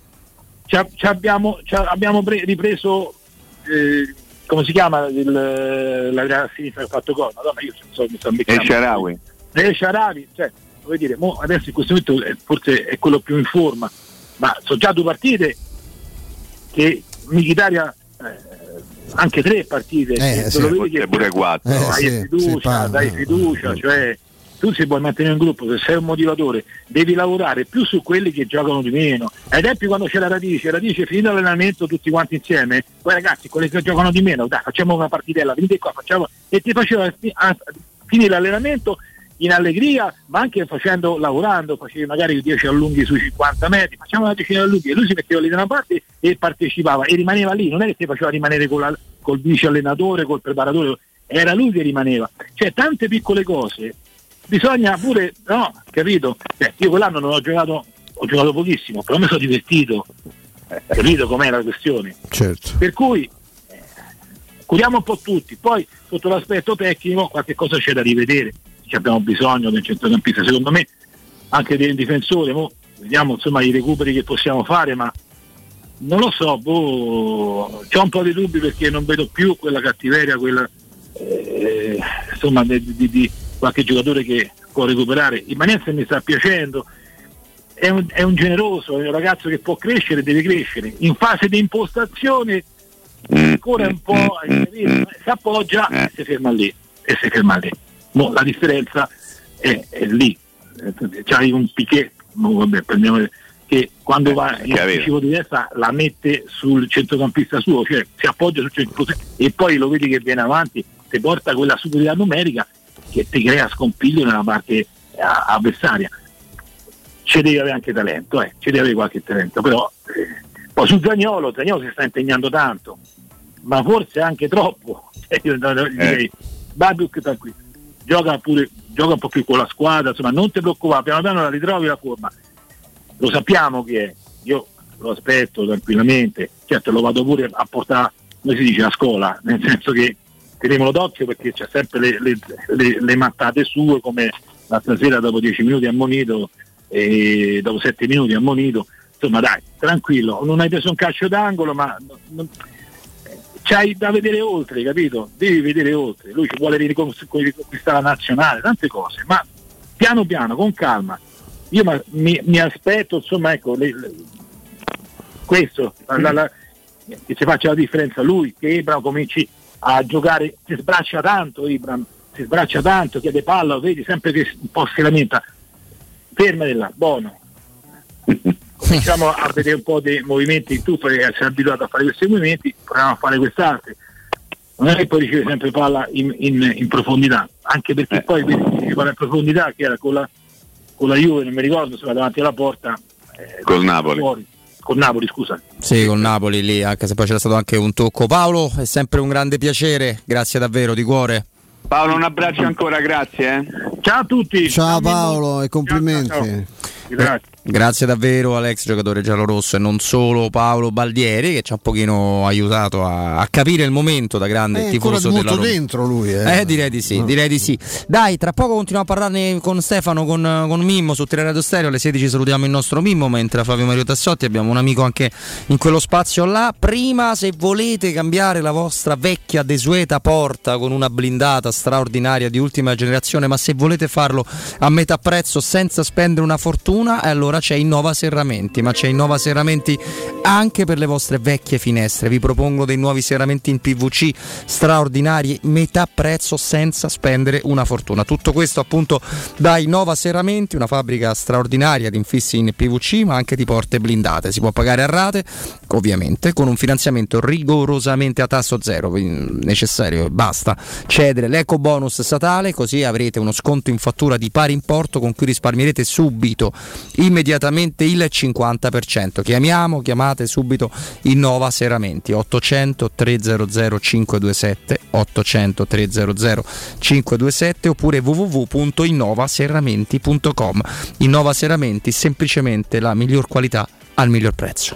Ci, ci abbiamo, ci abbiamo pre- ripreso eh, come si chiama il, la la sinistra che ha fatto gol, madonna, io so, mi sto El Shaarawy El Shaarawy, cioè vuol dire mo adesso in questo momento è, forse è quello più in forma, ma sono già due partite che Mkhitaryan eh, anche tre partite eh, che sì, lo vedi che pure quattro eh, dai sì, fiducia, dai fiducia, cioè tu se vuoi mantenere un gruppo, se sei un motivatore, devi lavorare più su quelli che giocano di meno. Ad esempio quando c'è la Radice, Radice finito l'allenamento tutti quanti insieme, poi ragazzi, quelli che giocano di meno, dai, facciamo una partitella, venite qua, facciamo, e ti faceva finire l'allenamento in allegria, ma anche facendo, lavorando, facevi magari dieci allunghi sui cinquanta metri, facciamo una decina di allunghi, e lui si metteva lì da una parte e partecipava e rimaneva lì, non è che ti faceva rimanere con la, col vice allenatore, col preparatore, era lui che rimaneva. Cioè tante piccole cose bisogna pure, no, capito? Eh, io quell'anno non ho giocato, ho giocato pochissimo, però mi sono divertito, capito com'è la questione? Certo. Per cui eh, curiamo un po' tutti, poi sotto l'aspetto tecnico qualche cosa c'è da rivedere, ci abbiamo bisogno del centrocampista, secondo me anche del difensore, mo, vediamo insomma i recuperi che possiamo fare, ma non lo so, boh, c'ho un po' di dubbi perché non vedo più quella cattiveria, quella eh, insomma di, di, di qualche giocatore che può recuperare. Imanense mi sta piacendo, è un, è un generoso, è un ragazzo che può crescere, deve crescere in fase di impostazione ancora un po', si appoggia e si ferma lì e si ferma lì. Mo, la differenza è, è lì, c'hai un Piquet, mo, vabbè, prendiamo, che quando va in anticipo di destra la mette sul centrocampista suo, cioè si appoggia sul centrocampista e poi lo vedi che viene avanti, ti porta quella superiorità numerica che ti crea scompiglio nella parte avversaria. Ci devi avere anche talento, eh, ci devi avere qualche talento, però eh, poi su Zaniolo, Zaniolo si sta impegnando tanto, ma forse anche troppo. Io direi, eh. Babuk tranquillo, gioca pure, gioca un po' più con la squadra, insomma non ti preoccupare, piano piano la ritrovi la forma. Lo sappiamo che è, io lo aspetto tranquillamente, certo lo vado pure a portare, come si dice, a scuola, nel senso che teniamolo d'occhio perché c'è sempre le, le, le, le mattate sue, come l'altra sera dopo dieci minuti ammonito e dopo sette minuti ammonito, insomma dai, tranquillo, non hai preso un calcio d'angolo, ma non, c'hai da vedere oltre, capito? Devi vedere oltre, lui ci vuole riconquistare la nazionale, tante cose, ma piano piano, con calma. Io ma, mi, mi aspetto, insomma, ecco, le, le, questo, la, la, che ci faccia la differenza lui, che Ebram cominci a giocare, si sbraccia tanto Ibram, si sbraccia tanto, chiede palla, vedi sempre che un po' si lamenta, fermati là, buono. Cominciamo a vedere un po' dei movimenti in tutto, perché si è abituato a fare questi movimenti, proviamo a fare quest'altri. Non è che poi riceve sempre palla in, in, in profondità, anche perché eh. poi si fa in profondità che era con la, con la Juve, non mi ricordo, insomma, davanti alla porta, eh, col Napoli. Fuori. Con Napoli, scusa. Sì, con Napoli lì, anche se poi c'era stato anche un tocco. Paolo, è sempre un grande piacere, grazie davvero di cuore. Paolo, un abbraccio ancora, grazie. Eh. Ciao a tutti. Ciao Paolo e complimenti. Ciao, ciao. Grazie. Grazie davvero all'ex giocatore giallorosso e non solo Paolo Baldieri, che ci ha un pochino aiutato a, a capire il momento da grande eh, tifoso della molto Roma. Dentro lui, eh. eh direi di sì, no. direi di sì. Dai, tra poco continuiamo a parlarne con Stefano, con, con Mimmo su Teleradio Stereo. Alle sedici salutiamo il nostro Mimmo, mentre a Fabio Mario Tassotti abbiamo un amico anche in quello spazio là. Prima, se volete cambiare la vostra vecchia desueta porta con una blindata straordinaria di ultima generazione, ma se volete farlo a metà prezzo senza spendere una fortuna, e allora allora c'è Innova Serramenti, ma c'è Innova Serramenti anche per le vostre vecchie finestre. Vi propongo dei nuovi serramenti in P V C straordinari, metà prezzo senza spendere una fortuna. Tutto questo appunto da Innova Serramenti, una fabbrica straordinaria di infissi in P V C ma anche di porte blindate. Si può pagare a rate, ovviamente, con un finanziamento rigorosamente a tasso zero. Necessario, basta cedere l'eco bonus statale, così avrete uno sconto in fattura di pari importo con cui risparmierete subito, immediatamente il cinquanta per cento. Chiamiamo, chiamate subito Innova Serramenti ottocento trecento cinquecentoventisette ottocento trecento cinquecentoventisette oppure w w w punto innova serramenti punto com. Innova Serramenti, semplicemente la miglior qualità al miglior prezzo.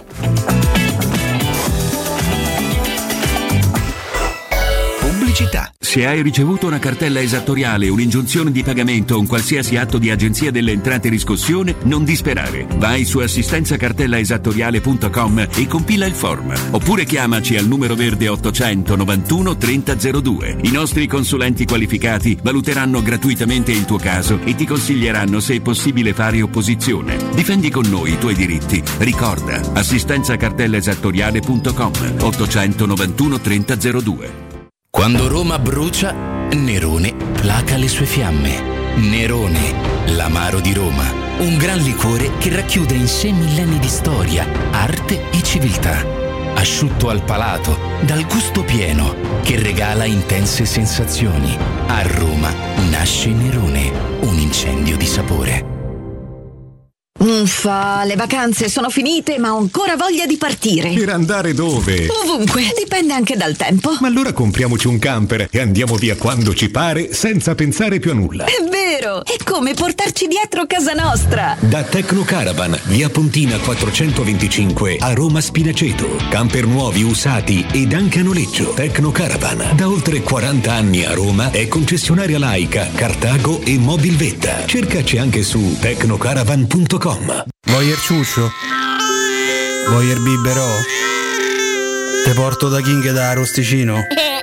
Pubblicità. Se hai ricevuto una cartella esattoriale, un'ingiunzione di pagamento o un qualsiasi atto di agenzia delle entrate riscossione, non disperare. Vai su assistenza cartella esattoriale punto com e compila il form. Oppure chiamaci al numero verde ottocento novantuno trenta zero due. I nostri consulenti qualificati valuteranno gratuitamente il tuo caso e ti consiglieranno se è possibile fare opposizione. Difendi con noi i tuoi diritti. Ricorda, assistenza cartella esattoriale punto com ottocento novantuno trenta zero due. Quando Roma brucia, Nerone placa le sue fiamme. Nerone, l'amaro di Roma. Un gran liquore che racchiude in sé millenni di storia, arte e civiltà. Asciutto al palato, dal gusto pieno, che regala intense sensazioni. A Roma nasce Nerone, un incendio di sapore. Uffa, le vacanze sono finite, ma ho ancora voglia di partire. Per andare dove? Ovunque, dipende anche dal tempo. Ma allora compriamoci un camper e andiamo via quando ci pare, senza pensare più a nulla. È vero, è come portarci dietro casa nostra. Da Tecnocaravan, via Pontina quattrocentoventicinque a Roma Spinaceto. Camper nuovi, usati ed anche a noleggio. Tecnocaravan, da oltre quaranta anni a Roma, è concessionaria Laika, Cartago e Mobilvetta. Cercaci anche su tecnocaravan punto com. Vuoi il ciuscio? Vuoi il biberò? Te porto da King da Arosticino?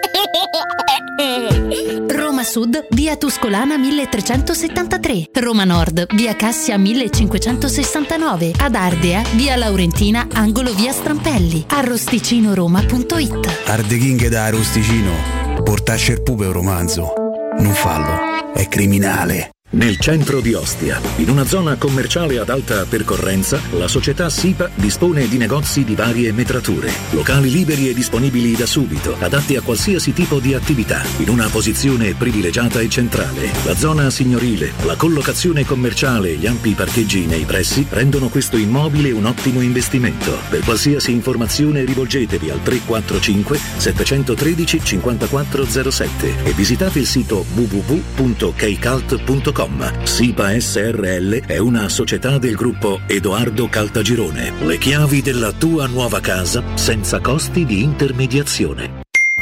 Roma Sud, via Tuscolana milletrecentosettantatré. Roma Nord, via Cassia millecinquecentosessantanove. Ad Ardea, via Laurentina, angolo via Strampelli. Arrosticinoroma punto it. Arde King da Arosticino. Portasce il pupe un romanzo. Non fallo, è criminale. Nel centro di Ostia, in una zona commerciale ad alta percorrenza, la società SIPA dispone di negozi di varie metrature, locali liberi e disponibili da subito, adatti a qualsiasi tipo di attività, in una posizione privilegiata e centrale. La zona signorile, la collocazione commerciale e gli ampi parcheggi nei pressi rendono questo immobile un ottimo investimento. Per qualsiasi informazione rivolgetevi al tre quattro cinque sette uno tre cinque quattro zero sette e visitate il sito w w w punto keicalt punto com. SIPA S R L è una società del gruppo Edoardo Caltagirone. Le chiavi della tua nuova casa senza costi di intermediazione.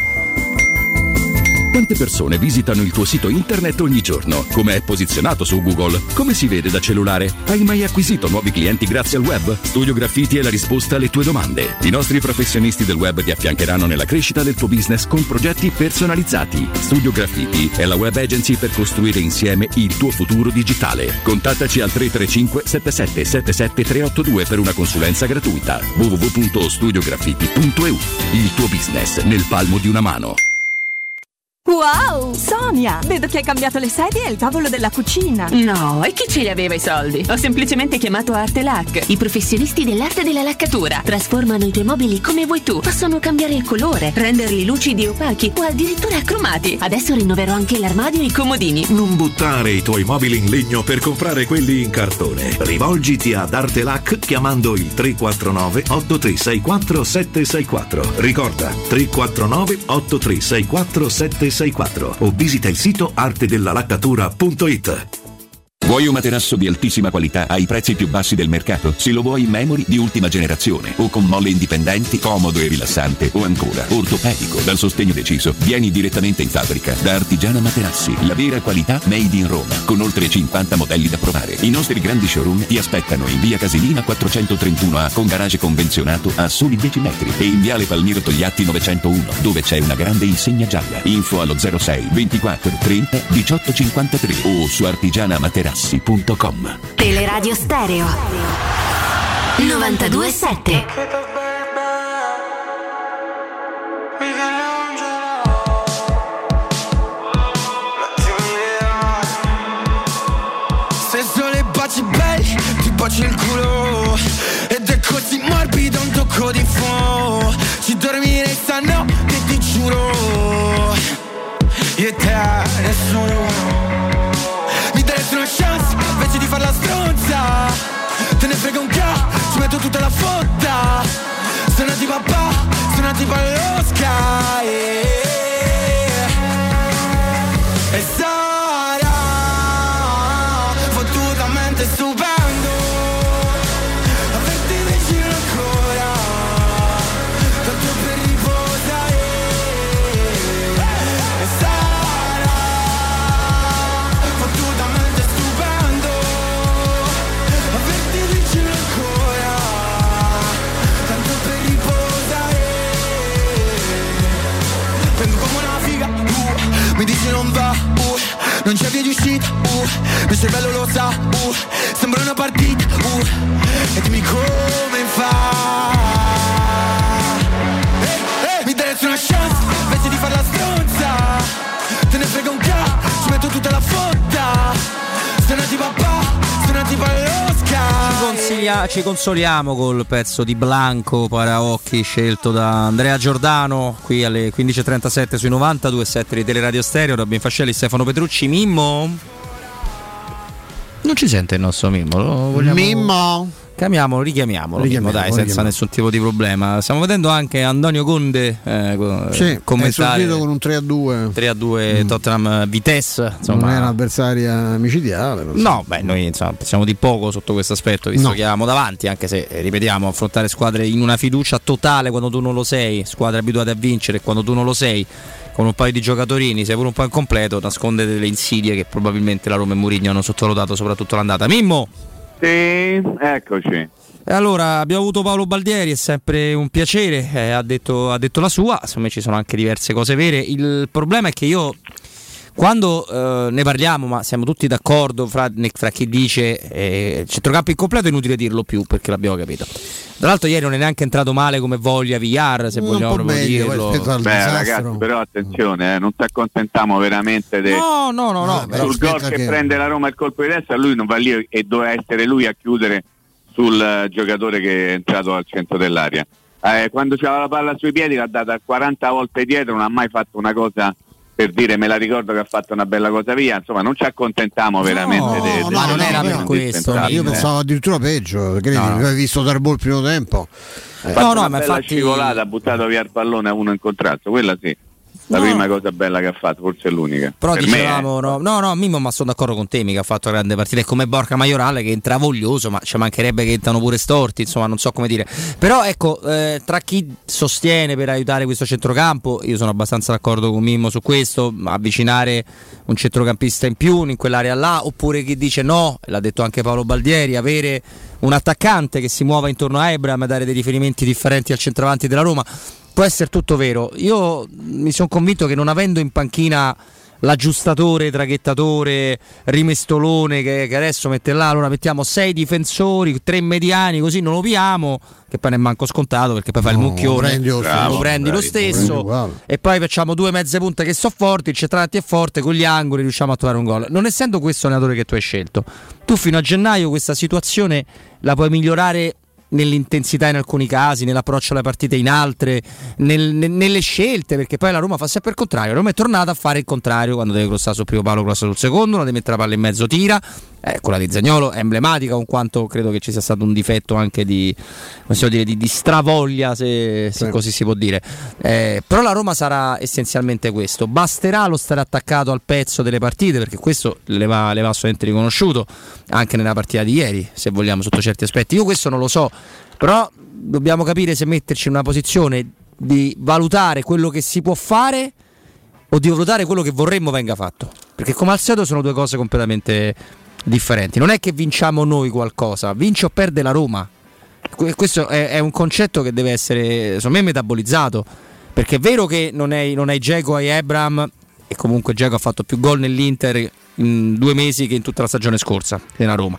Quante persone visitano il tuo sito internet ogni giorno? Come è posizionato su Google? Come si vede da cellulare? Hai mai acquisito nuovi clienti grazie al web? Studio Graffiti è la risposta alle tue domande. I nostri professionisti del web ti affiancheranno nella crescita del tuo business con progetti personalizzati. Studio Graffiti è la web agency per costruire insieme il tuo futuro digitale. Contattaci al tre tre cinque sette sette sette sette tre otto due per una consulenza gratuita. w w w punto studio graffiti punto e u. Il tuo business nel palmo di una mano. Wow, Sonia, vedo che hai cambiato le sedie e il tavolo della cucina. No, e chi ce li aveva i soldi? Ho semplicemente chiamato Artelac, i professionisti dell'arte della laccatura. Trasformano i tuoi mobili come vuoi tu. Possono cambiare il colore, renderli lucidi o opachi o addirittura cromati. Adesso rinnoverò anche l'armadio e i comodini. Non buttare i tuoi mobili in legno per comprare quelli in cartone. Rivolgiti ad Artelac chiamando il tre quattro nove otto tre sei quattro sette sei quattro. Ricorda, tre quattro nove otto tre sei quattro sette sei quattro o visita il sito arte della laccatura punto it. Vuoi un materasso di altissima qualità ai prezzi più bassi del mercato? Se lo vuoi in memory di ultima generazione o con molle indipendenti, comodo e rilassante o ancora ortopedico dal sostegno deciso, vieni direttamente in fabbrica da Artigiana Materassi, la vera qualità made in Roma, con oltre cinquanta modelli da provare. I nostri grandi showroom ti aspettano in via Casilina quattrocentotrentuno A con garage convenzionato a soli dieci metri e in viale Palmiro Togliatti novecentouno dove c'è una grande insegna gialla. Info allo zero sei ventiquattro trenta diciotto cinquantatré o su artigiana materassi punto com. Tele Teleradio Stereo novantadue sette. Se solo i baci belli ti baci il culo ed è così morbido un tocco di fuoco. Ci dormirei stanotte, ti giuro. Io e te, nessuno. Mi daresti una chance invece di farla stronza. Te ne frega un ca', ci metto tutta la fotta. Sono di papà, sono tipo allo Sky. E sarà fottutamente stupendo averti vicino ancora, tanto per riposare. E sarà fottutamente stupendo averti vicino ancora, tanto per riposare. Vengo come una figa, uh, mi dici non va, uh, non c'è via di uscita, uh, il mio cervello lo sa, uh, sembra una partita, uh, e dimmi come fa. Hey, hey, mi daresti una chance invece di farla stronza. Te ne frega un ca', ci metto tutta la fotta. Sono di papà, sono tipo allo Sky. Ci, consiglia, ci consoliamo col pezzo di Blanco Paraocchi scelto da Andrea Giordano qui alle quindici e trentasette sui novantadue sette di Teleradio Stereo. Robin Fascelli, Stefano Petrucci. Mimmo? Non ci sente il nostro Mimmo? Lo vogliamo... Mimmo? Chiamiamolo, richiamiamolo, richiamiamolo Mimmo, dai, senza richiamiamolo. nessun tipo di problema. Stiamo vedendo anche Antonio Conde eh, Sì, commentare è con un tre a due tre a due mm. Tottenham Vitesse, insomma. Non è un'avversaria micidiale. No, beh, noi insomma pensiamo di poco sotto questo aspetto, visto No. che avevamo davanti, anche se eh, ripetiamo, affrontare squadre in una fiducia totale quando tu non lo sei, squadre abituate a vincere quando tu non lo sei, con un paio di giocatorini, sei pure un po' incompleto, nasconde delle insidie che probabilmente la Roma e Mourinho hanno sottovalutato, soprattutto l'andata. Mimmo? Sì, eccoci. E allora abbiamo avuto Paolo Baldieri, è sempre un piacere, eh, ha, detto, ha detto la sua, secondo me ci sono anche diverse cose vere. Il problema è che io, quando eh, ne parliamo, ma siamo tutti d'accordo fra, fra chi dice eh, centrocampo incompleto, è inutile dirlo più perché l'abbiamo capito. Tra l'altro ieri non è neanche entrato male come voglia Villar, se Un vogliamo po' proprio meglio, dirlo. Beh ragazzi, però attenzione, eh, non ti accontentiamo veramente de... No, no, no, no. sul gol che, che prende la Roma il colpo di testa, lui non va lì e doveva essere lui a chiudere sul uh, giocatore che è entrato al centro dell'area. Eh, quando c'aveva la palla sui piedi l'ha data quaranta volte dietro, non ha mai fatto una cosa per dire me la ricordo che ha fatto una bella cosa via, insomma non ci accontentiamo veramente. No, de, de, ma de, non de, era de, per de, questo, io pensavo addirittura peggio, credi, No, no. avevi visto Darbo il primo tempo. Eh. No, no, ma infatti scivolata, ha buttato via il pallone a uno in contrasto, quella sì. La No. prima cosa bella che ha fatto, forse è l'unica. Però per dicevamo, me, no, no, no, Mimmo, ma sono d'accordo con te, mica ha fatto grande partita, è come Borca Maiorale che entra voglioso, ma ci mancherebbe che entrano pure storti, insomma, non so come dire. Però ecco, eh, tra chi sostiene per aiutare questo centrocampo, io sono abbastanza d'accordo con Mimmo su questo, avvicinare un centrocampista in più in quell'area là, oppure chi dice no, l'ha detto anche Paolo Baldieri, avere un attaccante che si muova intorno a Ebram, dare dei riferimenti differenti al centravanti della Roma. Può essere tutto vero. Io mi sono convinto che non avendo in panchina l'aggiustatore, traghettatore, rimestolone che, che adesso mette là, allora mettiamo sei difensori, tre mediani, così non lo piamo, che poi non è manco scontato perché poi fai No, il mucchione, prendi lo lo stesso. prendi lo Bravi, stesso prendi e poi facciamo due mezze punte che sono forti, il centravanti è forte, con gli angoli riusciamo a trovare un gol. Non essendo questo l'allenatore che tu hai scelto, tu fino a gennaio questa situazione la puoi migliorare nell'intensità in alcuni casi, nell'approccio alle partite in altre, nel, ne, nelle scelte, perché poi la Roma fa sempre il contrario. La Roma è tornata a fare il contrario, quando deve crossare sul primo palo crossa sul secondo, non deve mettere la palla in mezzo, tira. Eh, quella di Zaniolo è emblematica, con quanto credo che ci sia stato un difetto anche di, possiamo dire, di, di stravoglia, se, se Sì. così si può dire. Eh, però la Roma sarà essenzialmente questo, basterà lo stare attaccato al pezzo delle partite, perché questo le va, le va assolutamente riconosciuto anche nella partita di ieri, se vogliamo, sotto certi aspetti. Io questo non lo so, però dobbiamo capire se metterci in una posizione di valutare quello che si può fare o di valutare quello che vorremmo venga fatto, perché come al solito sono due cose completamente differenti. Non è che vinciamo noi qualcosa, vince o perde la Roma. Questo è, è un concetto che deve essere, secondo me, metabolizzato, perché è vero che non hai, non hai Dzeko, hai Ebram, e comunque Dzeko ha fatto più gol nell'Inter in due mesi che in tutta la stagione scorsa nella Roma,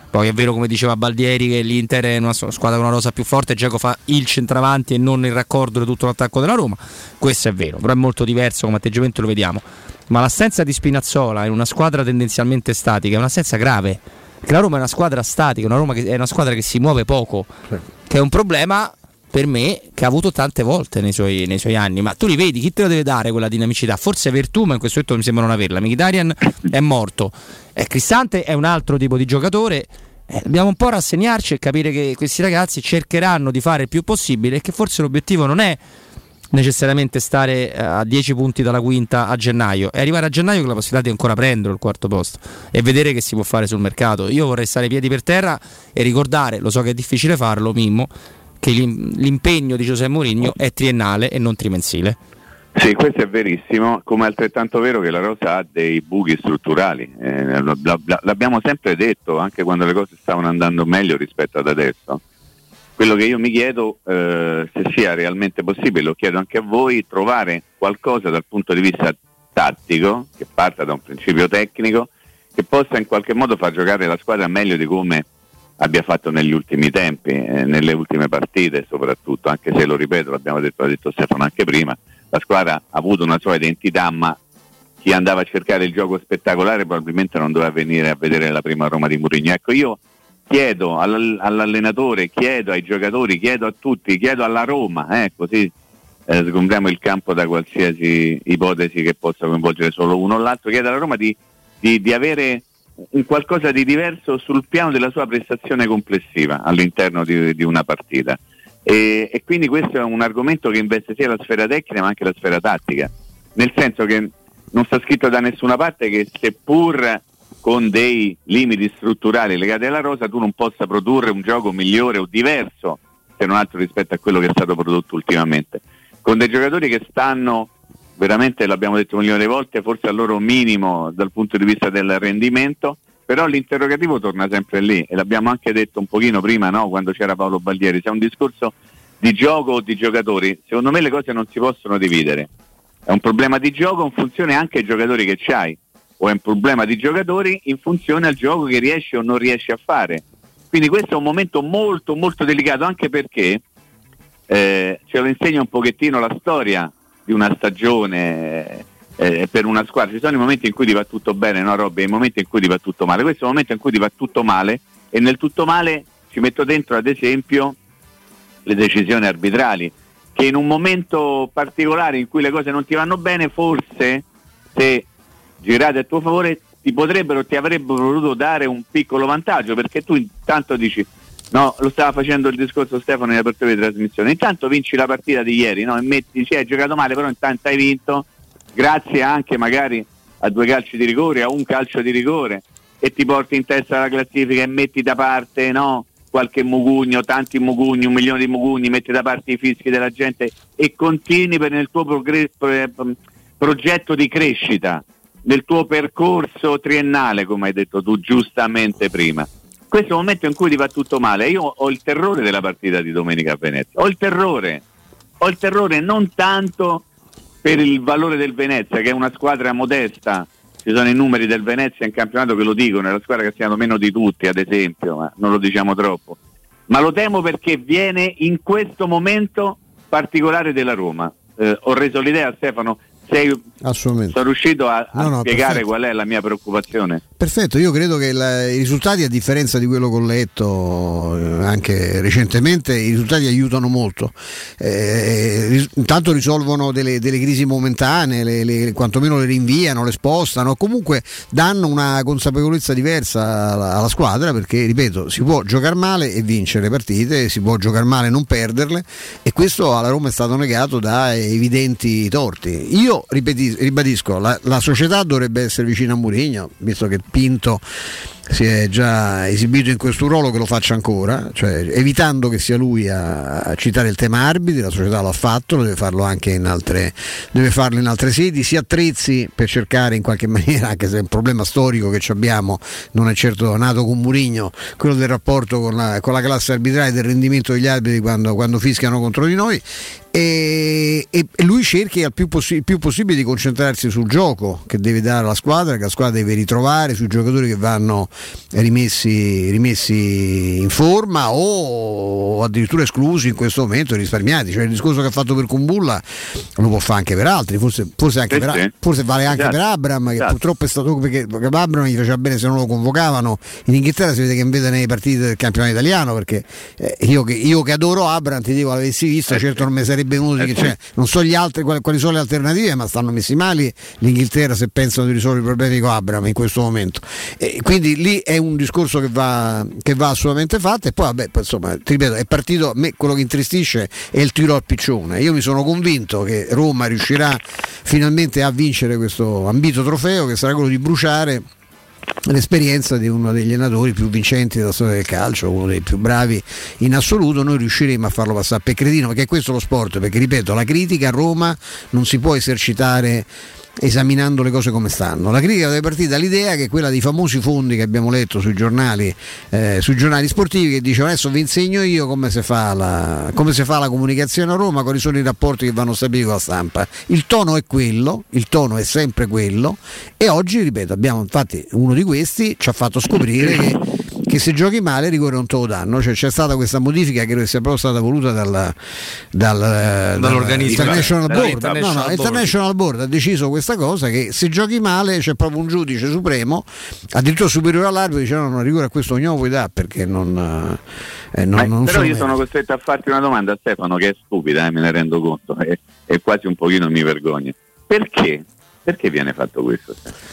Poi è vero, come diceva Baldieri, che l'Inter è una squadra con una rosa più forte, Dzeko fa il centravanti e non il raccordo di tutto l'attacco della Roma, questo è vero, però è molto diverso come atteggiamento, lo vediamo. Ma l'assenza di Spinazzola in una squadra tendenzialmente statica è un'assenza grave, perché la Roma è una squadra statica, una Roma che è una squadra che si muove poco, che è un problema per me che ha avuto tante volte nei suoi, nei suoi anni. Ma tu li vedi, chi te lo deve dare quella dinamicità? Forse Vertù, ma in questo momento mi sembra non averla. Mkhitaryan è morto, eh, Cristante è un altro tipo di giocatore. Eh, dobbiamo un po' rassegnarci e capire che questi ragazzi cercheranno di fare il più possibile e che forse l'obiettivo non è necessariamente stare a dieci punti dalla quinta a gennaio, è arrivare a gennaio con la possibilità di ancora prendere il quarto posto e vedere che si può fare sul mercato. Io vorrei stare piedi per terra e ricordare, lo so che è difficile farlo, Mimmo, che l'impegno di José Mourinho è triennale e non trimensile. Sì, questo è verissimo, come è altrettanto vero che la rosa ha dei buchi strutturali, eh, l'abbiamo sempre detto anche quando le cose stavano andando meglio rispetto ad adesso. Quello che io mi chiedo, eh, se sia realmente possibile, lo chiedo anche a voi, trovare qualcosa dal punto di vista tattico, che parta da un principio tecnico, che possa in qualche modo far giocare la squadra meglio di come abbia fatto negli ultimi tempi, eh, nelle ultime partite soprattutto, anche se, lo ripeto, l'abbiamo detto, l'ha detto Stefano anche prima, la squadra ha avuto una sua identità, ma chi andava a cercare il gioco spettacolare probabilmente non doveva venire a vedere la prima Roma di Mourinho. Ecco, io chiedo all'allenatore, chiedo ai giocatori, chiedo a tutti, chiedo alla Roma, eh, così eh, sgombriamo il campo da qualsiasi ipotesi che possa coinvolgere solo uno o l'altro, chiedo alla Roma di, di, di avere un qualcosa di diverso sul piano della sua prestazione complessiva all'interno di, di una partita. E, e quindi questo è un argomento che investe sia la sfera tecnica ma anche la sfera tattica, nel senso che non sta scritto da nessuna parte che seppur con dei limiti strutturali legati alla rosa tu non possa produrre un gioco migliore o diverso, se non altro rispetto a quello che è stato prodotto ultimamente, con dei giocatori che stanno veramente, l'abbiamo detto un milione di volte, forse al loro minimo dal punto di vista del rendimento, però l'interrogativo torna sempre lì, e l'abbiamo anche detto un pochino prima, no? Quando c'era Paolo Baldieri, se è un discorso di gioco o di giocatori, secondo me le cose non si possono dividere, è un problema di gioco in funzione anche ai giocatori che c'hai, o è un problema di giocatori in funzione al gioco che riesci o non riesci a fare. Quindi questo è un momento molto molto delicato, anche perché eh, ce lo insegna un pochettino la storia di una stagione eh, per una squadra. Ci sono i momenti in cui ti va tutto bene, no Robby, e i momenti in cui ti va tutto male. Questo è il momento in cui ti va tutto male, e nel tutto male ci metto dentro ad esempio le decisioni arbitrali, che in un momento particolare in cui le cose non ti vanno bene, forse se girate a tuo favore ti potrebbero, ti avrebbero voluto dare un piccolo vantaggio, perché tu intanto dici, no, lo stava facendo il discorso Stefano in apertura di trasmissione, intanto vinci la partita di ieri, no? E metti, sì, hai giocato male, però intanto hai vinto, grazie anche magari a due calci di rigore, a un calcio di rigore, e ti porti in testa la classifica e metti da parte, no, qualche mugugno, tanti mugugni, un milione di mugugni, metti da parte i fischi della gente e continui per nel tuo progre- pro- progetto di crescita, nel tuo percorso triennale, come hai detto tu giustamente prima. Questo è un momento in cui ti va tutto male. Io ho il terrore della partita di domenica a Venezia, ho il terrore, ho il terrore non tanto per il valore del Venezia, che è una squadra modesta, ci sono i numeri del Venezia in campionato che lo dicono, è la squadra che ha segnato meno di tutti ad esempio, ma non lo diciamo troppo, ma lo temo perché viene in questo momento particolare della Roma. Eh, ho reso l'idea, Stefano? Sei, sono riuscito a, a no, no, spiegare perfetto. Qual è la mia preoccupazione? Perfetto, io credo che la, i risultati, a differenza di quello che ho letto eh, anche recentemente, i risultati aiutano molto. Eh, ris- intanto risolvono delle, delle crisi momentanee, le, le, quantomeno le rinviano, le spostano, comunque danno una consapevolezza diversa alla, alla squadra, perché ripeto, si può giocare male e vincere partite, si può giocare male e non perderle, e questo alla Roma è stato negato da evidenti torti. Io ripeti, ribadisco, la, la società dovrebbe essere vicina a Mourinho, visto che Pinto si è già esibito in questo ruolo, che lo faccia ancora, cioè evitando che sia lui a, a citare il tema arbitri. La società lo ha fatto, lo deve farlo anche in altre, deve farlo in altre sedi, si attrezzi per cercare in qualche maniera, anche se è un problema storico che abbiamo, non è certo nato con Mourinho, quello del rapporto con la, con la classe arbitrale, del rendimento degli arbitri quando, quando fischiano contro di noi. E, e lui cerchi al più, possi- il più possibile di concentrarsi sul gioco che deve dare la squadra, che la squadra deve ritrovare, sui giocatori che vanno rimessi, rimessi in forma o addirittura esclusi in questo momento e risparmiati. Cioè il discorso che ha fatto per Kumbulla lo può fare anche per altri, forse, forse, anche sì, per, sì. forse vale anche esatto. per Abraham, che esatto. purtroppo è stato, perché Abraham gli faceva bene se non lo convocavano. In Inghilterra si vede che invece nei partiti del campionato italiano, perché eh, io, che, io che adoro Abraham, ti dico, l'avessi visto, eh, certo non mi sarebbe venuto, eh, cioè, non so gli altri quali, quali sono le alternative, ma stanno messi mali l'Inghilterra se pensano di risolvere i problemi con Abraham in questo momento. E quindi lì è un discorso che va, che va assolutamente fatto. E poi vabbè, insomma, ti ripeto, è partito, a me quello che intristisce è il tiro al piccione. Io mi sono convinto che Roma riuscirà finalmente a vincere questo ambito trofeo, che sarà quello di bruciare l'esperienza di uno degli allenatori più vincenti della storia del calcio, uno dei più bravi in assoluto. Noi riusciremo a farlo passare per cretino, perché questo è lo sport, perché ripeto, la critica a Roma non si può esercitare esaminando le cose come stanno. La critica deve partire dall'idea che è quella dei famosi fondi che abbiamo letto sui giornali, eh, sui giornali sportivi, che dicevano adesso vi insegno io come si fa la, come si fa la comunicazione a Roma, quali sono i rapporti che vanno stabiliti con la stampa. Il tono è quello, il tono è sempre quello, e oggi, ripeto, abbiamo infatti uno di questi ci ha fatto scoprire che che se giochi male il rigore non te lo danno. Cioè c'è stata questa modifica che sia proprio stata voluta dal, dal, dall'organismo International dal, Board. International no, no, Board. International Board ha deciso questa cosa, che se giochi male c'è proprio un giudice supremo, addirittura superiore all'arbitro, dice no, no, rigore a questo non puoi dare perché non, eh, non, Ma, non però io meglio. sono costretto a farti una domanda, Stefano, che è stupida, eh, me ne rendo conto, e, e quasi un pochino mi vergogno. Perché? Perché viene fatto questo?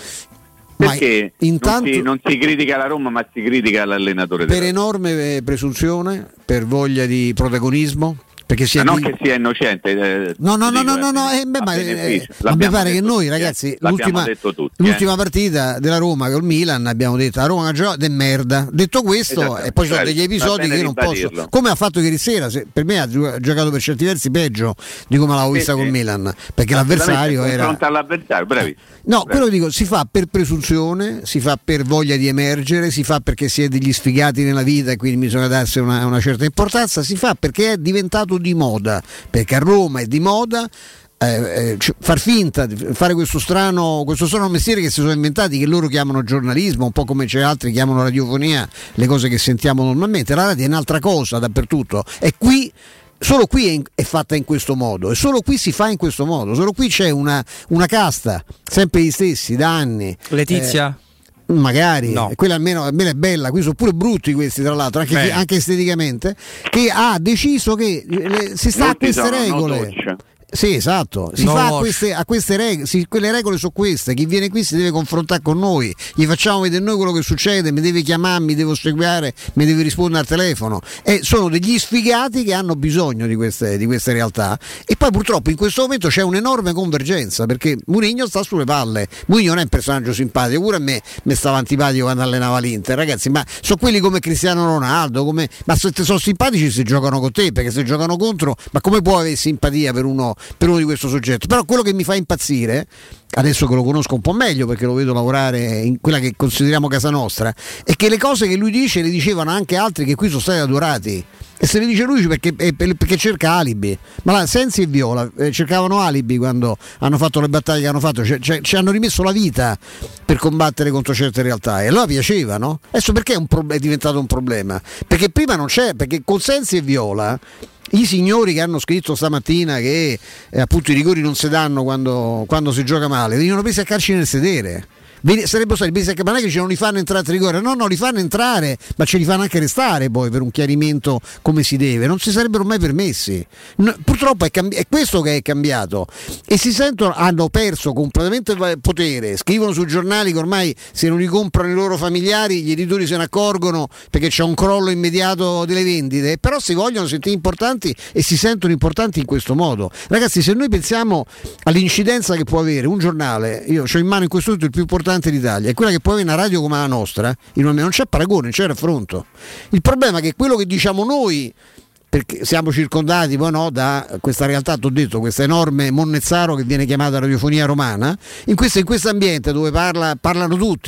Perché intanto, non, si, non si critica la Roma, ma si critica l'allenatore per della enorme presunzione, per voglia di protagonismo, perché sia ma non di... che sia innocente, eh, no no no dico, no no, no eh, eh, beh, ma, eh, ma mi pare che noi ragazzi eh, l'ultima, tutti, l'ultima eh. partita della Roma col Milan abbiamo detto la Roma ha giocato è merda. Detto questo, e poi ci sono degli episodi che io non posso, come ha fatto ieri sera, se, per me ha giocato per certi versi peggio di come l'avevo vista col Milan, perché l'avversario era fronte all'avversario, bravi. No, quello che dico, si fa per presunzione, si fa per voglia di emergere, si fa perché si è degli sfigati nella vita e quindi bisogna darsi una, una certa importanza, si fa perché è diventato di moda, perché a Roma è di moda eh, eh, far finta di fare questo strano, questo strano mestiere che si sono inventati, che loro chiamano giornalismo, un po' come c'è altri chiamano radiofonia, le cose che sentiamo normalmente. La radio è un'altra cosa dappertutto, è qui. Solo qui è, in, è fatta in questo modo, e solo qui si fa in questo modo, solo qui c'è una, una casta, sempre gli stessi, da anni. Letizia? Eh, magari, no. Quella almeno, almeno è bella, qui sono pure brutti questi tra l'altro, anche, anche esteticamente, che ha deciso che le, si sta Molti a queste regole. No, sì, esatto, si no fa a wash. queste, a queste regole, si, quelle regole sono queste, chi viene qui si deve confrontare con noi, gli facciamo vedere noi quello che succede, mi deve chiamare, mi devo seguire, mi deve rispondere al telefono, e sono degli sfigati che hanno bisogno di queste, di queste realtà. E poi purtroppo in questo momento c'è un'enorme convergenza, perché Mourinho sta sulle palle. Mourinho non è un personaggio simpatico, pure a me mi stava antipatico quando allenava l'Inter, ragazzi, ma sono quelli come Cristiano Ronaldo, come... ma se te sono simpatici se giocano con te, perché se giocano contro, ma come puoi avere simpatia per uno per uno di questo soggetto? Però quello che mi fa impazzire, adesso che lo conosco un po' meglio perché lo vedo lavorare in quella che consideriamo casa nostra, è che le cose che lui dice le dicevano anche altri che qui sono stati adorati, e se le dice lui perché, perché cerca alibi. Ma là Sensi e Viola eh, cercavano alibi quando hanno fatto le battaglie che hanno fatto, cioè, cioè, ci hanno rimesso la vita per combattere contro certe realtà, e allora piaceva, no? Adesso perché è, un pro- è diventato un problema? Perché prima non c'è, perché con Sensi e Viola i signori che hanno scritto stamattina che eh, appunto i rigori non si danno quando, quando si gioca male venivano presi a calci nel sedere. Sarebbero stati presi a calci, ma non è che non li fanno entrare a rigore, no, no, li fanno entrare, ma ce li fanno anche restare poi per un chiarimento come si deve, non si sarebbero mai permessi. No, purtroppo è, cambi- è questo che è cambiato, e si sentono, hanno perso completamente il potere, scrivono sui giornali che ormai se non li comprano i loro familiari gli editori se ne accorgono perché c'è un crollo immediato delle vendite, però si vogliono sentire importanti e si sentono importanti in questo modo. Ragazzi, se noi pensiamo all'incidenza che può avere un giornale, io ho in mano in questo momento il più importante d'Italia, è quella che può avere una radio come la nostra, non c'è paragone, non c'è raffronto. Il problema è che quello che diciamo noi, perché siamo circondati poi no, da questa realtà, t'ho detto, questa enorme monnezzaro che viene chiamata radiofonia romana, in questo in questo ambiente dove parla, parlano tutti,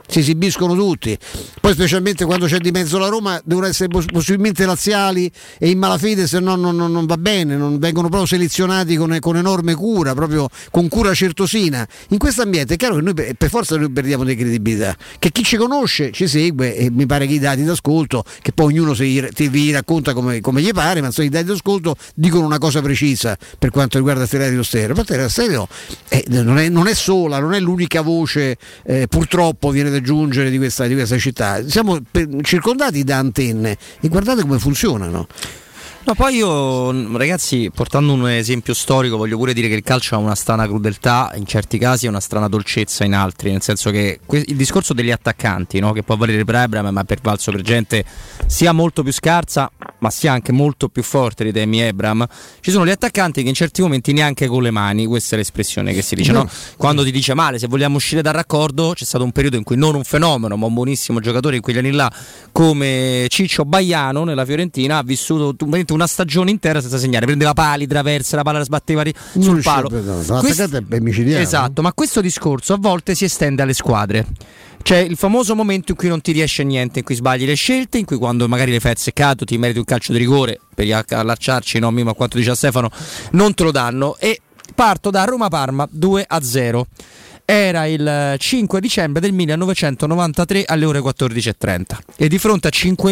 si esibiscono tutti, poi specialmente quando c'è di mezzo la Roma devono essere poss- possibilmente laziali e in malafede, se no non, non, non va bene, non vengono proprio selezionati con, con enorme cura, proprio con cura certosina. In questo ambiente è chiaro che noi per, per forza noi perdiamo di credibilità, che chi ci conosce ci segue, e mi pare che i dati d'ascolto, che poi ognuno si, ti, vi racconta come, come gli pare, ma insomma, i dati d'ascolto dicono una cosa precisa per quanto riguarda Teleradio Stereo. Ma Teleradio Stereo eh, non, è, non è sola, non è l'unica voce, eh, purtroppo viene da aggiungere di questa, di questa città. Siamo per, circondati da antenne e guardate come funzionano. No, poi io, ragazzi, portando un esempio storico, voglio pure dire che il calcio ha una strana crudeltà in certi casi e una strana dolcezza in altri, nel senso che il discorso degli attaccanti, no, che può valere per Abraham ma per valso per gente sia molto più scarsa ma sia anche molto più forte di Temi Abraham, ci sono gli attaccanti che in certi momenti neanche con le mani, questa è l'espressione che si dice, no? No? Quando ti dice male, se vogliamo uscire dal raccordo, c'è stato un periodo in cui non un fenomeno ma un buonissimo giocatore in quegli anni là come Ciccio Baiano nella Fiorentina ha vissuto una stagione intera senza segnare, prendeva pali, traverse, la palla la sbatteva ri- sul palo. Questo è micidiale. Esatto, ma questo discorso a volte si estende alle squadre. C'è il famoso momento in cui non ti riesce niente, in cui sbagli le scelte, in cui quando magari le fai azzeccato ti meriti un calcio di rigore, per allacciarci, no, Mimo, a quanto diceva Stefano, non te lo danno. E parto da Roma-Parma due a zero. Era il cinque dicembre del millenovecentonovantatré alle ore quattordici e trenta e di fronte a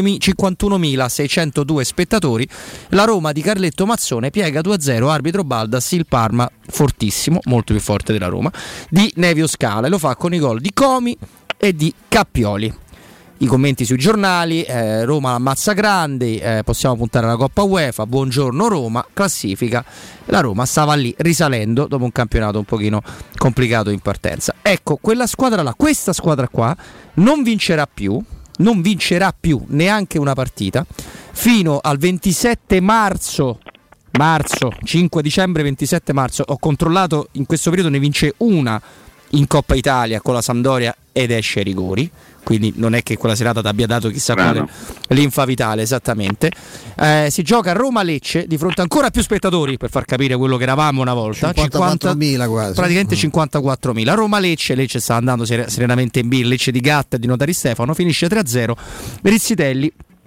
cinquantunomilaseicentodue spettatori la Roma di Carletto Mazzone piega due a zero, arbitro Baldas, il Parma fortissimo, molto più forte della Roma, di Nevio Scala, e lo fa con i gol di Comi e di Cappioli. I commenti sui giornali, eh, Roma ammazza grandi, eh, possiamo puntare alla Coppa UEFA, buongiorno Roma, classifica, la Roma stava lì risalendo dopo un campionato un pochino complicato in partenza. Ecco, quella squadra là, questa squadra qua non vincerà più, non vincerà più neanche una partita fino al ventisette marzo, marzo, cinque dicembre, ventisette marzo, ho controllato, in questo periodo ne vince una in Coppa Italia con la Sampdoria ed esce ai rigori, quindi non è che quella serata ti abbia dato chissà quale linfa vitale, esattamente. Eh, si gioca a Roma-Lecce di fronte a ancora più spettatori, per far capire quello che eravamo una volta, cinquantaquattromila quasi, praticamente cinquantaquattromila. Roma-Lecce, Lecce sta andando serenamente in B, Lecce di Gatta e di Notari Stefano, finisce tre a zero, Rizzitelli,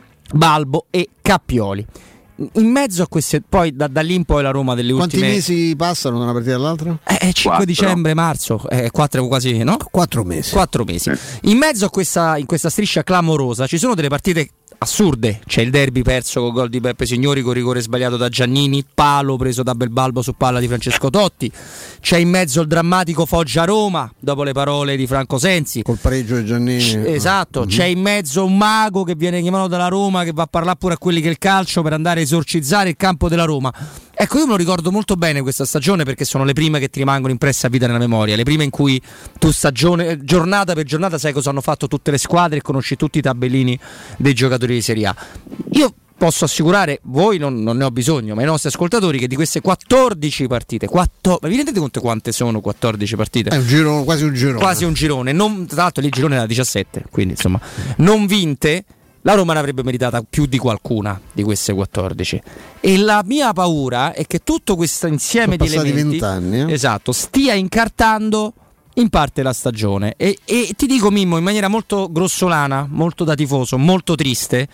Balbo e Cappioli. In mezzo a queste, poi da, da lì in poi la Roma delle Quanti ultime. Quanti mesi passano da una partita all'altra? Eh, cinque dicembre, marzo, eh, quattro quasi, no? Quattro mesi. Quattro mesi. In mezzo a questa, in questa striscia clamorosa ci sono delle partite assurde. C'è il derby perso con gol di Beppe Signori, con rigore sbagliato da Giannini, palo preso da Belbalbo su palla di Francesco Totti. C'è in mezzo il drammatico Foggia-Roma dopo le parole di Franco Sensi col pareggio di Giannini. Esatto. Mm-hmm. C'è in mezzo un mago che viene chiamato dalla Roma, che va a parlare pure a quelli che è il calcio per andare a esorcizzare il campo della Roma. Ecco, io me lo ricordo molto bene questa stagione, perché sono le prime che ti rimangono impresse a vita nella memoria, le prime in cui tu stagione, giornata per giornata sai cosa hanno fatto tutte le squadre e conosci tutti i tabellini dei giocatori di Serie A. Io posso assicurare, voi non, non ne ho bisogno, ma i nostri ascoltatori, che di queste quattordici partite, quattro, ma vi rendete conto quante sono quattordici partite? È un girone, quasi un girone. Quasi un girone, non, tra l'altro lì il girone era diciassette, quindi insomma, non vinte. La Roma ne avrebbe meritata più di qualcuna di queste quattordici. E la mia paura è che tutto questo insieme di elementi vent'anni, eh? esatto, stia incartando in parte la stagione. E, e ti dico, Mimmo, in maniera molto grossolana, molto da tifoso, molto triste,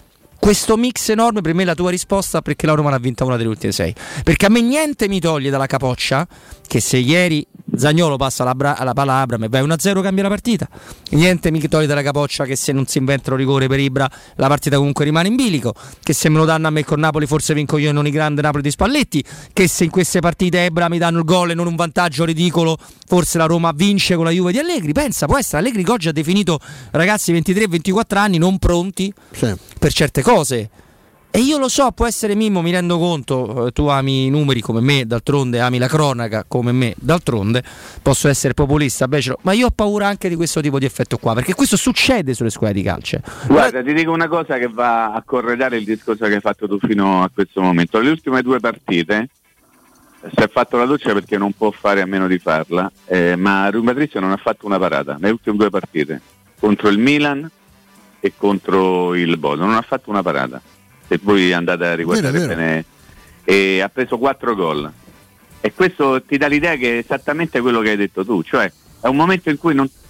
questo mix enorme per me è la tua risposta, perché la Roma l'ha vinta una delle ultime sei. Perché a me niente mi toglie dalla capoccia che se ieri Zaniolo passa alla, bra- alla palla Abraham e vai uno a zero cambia la partita, niente mi toglie dalla capoccia che se non si inventano rigore per Ibra la partita comunque rimane in bilico, che se me lo danno a me con Napoli forse vinco io e non i grandi Napoli di Spalletti, che se in queste partite Ibra mi danno il gol e non un vantaggio ridicolo forse la Roma vince con la Juve di Allegri. Pensa, può essere Allegri che oggi ha definito ragazzi ventitré ventiquattro anni non pronti sì. per certe cose. E io lo so, può essere, Mimmo, mi rendo conto, eh, tu ami i numeri come me, d'altronde ami la cronaca come me, d'altronde posso essere populista, becero, ma io ho paura anche di questo tipo di effetto qua, perché questo succede sulle squadre di calcio. Guarda, ti dico una cosa che va a corredare il discorso che hai fatto tu fino a questo momento. Le ultime due partite si è fatto la doccia perché non può fare a meno di farla, eh, ma Rui Patrizio non ha fatto una parata nelle ultime due partite, contro il Milan e contro il Bodo, non ha fatto una parata. Se voi andate a riguardare vero, bene, e ha preso quattro gol, e questo ti dà l'idea che è esattamente quello che hai detto tu, cioè è un momento in cui non,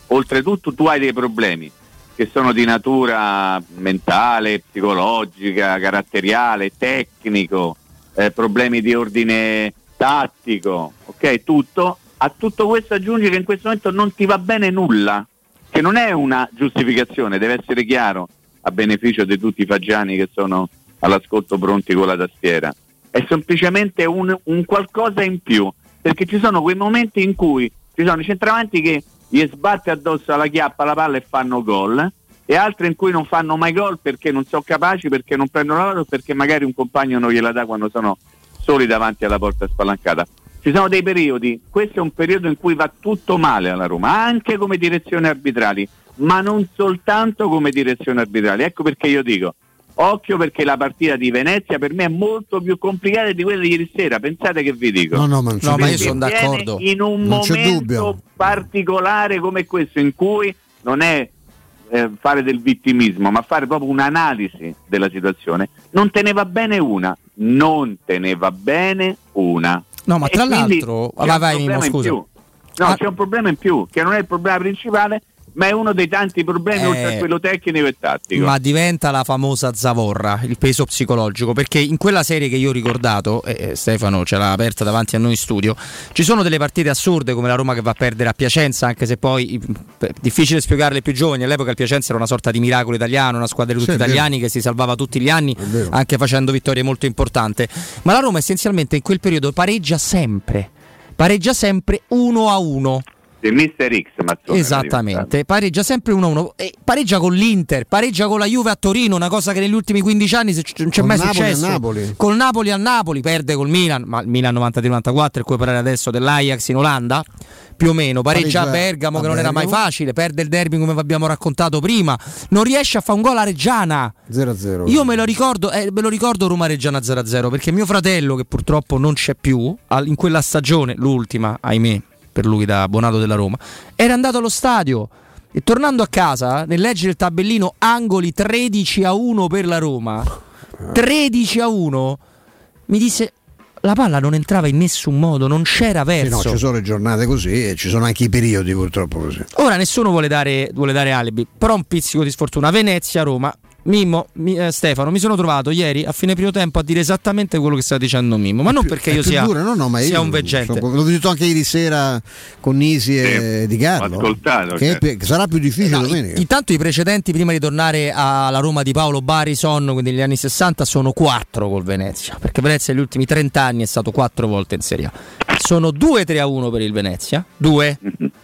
oltretutto tu hai dei problemi che sono di natura mentale, psicologica, caratteriale, tecnico, eh, problemi di ordine tattico, ok, tutto, a tutto questo aggiungi che in questo momento non ti va bene nulla, che non è una giustificazione, deve essere chiaro, a beneficio di tutti i fagiani che sono all'ascolto pronti con la tastiera, è semplicemente un, un qualcosa in più, perché ci sono quei momenti in cui ci sono i centravanti che gli sbatte addosso alla chiappa la palla e fanno gol, e altri in cui non fanno mai gol perché non sono capaci, perché non prendono la palla, perché magari un compagno non gliela dà quando sono soli davanti alla porta spalancata. Ci sono dei periodi, questo è un periodo in cui va tutto male alla Roma, anche come direzioni arbitrali, ma non soltanto come direzioni arbitrali. Ecco perché io dico, occhio, perché la partita di Venezia per me è molto più complicata di quella di ieri sera. Pensate che vi dico. No, no, ma, no, ma io sono d'accordo. In un non momento particolare come questo, in cui non è eh, fare del vittimismo, ma fare proprio un'analisi della situazione, non te ne va bene una. Non te ne va bene una. No, ma e tra l'altro, vai, vai, Mimo, scusa. No, ah. c'è un problema in più, che non è il problema principale, ma è uno dei tanti problemi, eh, oltre a quello tecnico e tattico. Ma diventa la famosa zavorra, il peso psicologico, perché in quella serie che io ho ricordato, eh, Stefano ce l'ha aperta davanti a noi in studio, ci sono delle partite assurde come la Roma che va a perdere a Piacenza, anche se poi beh, difficile spiegarle ai più giovani. All'epoca il Piacenza era una sorta di miracolo italiano, una squadra di tutti sì, italiani che si salvava tutti gli anni, anche facendo vittorie molto importanti. Ma la Roma essenzialmente in quel periodo pareggia sempre, pareggia sempre uno a uno. Del mister X, Mazzone, esattamente, pareggia sempre uno a uno, e pareggia con l'Inter, pareggia con la Juve a Torino, una cosa che negli ultimi quindici anni non c'è mai Napoli successo. Napoli. Col Napoli a Napoli, perde col Milan, ma il Milan novantatré novantaquattro, il cui parlare adesso dell'Ajax in Olanda, più o meno, pareggia, pareggia a Bergamo, a che non Bergamo. Era mai facile, perde il derby come vi abbiamo raccontato prima, non riesce a fare un gol a Reggiana zero a zero. Io me lo ricordo, eh, me lo ricordo Roma Reggiana zero a zero, perché mio fratello, che purtroppo non c'è più, in quella stagione, l'ultima, ahimè, per lui da abbonato della Roma, era andato allo stadio e tornando a casa nel leggere il tabellino angoli tredici a uno per la Roma, tredici a uno, mi disse la palla non entrava in nessun modo, non c'era verso. Sì, no, ci sono le giornate così e ci sono anche i periodi purtroppo così. Ora nessuno vuole dare, vuole dare alibi, però un pizzico di sfortuna. Venezia, Roma. Mimmo, mi, eh, Stefano, mi sono trovato ieri a fine primo tempo a dire esattamente quello che sta dicendo Mimmo, ma non perché io sia, dura, no, no, ma sia io un veggente. Sono, l'ho detto anche ieri sera con Nisi e Di Carlo, ho ascoltato, che, che sarà più difficile no, domenica. Intanto i precedenti prima di tornare alla Roma di Paolo Barison, quindi negli anni sessanta, sono quattro col Venezia, perché Venezia negli ultimi trenta anni è stato quattro volte in Serie A. Sono due tre a uno per il Venezia, due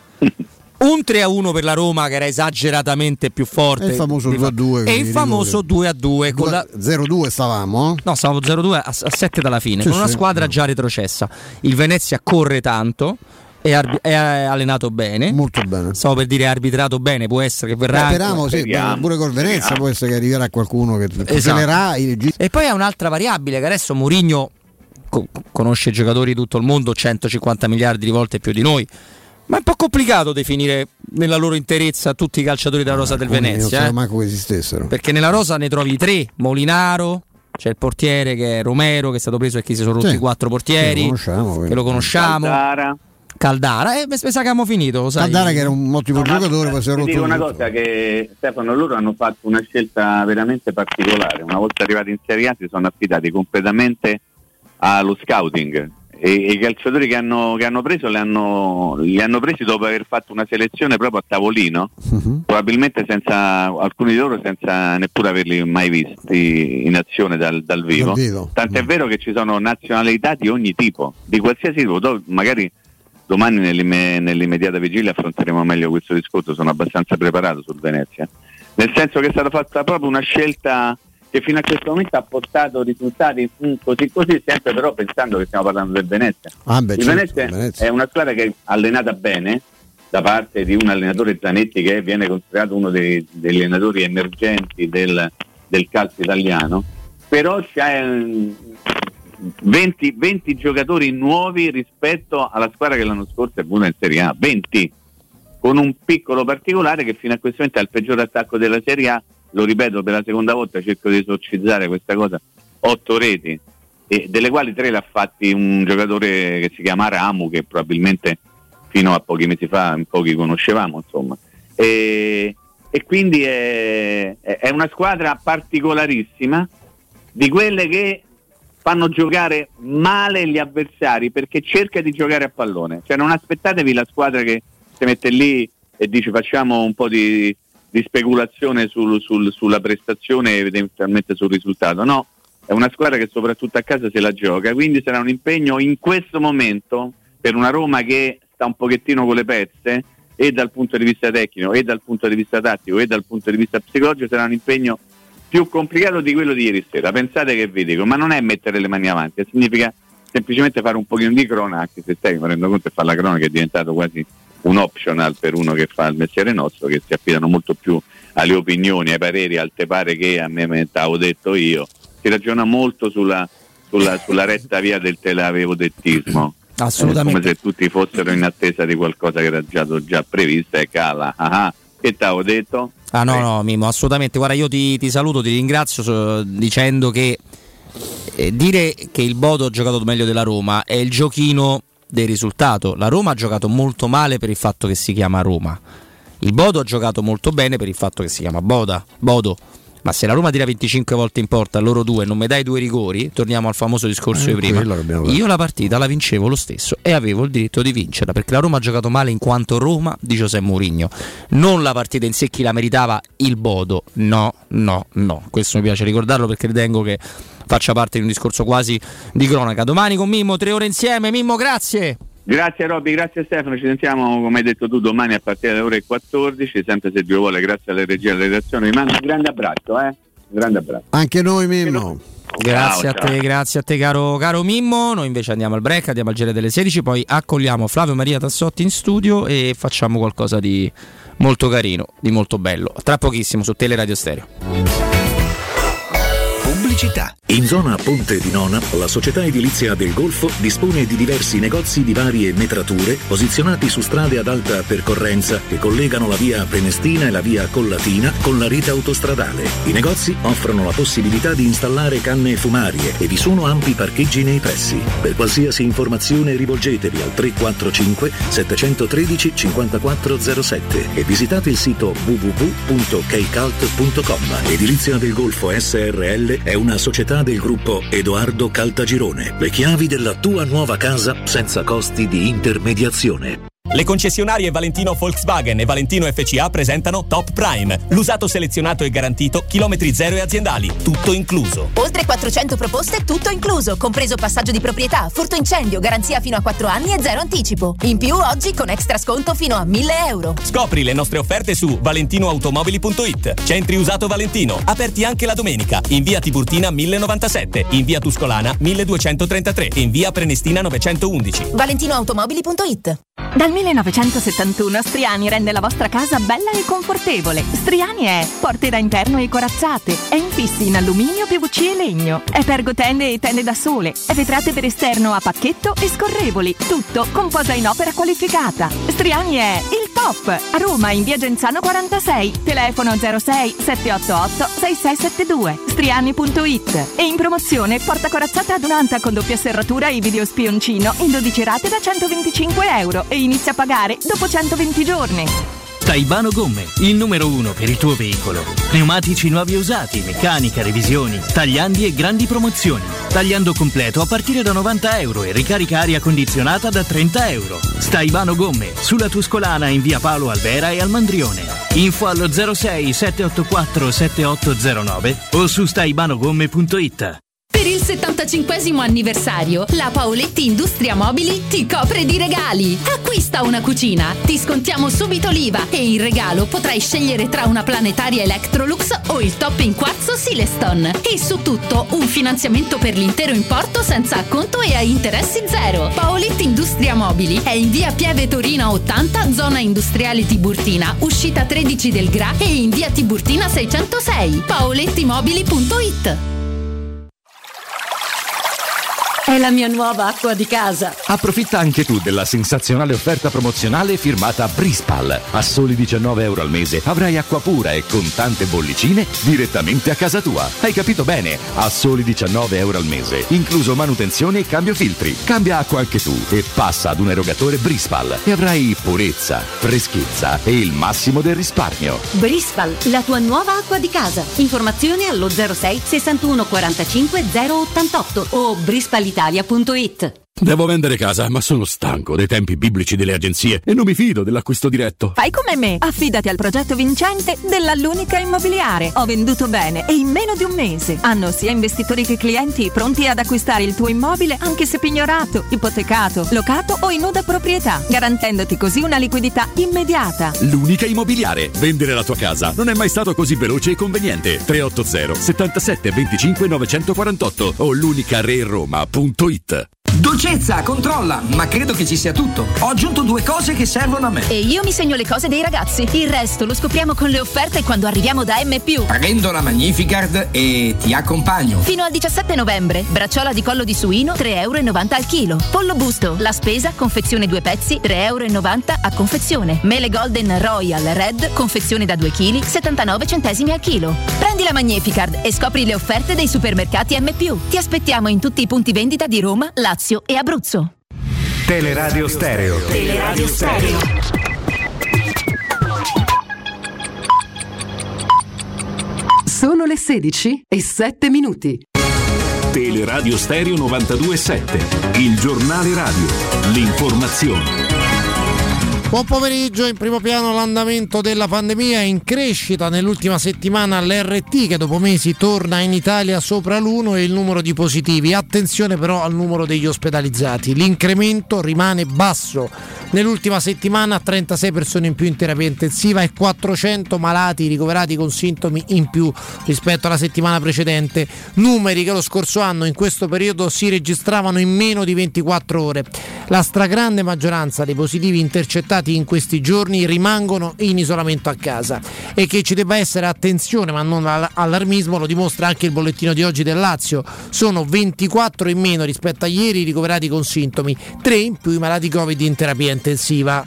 un tre a uno per la Roma che era esageratamente più forte, e il famoso due a due e il famoso due a due con la... zero a due stavamo? No, stavamo zero a due a sette dalla fine, sì, con una sì, squadra no. già retrocessa. Il Venezia corre tanto, è, arbi- è allenato bene, molto bene. Stavo per dire arbitrato bene, può essere che verrà. Eh, speriamo, sì, beh, pure col Venezia speriamo. Può essere che arriverà qualcuno che esatto. i registri. E poi è un'altra variabile che adesso Mourinho co- conosce i giocatori di tutto il mondo centocinquanta miliardi di volte più di noi. Ma è un po' complicato definire nella loro interezza tutti i calciatori della rosa ah, del Venezia. Non so eh? manco che esistessero. Perché nella rosa ne trovi tre: Molinaro, c'è il portiere che è Romero, che è stato preso perché si sono rotti sì, quattro portieri, sì, lo conosciamo, che lo conosciamo. Caldara. Caldara, e eh, mi sa che abbiamo finito. Sai. Caldara che era un ottimo no, giocatore, poi si è rotto. Ti dico una cosa, che Stefano, loro hanno fatto una scelta veramente particolare. Una volta arrivati in Serie A si sono affidati completamente allo scouting. E i calciatori che hanno, che hanno preso li hanno, li hanno presi dopo aver fatto una selezione proprio a tavolino, uh-huh. probabilmente senza alcuni di loro senza neppure averli mai visti in azione dal, dal vivo. Dal vivo. Tant'è uh-huh. vero che ci sono nazionalità di ogni tipo, di qualsiasi tipo. Do, magari domani nell'imme, nell'immediata vigilia affronteremo meglio questo discorso, sono abbastanza preparato sul Venezia. Nel senso che è stata fatta proprio una scelta che fino a questo momento ha portato risultati mm, così così, sempre però pensando che stiamo parlando del Venezia. Ah beh, il certo, Venezia, Venezia è una squadra che è allenata bene da parte di un allenatore Zanetti che viene considerato uno dei, degli allenatori emergenti del, del calcio italiano, però c'è venti, venti giocatori nuovi rispetto alla squadra che l'anno scorso è venuta in Serie A, venti, con un piccolo particolare che fino a questo momento è il peggior attacco della Serie A. Lo ripeto per la seconda volta, cerco di esorcizzare questa cosa, otto reti, e delle quali tre le ha fatti un giocatore che si chiama Ramu, che probabilmente fino a pochi mesi fa in pochi conoscevamo, insomma. e, e quindi è, è una squadra particolarissima, di quelle che fanno giocare male gli avversari perché cerca di giocare a pallone. Cioè non aspettatevi la squadra che si mette lì e dice facciamo un po' di, di speculazione sul, sul, sulla prestazione e eventualmente sul risultato. No, è una squadra che soprattutto a casa se la gioca, quindi sarà un impegno in questo momento per una Roma che sta un pochettino con le pezze, e dal punto di vista tecnico e dal punto di vista tattico e dal punto di vista psicologico sarà un impegno più complicato di quello di ieri sera. Pensate che vi dico, ma non è mettere le mani avanti, significa semplicemente fare un pochino di cronaca, anche se stai mi rendo conto che fare la cronaca è diventato quasi un optional per uno che fa il mestiere nostro, che si affidano molto più alle opinioni, ai pareri, al te pare che a me me t'avevo detto io. Si ragiona molto sulla, sulla, sulla retta via del te l'avevo dettismo. Assolutamente. Eh, come se tutti fossero in attesa di qualcosa che era già, già prevista e cala. Ah, che t'avevo detto? Ah no, no, Mimmo, assolutamente. Guarda, io ti, ti saluto, ti ringrazio so, dicendo che eh, dire che il Bodo ha giocato meglio della Roma è il giochino del risultato. La Roma ha giocato molto male per il fatto che si chiama Roma. Il Bodo ha giocato molto bene per il fatto che si chiama Boda, Bodo. Ma se la Roma tira venticinque volte in porta, loro due, non mi dai due rigori, torniamo al famoso discorso eh, di prima. Io la partita la vincevo lo stesso e avevo il diritto di vincerla, perché la Roma ha giocato male in quanto Roma di José Mourinho. Non la partita in sé chi la meritava, il Bodo. No, no, no. Questo mi piace ricordarlo perché ritengo che faccia parte di un discorso quasi di cronaca. Domani con Mimmo, tre ore insieme. Mimmo, grazie. Grazie Robby, grazie Stefano, ci sentiamo come hai detto tu domani a partire dalle ore quattordici, sempre se Dio vuole, grazie alle regie e alla redazione, vi mando un grande abbraccio, eh? Un grande abbraccio. Anche noi Mimmo. Grazie ciao, a te, ciao. grazie a te caro, caro Mimmo. Noi invece andiamo al break, andiamo al giro delle sedici, poi accogliamo Flavio Maria Tassotti in studio e facciamo qualcosa di molto carino, di molto bello. Tra pochissimo su Teleradio Stereo. Pubblicità. In zona Ponte di Nona, la società edilizia del Golfo dispone di diversi negozi di varie metrature posizionati su strade ad alta percorrenza che collegano la via Prenestina e la via Collatina con la rete autostradale. I negozi offrono la possibilità di installare canne fumarie e vi sono ampi parcheggi nei pressi. Per qualsiasi informazione rivolgetevi al tre quattro cinque sette uno tre cinque quattro zero sette e visitate il sito w w w punto keicalt punto com. Edilizia del Golfo S R L è una società del gruppo Edoardo Caltagirone. Le chiavi della tua nuova casa senza costi di intermediazione. Le concessionarie Valentino Volkswagen e Valentino F C A presentano Top Prime, l'usato selezionato e garantito, chilometri zero e aziendali, tutto incluso. Oltre quattrocento proposte, tutto incluso, compreso passaggio di proprietà, furto incendio, garanzia fino a quattro anni e zero anticipo. In più oggi con extra sconto fino a mille euro. Scopri le nostre offerte su valentinoautomobili punto it. Centri usato Valentino, aperti anche la domenica, in via Tiburtina mille novantasette, in via Tuscolana milleduecentotrentatré e in via Prenestina novecentoundici. valentinoautomobili punto it. Dal millenovecentosettantuno Striani rende la vostra casa bella e confortevole. Striani è porte da interno e corazzate, è infissi in alluminio, P V C e legno, è pergotende e tende da sole, è vetrate per esterno a pacchetto e scorrevoli, tutto con posa in opera qualificata. Striani è il top! A Roma in via Genzano quarantasei, telefono zero sei sette otto otto sei sei sette due, striani punto it. E in promozione porta corazzata adunata con doppia serratura e video spioncino in dodici rate da centoventicinque euro e inizia a pagare dopo centoventi giorni. Staibano Gomme, il numero uno per il tuo veicolo. Pneumatici nuovi e usati, meccanica, revisioni, tagliandi e grandi promozioni. Tagliando completo a partire da novanta euro e ricarica aria condizionata da trenta euro. Staibano Gomme, sulla Tuscolana in via Paolo Alvera e al Mandrione. Info allo zero sei sette otto quattro sette otto zero nove o su staibanogomme punto it. Per il settantacinquesimo anniversario, la Paoletti Industria Mobili ti copre di regali. Acquista una cucina, ti scontiamo subito l'I V A e in regalo potrai scegliere tra una planetaria Electrolux o il top in quarzo Sileston. E su tutto un finanziamento per l'intero importo senza acconto e a interessi zero. Paoletti Industria Mobili è in via Pieve Torino ottanta, zona industriale Tiburtina, uscita tredici del Gra e in via Tiburtina seicentosei. paolettimobili punto it. È la mia nuova acqua di casa. Approfitta anche tu della sensazionale offerta promozionale firmata Brispal. A soli diciannove euro al mese avrai acqua pura e con tante bollicine direttamente a casa tua. Hai capito bene? A soli diciannove euro al mese, incluso manutenzione e cambio filtri. Cambia acqua anche tu e passa ad un erogatore Brispal e avrai purezza, freschezza e il massimo del risparmio. Brispal, la tua nuova acqua di casa. Informazioni allo zero sei sessantuno quarantacinque zero ottantotto o brispal italia punto it. Devo vendere casa, ma sono stanco dei tempi biblici delle agenzie e non mi fido dell'acquisto diretto. Fai come me, affidati al progetto vincente della L'Unica Immobiliare. Ho venduto bene e in meno di un mese. Hanno sia investitori che clienti pronti ad acquistare il tuo immobile anche se pignorato, ipotecato, locato o in nuda proprietà, garantendoti così una liquidità immediata. L'Unica Immobiliare. Vendere la tua casa non è mai stato così veloce e conveniente. tre otto zero settantasette venticinque novecentoquarantotto o l'unicareroma punto it. Dolcezza, controlla, ma credo che ci sia tutto. Ho aggiunto due cose che servono a me. E io mi segno le cose dei ragazzi. Il resto lo scopriamo con le offerte quando arriviamo da M più. Prendo la Magnificard e ti accompagno. Fino al diciassette novembre, bracciola di collo di suino tre e novanta euro al chilo. Pollo busto, la spesa, confezione due pezzi tre e novanta euro a confezione. Mele Golden Royal Red, confezione da due chili, settantanove centesimi al chilo. Prendi la Magnificard e scopri le offerte dei supermercati M più. Ti aspettiamo in tutti i punti vendita di Roma, Lazio e Abruzzo. Teleradio Stereo. Teleradio Stereo. Sono le sedici e sette minuti. Teleradio Stereo novantadue sette, il giornale radio, l'informazione. Buon pomeriggio. In primo piano l'andamento della pandemia è in crescita. Nell'ultima settimana l'R T, che dopo mesi torna in Italia sopra l'uno, e il numero di positivi. Attenzione però al numero degli ospedalizzati. L'incremento rimane basso. Nell'ultima settimana trentasei persone in più in terapia intensiva e quattrocento malati ricoverati con sintomi in più rispetto alla settimana precedente. Numeri che lo scorso anno in questo periodo si registravano in meno di ventiquattro ore. La stragrande maggioranza dei positivi intercettati in questi giorni rimangono in isolamento a casa, e che ci debba essere attenzione ma non allarmismo lo dimostra anche il bollettino di oggi del Lazio. Sono ventiquattro in meno rispetto a ieri i ricoverati con sintomi, tre in più i malati Covid in terapia intensiva.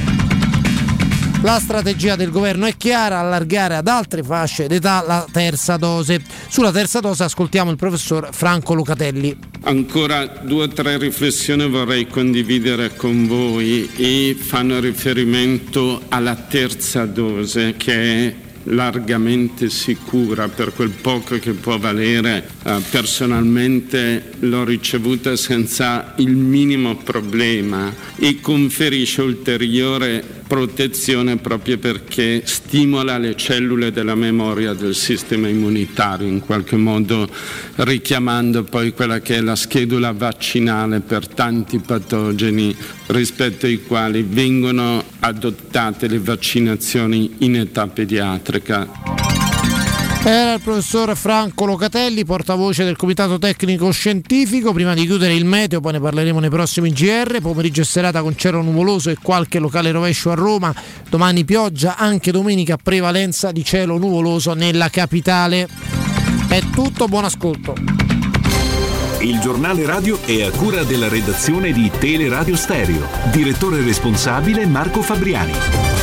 La strategia del governo è chiara: allargare ad altre fasce d'età la terza dose. Sulla terza dose ascoltiamo il professor Franco Locatelli. Ancora due o tre riflessioni vorrei condividere con voi, e fanno riferimento alla terza dose, che è largamente sicura per quel poco che può valere. Uh, personalmente l'ho ricevuta senza il minimo problema e conferisce ulteriore protezione proprio perché stimola le cellule della memoria del sistema immunitario, in qualche modo richiamando poi quella che è la schedula vaccinale per tanti patogeni rispetto ai quali vengono adottate le vaccinazioni in età pediatrica. Era il professor Franco Locatelli, portavoce del Comitato Tecnico Scientifico. Prima di chiudere il meteo, poi ne parleremo nei prossimi G R. Pomeriggio e serata con cielo nuvoloso e qualche locale rovescio a Roma. Domani pioggia, anche domenica prevalenza di cielo nuvoloso nella capitale. È tutto, buon ascolto. Il giornale radio è a cura della redazione di Teleradio Stereo. Direttore responsabile Marco Fabriani.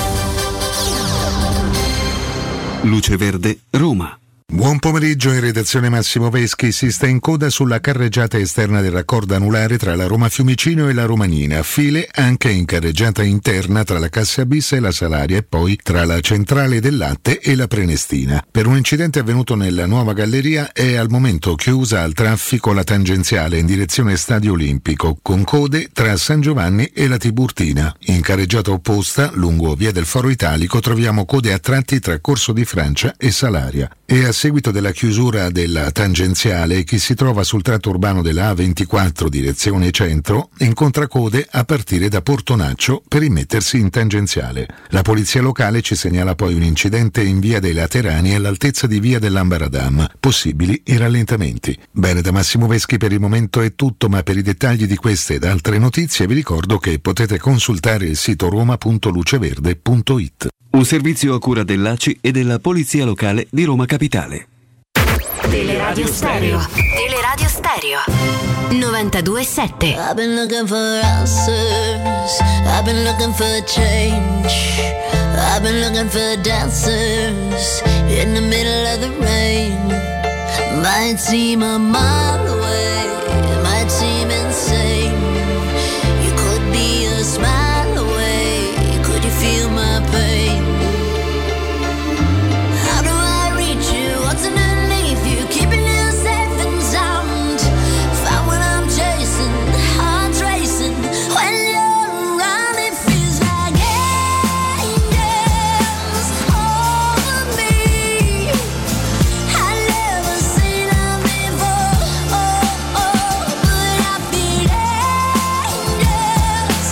Luce Verde, Roma. Buon pomeriggio, in redazione Massimo Veschi. Si sta in coda sulla carreggiata esterna del raccordo anulare tra la Roma Fiumicino e la Romanina, file anche in carreggiata interna tra la Cassia Bis e la Salaria, e poi tra la Centrale del Latte e la Prenestina. Per un incidente avvenuto nella nuova galleria è al momento chiusa al traffico la tangenziale in direzione Stadio Olimpico, con code tra San Giovanni e la Tiburtina. In carreggiata opposta, lungo via del Foro Italico, troviamo code a tratti tra Corso di Francia e Salaria. E a seguito della chiusura della tangenziale, chi si trova sul tratto urbano della A ventiquattro direzione centro incontra code a partire da Portonaccio per immettersi in tangenziale. La polizia locale ci segnala poi un incidente in via dei Laterani all'altezza di via dell'Ambaradam, possibili i rallentamenti. Bene, da Massimo Veschi per il momento è tutto, ma per i dettagli di queste ed altre notizie vi ricordo che potete consultare il sito roma punto luceverde punto it. Un servizio a cura dell'A C I e della Polizia Locale di Roma Capitale. Teleradio Stereo. Teleradio Stereo. novantadue sette. I've been looking for answers. I've been looking for change. I've been looking for dancers in the middle of the rain. Might seem a mile away, might seem insane. You could be a smile away. Could you feel my pain? How do I reach you? What's underneath you? Keeping you safe and sound. Find what I'm chasing, heart's racing. When you're around, it feels like angels over me. I've never seen them before, oh, oh, but I feel angels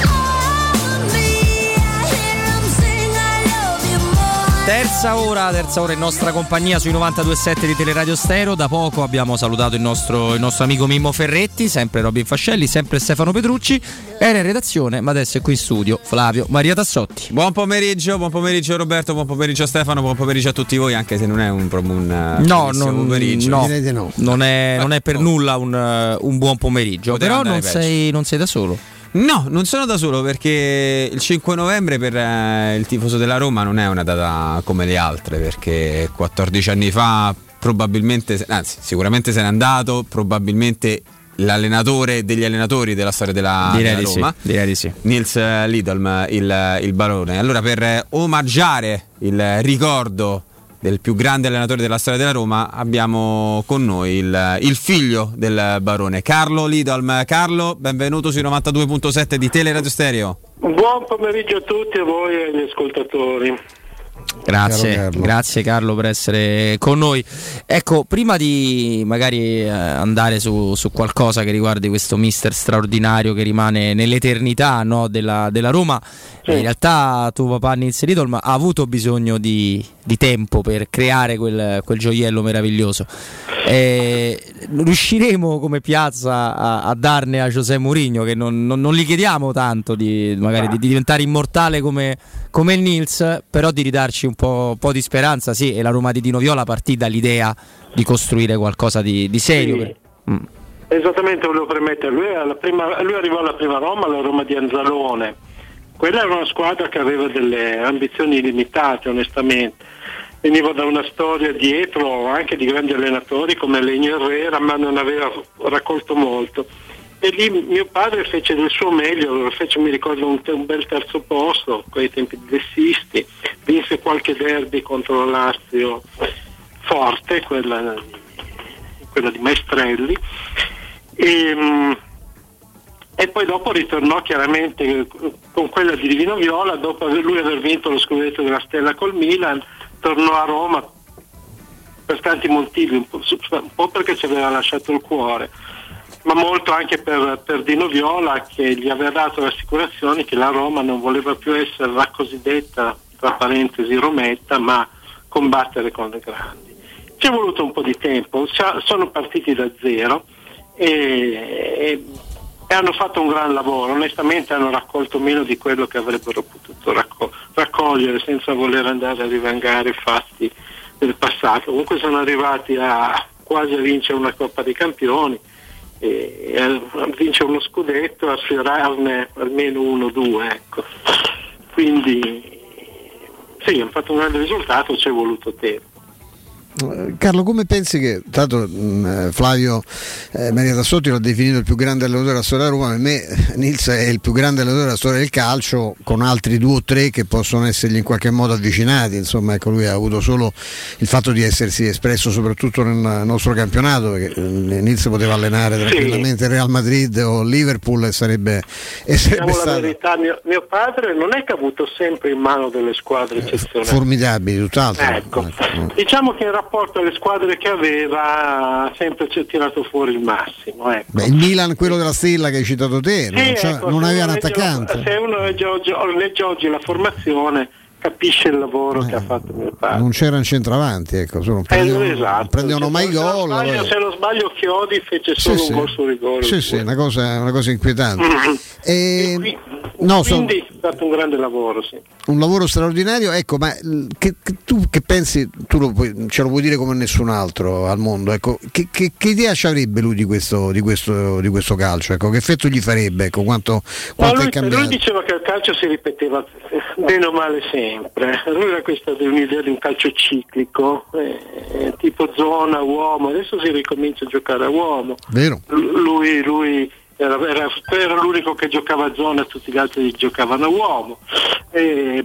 over me. I hear them sing, I love you more. Terza ora, terza ora in nostra compagnia sui novantadue sette di Teleradio Stereo. Da poco abbiamo salutato il nostro, il nostro amico Mimmo Ferretti, sempre Robin Fascelli, sempre Stefano Petrucci. Era in redazione, ma adesso è qui in studio Flavio Maria Tassotti. Buon pomeriggio, buon pomeriggio Roberto, buon pomeriggio Stefano, buon pomeriggio a tutti voi, anche se non è un, proprio un No, non, pomeriggio. no, Direi di no. non, è, non è per nulla un, un buon pomeriggio. Poteva Però non andare peggio. sei, non sei da solo. No, non sono da solo, perché il cinque novembre per eh, il tifoso della Roma non è una data come le altre, perché quattordici anni fa probabilmente, anzi sicuramente se n'è andato, probabilmente l'allenatore degli allenatori della storia della, Direi della di Roma, sì, direi di sì. Nils Lidolm, il, il barone. Allora, per omaggiare il ricordo del più grande allenatore della storia della Roma, abbiamo con noi il, il figlio del barone, Carlo Lidolm. Carlo, benvenuto sui novantadue virgola sette di Teleradio Stereo. Buon pomeriggio a tutti, a voi e agli ascoltatori. Grazie, Caro Carlo. grazie Carlo per essere con noi. Ecco, prima di magari eh, andare su, su qualcosa che riguardi questo mister straordinario che rimane nell'eternità, no, della, della Roma, Sì. in realtà tuo papà Nils Lidolm ha avuto bisogno di, di tempo per creare quel, quel gioiello meraviglioso. Eh, riusciremo come piazza a, a darne a José Mourinho, che non, non, non gli chiediamo tanto di, magari di, di diventare immortale come, come il Nils, però di ridarci un po', un po' di speranza, sì, e la Roma di Dino Viola partì dall'idea di costruire qualcosa di, di serio. Sì. Per... Mm. Esattamente, volevo premettere, lui, alla prima, lui arrivò alla prima Roma, la Roma di Anzalone. Quella era una squadra che aveva delle ambizioni limitate, onestamente. Veniva da una storia dietro anche di grandi allenatori come Legno Herrera, ma non aveva raccolto molto. E lì mio padre fece del suo meglio, fece, mi ricordo, un, un bel terzo posto con i tempi di De Sisti, vinse qualche derby contro la Lazio forte, quella, quella di Maestrelli, e, e poi dopo ritornò chiaramente con quella di Divino Viola, dopo lui aver vinto lo scudetto della Stella col Milan, tornò a Roma per tanti motivi, un po', un po' perché ci aveva lasciato il cuore, ma molto anche per, per Dino Viola, che gli aveva dato le assicurazioni che la Roma non voleva più essere la cosiddetta, tra parentesi, Rometta, ma combattere con le grandi. Ci è voluto un po' di tempo, sono partiti da zero e, e, e hanno fatto un gran lavoro. Onestamente hanno raccolto meno di quello che avrebbero potuto racco- raccogliere senza voler andare a rivangare i fatti del passato. Comunque sono arrivati a quasi a vincere una Coppa dei Campioni e a vincere uno scudetto, a sfiorarne almeno uno o due, ecco. Quindi sì, hanno fatto un grande risultato, ci è voluto tempo. Carlo, come pensi che, tanto mh, Flavio eh, Maria Tassotti l'ha definito il più grande allenatore della storia della Roma, per me Nils è il più grande allenatore della storia del calcio, con altri due o tre che possono essergli in qualche modo avvicinati. Insomma, ecco, lui ha avuto solo il fatto di essersi espresso soprattutto nel nostro campionato, perché Nils poteva allenare tranquillamente il Real Madrid o Liverpool e sarebbe, e sarebbe Diciamo stato la verità, mio, mio padre non è che ha avuto sempre in mano delle squadre eccezionali, formidabili, tutt'altro. Ecco. Diciamo che in rapporto alle squadre che aveva ha sempre tirato fuori il massimo, ecco. Beh, il Milan, quello della Stella che hai citato te, Sì, non, ecco, non se aveva un uno legge- attaccante. Se uno legge oggi, legge oggi la formazione, capisce il lavoro che ha fatto mio padre. Non c'era un centravanti, ecco, solo non Eh, prendevano, esatto. non prendevano mai Se non gol. sbaglio- poi- se non sbaglio Chiodi fece solo Sì, un sì. gol su rigore. Sì, sì, una cosa, una cosa inquietante. Mm-hmm. E, No, quindi so... è stato un grande lavoro, sì. Un lavoro straordinario, ecco, ma che, che, tu che pensi, tu lo puoi, ce lo puoi dire come nessun altro al mondo, ecco, che, che, che idea ci avrebbe lui di questo, di questo, di questo calcio, ecco, che effetto gli farebbe, ecco, quanto, quanto no, lui, è cambiato? Lui diceva che il calcio si ripeteva bene o male sempre, lui era questa un'idea di un calcio ciclico, eh, tipo zona, uomo, adesso si ricomincia a giocare a uomo. Vero. L- lui, lui Era, era, era l'unico che giocava a zona, tutti gli altri giocavano a uomo, e,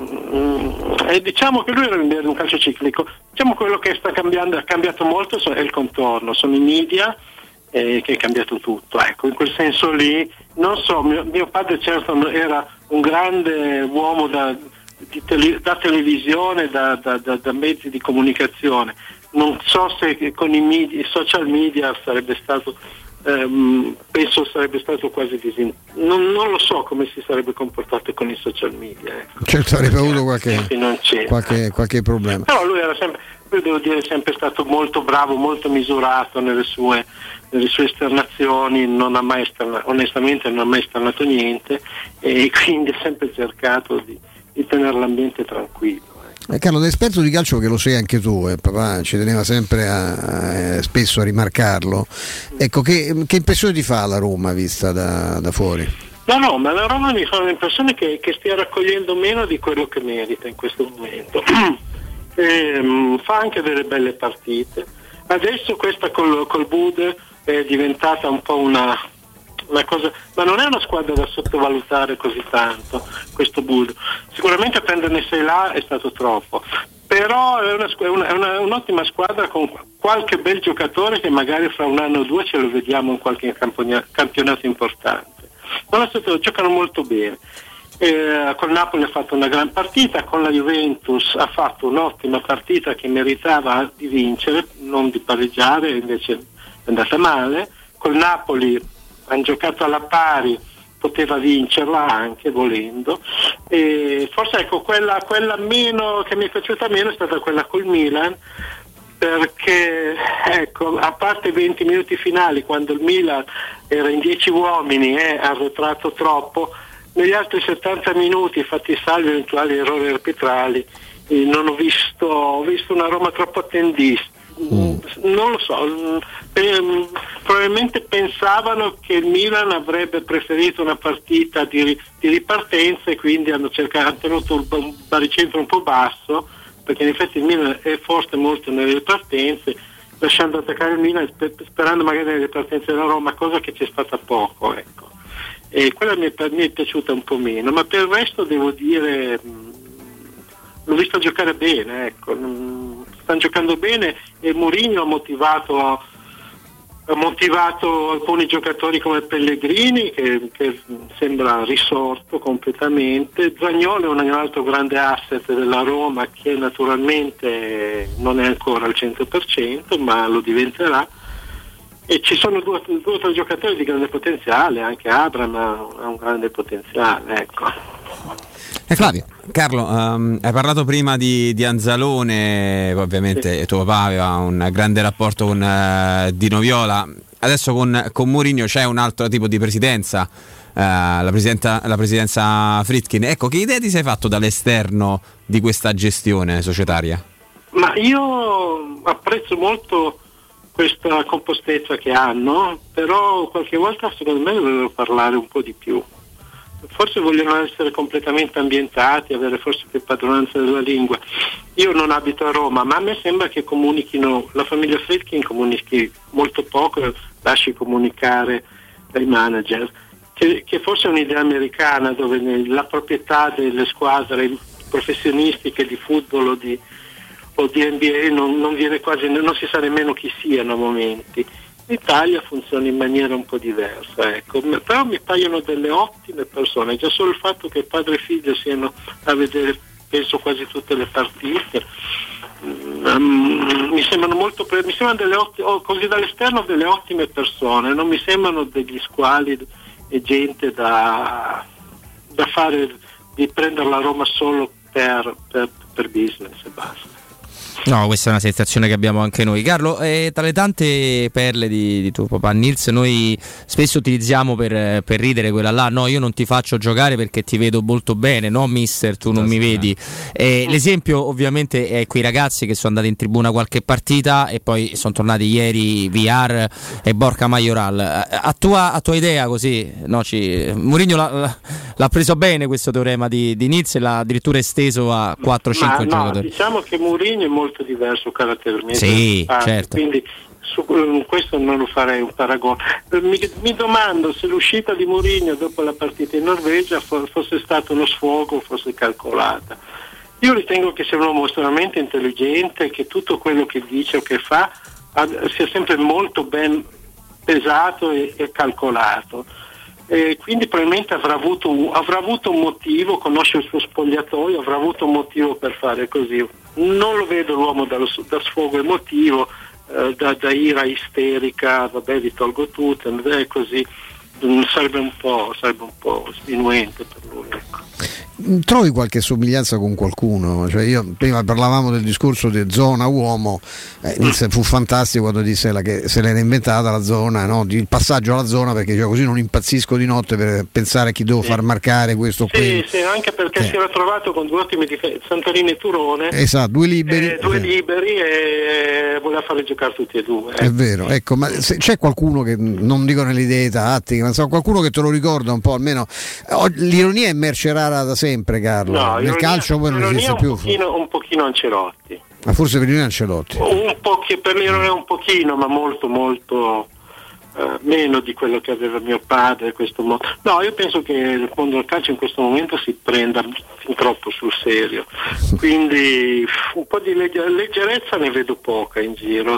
e diciamo che lui era un calcio ciclico. Diciamo quello che sta cambiando, ha cambiato molto è il contorno, sono i media eh, che è cambiato tutto, ecco, in quel senso lì non so, mio, mio padre certo era un grande uomo da, di tele, da televisione, da, da, da, da mezzi di comunicazione, non so se con i, media, i social media sarebbe stato Um, penso sarebbe stato quasi disin... non, non lo so come si sarebbe comportato con i social media, ecco. Certo, avrebbe avuto qualche, sì, qualche, qualche problema, però lui era sempre, lui devo dire, è sempre stato molto bravo, molto misurato nelle sue, nelle sue esternazioni, non ha mai esterna... onestamente non ha mai esternato niente, e quindi ha sempre cercato di, di tenere l'ambiente tranquillo. Eh, Carlo, da esperto di calcio, che lo sei anche tu, eh, papà ci teneva sempre a, a, eh, spesso a rimarcarlo, ecco, che, che impressione ti fa la Roma vista da, da fuori? No, no, ma la Roma mi fa l'impressione che, che stia raccogliendo meno di quello che merita in questo momento. e, um, fa anche delle belle partite. Adesso questa col, col Bude è diventata un po' una... una cosa, ma non è una squadra da sottovalutare così tanto, questo Budo. Sicuramente prenderne sei là è stato troppo, però è, una, è, una, è una, un'ottima squadra con qualche bel giocatore che magari fra un anno o due ce lo vediamo in qualche campionato importante. Non è stato, giocano molto bene. Eh, con Napoli ha fatto una gran partita, con la Juventus ha fatto un'ottima partita che meritava di vincere, non di pareggiare, invece è andata male. Col Napoli hanno giocato alla pari, poteva vincerla anche volendo, e forse ecco quella, quella meno che mi è piaciuta meno è stata quella col Milan, perché ecco, a parte i venti minuti finali quando il Milan era in dieci uomini e ha arretrato troppo, negli altri settanta minuti, fatti salvi eventuali errori arbitrali, eh, non ho visto, ho visto una Roma troppo attendista. Mm. Non lo so, eh, probabilmente pensavano che il Milan avrebbe preferito una partita di, di ripartenza, e quindi hanno cercato, hanno tenuto un baricentro un po' basso, perché in effetti il Milan è forte molto nelle ripartenze, lasciando attaccare il Milan, sperando magari nelle ripartenze della Roma, cosa che c'è stata poco, ecco. E quella mi è, mi è piaciuta un po' meno, ma per il resto devo dire mh, l'ho visto giocare bene, ecco. Mh, stanno giocando bene, e Mourinho ha motivato ha motivato alcuni giocatori come Pellegrini, che, che sembra risorto completamente. Zaniolo è un altro grande asset della Roma, che naturalmente non è ancora al cento per cento, ma lo diventerà, e ci sono due o tre giocatori di grande potenziale, anche Abraham ha, ha un grande potenziale, ecco. Eh, Flavio. Carlo, um, hai parlato prima di, di Anzalone, ovviamente sì. Tuo papà aveva un grande rapporto con uh, Dino Viola, adesso con, con Mourinho c'è un altro tipo di presidenza, uh, la, presidenta, la presidenza Friedkin. Ecco, che idea ti sei fatto dall'esterno di questa gestione societaria? Ma io apprezzo molto questa compostezza che hanno, però qualche volta secondo me dovrebbero parlare un po' di più. Forse vogliono essere completamente ambientati, avere forse più padronanza della lingua. Io non abito a Roma, ma a me sembra che comunichino, la famiglia Friedkin comunichi molto poco, lasci comunicare dai manager, che, che forse è un'idea americana, dove la proprietà delle squadre professionistiche di football o di, o di N B A non, non viene quasi, non si sa nemmeno chi siano a momenti. In Italia funziona in maniera un po' diversa, ecco. Però mi paiono delle ottime persone, già solo il fatto che padre e figlio siano a vedere, penso, quasi tutte le partite, um, mi sembrano molto pre- mi sembrano delle ottime, oh, così dall'esterno delle ottime persone, non mi sembrano degli squali e gente da, da fare, di prendere la Roma solo per, per, per business e basta. No, questa è una sensazione che abbiamo anche noi. Carlo, eh, tra le tante perle di, di tuo papà Nils, noi spesso utilizziamo per, per ridere quella là, no, io non ti faccio giocare perché ti vedo molto bene, no mister, tu non mi vedi. Eh, l'esempio ovviamente è quei ragazzi che sono andati in tribuna qualche partita e poi sono tornati ieri V R e Borca Majoral. A tua, a tua idea così, no, ci, Mourinho l'ha, l'ha preso bene questo teorema di, di Nils e l'ha addirittura esteso a quattro cinque no, giocatori. Diciamo che Mourinho è molto diverso caratterialmente, sì, ah, certo. Quindi su questo non lo farei un paragone. Mi, mi domando se l'uscita di Mourinho dopo la partita in Norvegia fosse stato uno sfogo, fosse calcolata. Io ritengo che sia un uomo estremamente intelligente, che tutto quello che dice o che fa sia sempre molto ben pesato e, e calcolato. E quindi probabilmente avrà avuto, un, avrà avuto un motivo, conosce il suo spogliatoio, avrà avuto un motivo per fare così. Non lo vedo l'uomo dallo, da sfogo emotivo, eh, da, da ira isterica, vabbè vi tolgo tutto, è così, sarebbe un po', sarebbe un po' sminuente per lui, ecco. Trovi qualche somiglianza con qualcuno? Cioè io prima parlavamo del discorso di zona uomo, eh, Nils fu fantastico quando disse la, che se l'era inventata la zona, no? Il passaggio alla zona, perché cioè, così non impazzisco di notte per pensare a chi devo sì. far marcare questo o sì, quello. Sì, anche perché eh. si era trovato con due ottimi difensori, Santorini e Turone, esatto, due liberi, eh, due eh. liberi e voleva farli giocare tutti e due. Eh. È vero, ecco, ma se c'è qualcuno che non dico nelle idee tattiche, ma insomma, qualcuno che te lo ricorda un po', almeno l'ironia è merce rara da sempre, Carlo. No, nel ironia, calcio poi non esiste un più. Pochino, un pochino Ancelotti. Ma forse per l'ironia Ancelotti. Un po' che per l'ironia un pochino, ma molto molto eh, meno di quello che aveva mio padre. Questo mo- no, io penso che il mondo del calcio in questo momento si prenda fin troppo sul serio. Quindi un po' di legge- leggerezza ne vedo poca in giro.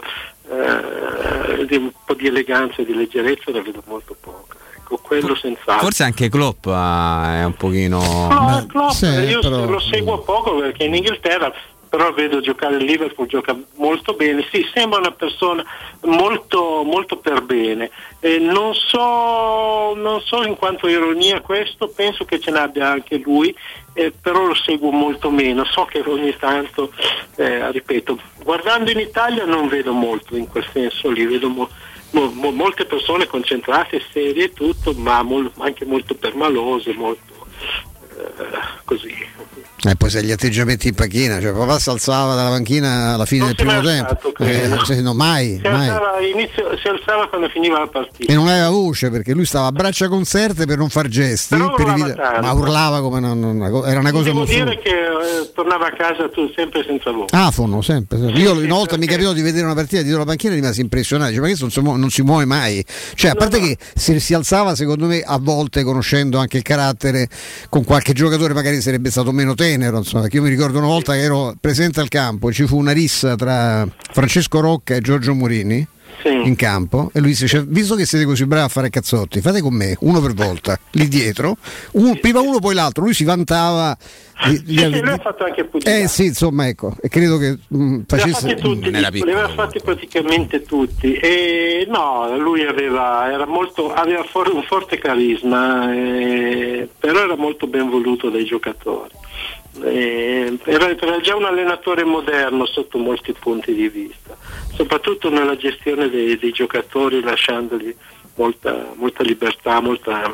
Eh, un po' di eleganza e di leggerezza ne vedo molto poca. Quello senz'altro. Forse anche Klopp è un pochino. No, Klopp, sì, io però... lo seguo poco perché in Inghilterra, però vedo giocare il Liverpool, gioca molto bene. Sì, sembra una persona molto, molto per bene. Eh, non so, non so in quanto ironia questo, penso che ce n'abbia anche lui, eh, però lo seguo molto meno. So che ogni tanto, eh, ripeto, guardando in Italia non vedo molto in quel senso lì, vedo mo- mo- mo- molte persone concentrate, serie e tutto, ma mol- anche molto permalose, molto eh, così. E poi se gli atteggiamenti in panchina, cioè papà si alzava dalla panchina alla fine non del primo tempo, alzato, eh, cioè, no, mai, si, mai. alzava, inizio, si alzava quando finiva la partita e non aveva voce perché lui stava a braccia concerte per non far gesti, però per urlava evitare, tanto. ma urlava come una, una, era una cosa devo mostruosa. dire che eh, tornava a casa tu sempre senza voce. Afono, sempre, sempre. Io una volta mi capitò di vedere una partita dietro la panchina e rimasi impressionato, cioè, ma questo non si, muove, non si muove mai, cioè a parte no, no. che se si alzava, secondo me a volte, conoscendo anche il carattere, con qualche giocatore magari sarebbe stato meno tenero, insomma, perché io mi ricordo una volta che ero presente al campo, ci fu una rissa tra Francesco Rocca e Giorgio Murini sì. in campo, e lui dice: visto che siete così bravi a fare cazzotti, fate con me, uno per volta, lì dietro, uno, prima uno poi l'altro. Lui si vantava di, di, sì, di, lui ha fatto anche pubblicità. Eh sì, insomma, ecco, e credo che mh, facesse li ha fatti tutti, li aveva fatti praticamente tutti, e no, lui aveva era molto aveva for, un forte carisma, eh, però era molto ben voluto dai giocatori. Eh, era, era già un allenatore moderno sotto molti punti di vista, soprattutto nella gestione dei, dei giocatori, lasciandogli molta, molta libertà, molta,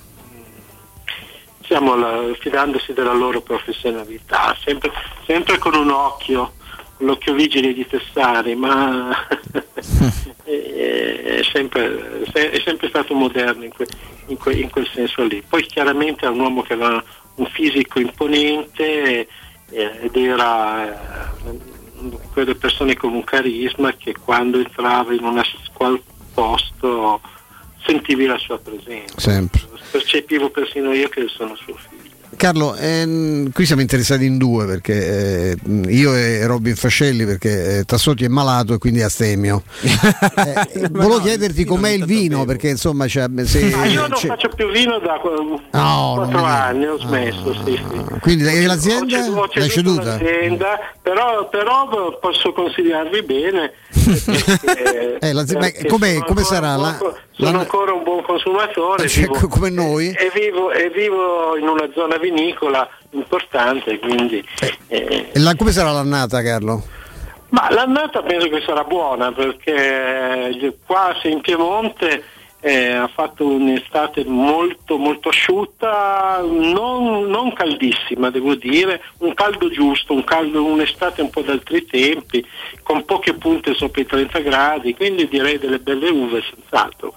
diciamo, la, fidandosi della loro professionalità, sempre, sempre con un occhio, con l'occhio vigile di Tessari, ma è, è, sempre, è sempre stato moderno in, que, in, que, in quel senso lì. Poi chiaramente è un uomo che aveva un fisico imponente, eh, ed era eh, quelle persone con un carisma che quando entrava in un qual posto sentivi la sua presenza. Sempre. Percepivo persino io che sono suo figlio. Carlo, ehm, qui siamo interessati in due, perché eh, io e Robin Fascelli, perché eh, Tassotti è malato e quindi astemio. Eh, volevo no, chiederti com'è il vino, perché insomma c'è, se, ah, io non c'è... faccio più vino da no, quattro anni, ho smesso. Ah, sì, sì. Quindi l'azienda ho, ho l'hai ceduta? L'azienda, però, però posso consigliarvi bene. Perché, eh, perché come sarà? Buon, la, sono la... ancora un buon consumatore, cioè, vivo, come noi? E vivo, e vivo in una zona vinicola importante, quindi eh, eh, e la, come sarà l'annata, Carlo? Ma l'annata penso che sarà buona, perché qua in Piemonte eh, ha fatto un'estate molto molto asciutta, non, non caldissima devo dire, un caldo giusto, un caldo, un'estate un po' d'altri tempi, con poche punte sopra i trenta gradi, quindi direi delle belle uve senz'altro.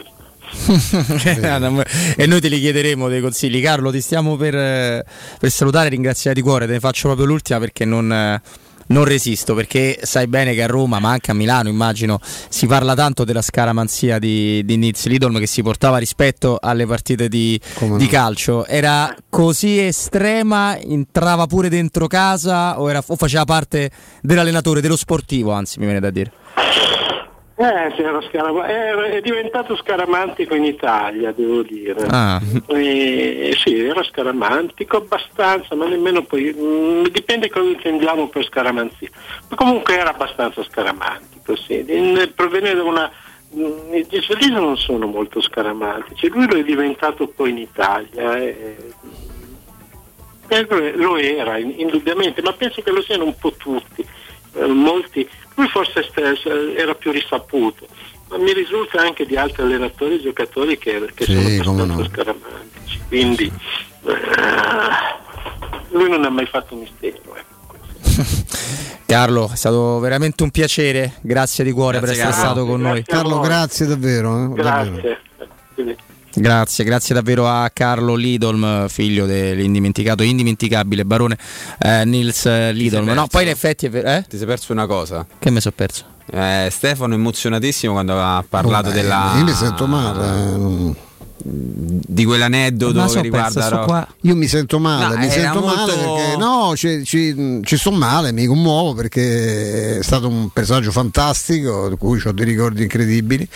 E noi te li chiederemo dei consigli. Carlo, ti stiamo per, per salutare e ringraziare di cuore, te ne faccio proprio l'ultima perché non... non resisto, perché sai bene che a Roma, ma anche a Milano immagino, si parla tanto della scaramanzia di, di Nils Lidolm, che si portava rispetto alle partite di, di calcio. Era così estrema, entrava pure dentro casa o, era, o faceva parte dell'allenatore, dello sportivo, anzi mi viene da dire? Eh, era scaram- è, è diventato scaramantico in Italia, devo dire. Ah. E, sì, era scaramantico abbastanza, ma nemmeno poi. Mh, dipende cosa intendiamo per scaramanzia. Ma comunque era abbastanza scaramantico, sì. In, provenire da una. Mh, gli svedesi non sono molto scaramantici, lui lo è diventato poi in Italia. E, e lo era, indubbiamente, ma penso che lo siano un po' tutti. Eh, molti. Lui forse stesso era più risaputo, ma mi risulta anche di altri allenatori e giocatori che, che sì, sono abbastanza no. scaramantici, quindi uh, lui non ha mai fatto mistero. Ecco. Carlo, è stato veramente un piacere, grazie di cuore grazie per essere Carlo. stato con grazie noi. Carlo, grazie davvero. Eh? Grazie. Davvero. Grazie, grazie davvero a Carlo Lidolm, figlio dell'indimenticato, indimenticabile barone eh, Nils Lidolm. No, poi in effetti è vero. Eh? Ti sei perso una cosa. Che mi sono perso? Eh, Stefano emozionatissimo quando ha parlato oh, beh, della. Io mi sento male. Di quell'aneddoto che riguarda so qua. Io mi sento male, no, mi sento molto... male perché no, ci, ci, ci sto male, mi commuovo perché è stato un personaggio fantastico, di cui ho dei ricordi incredibili.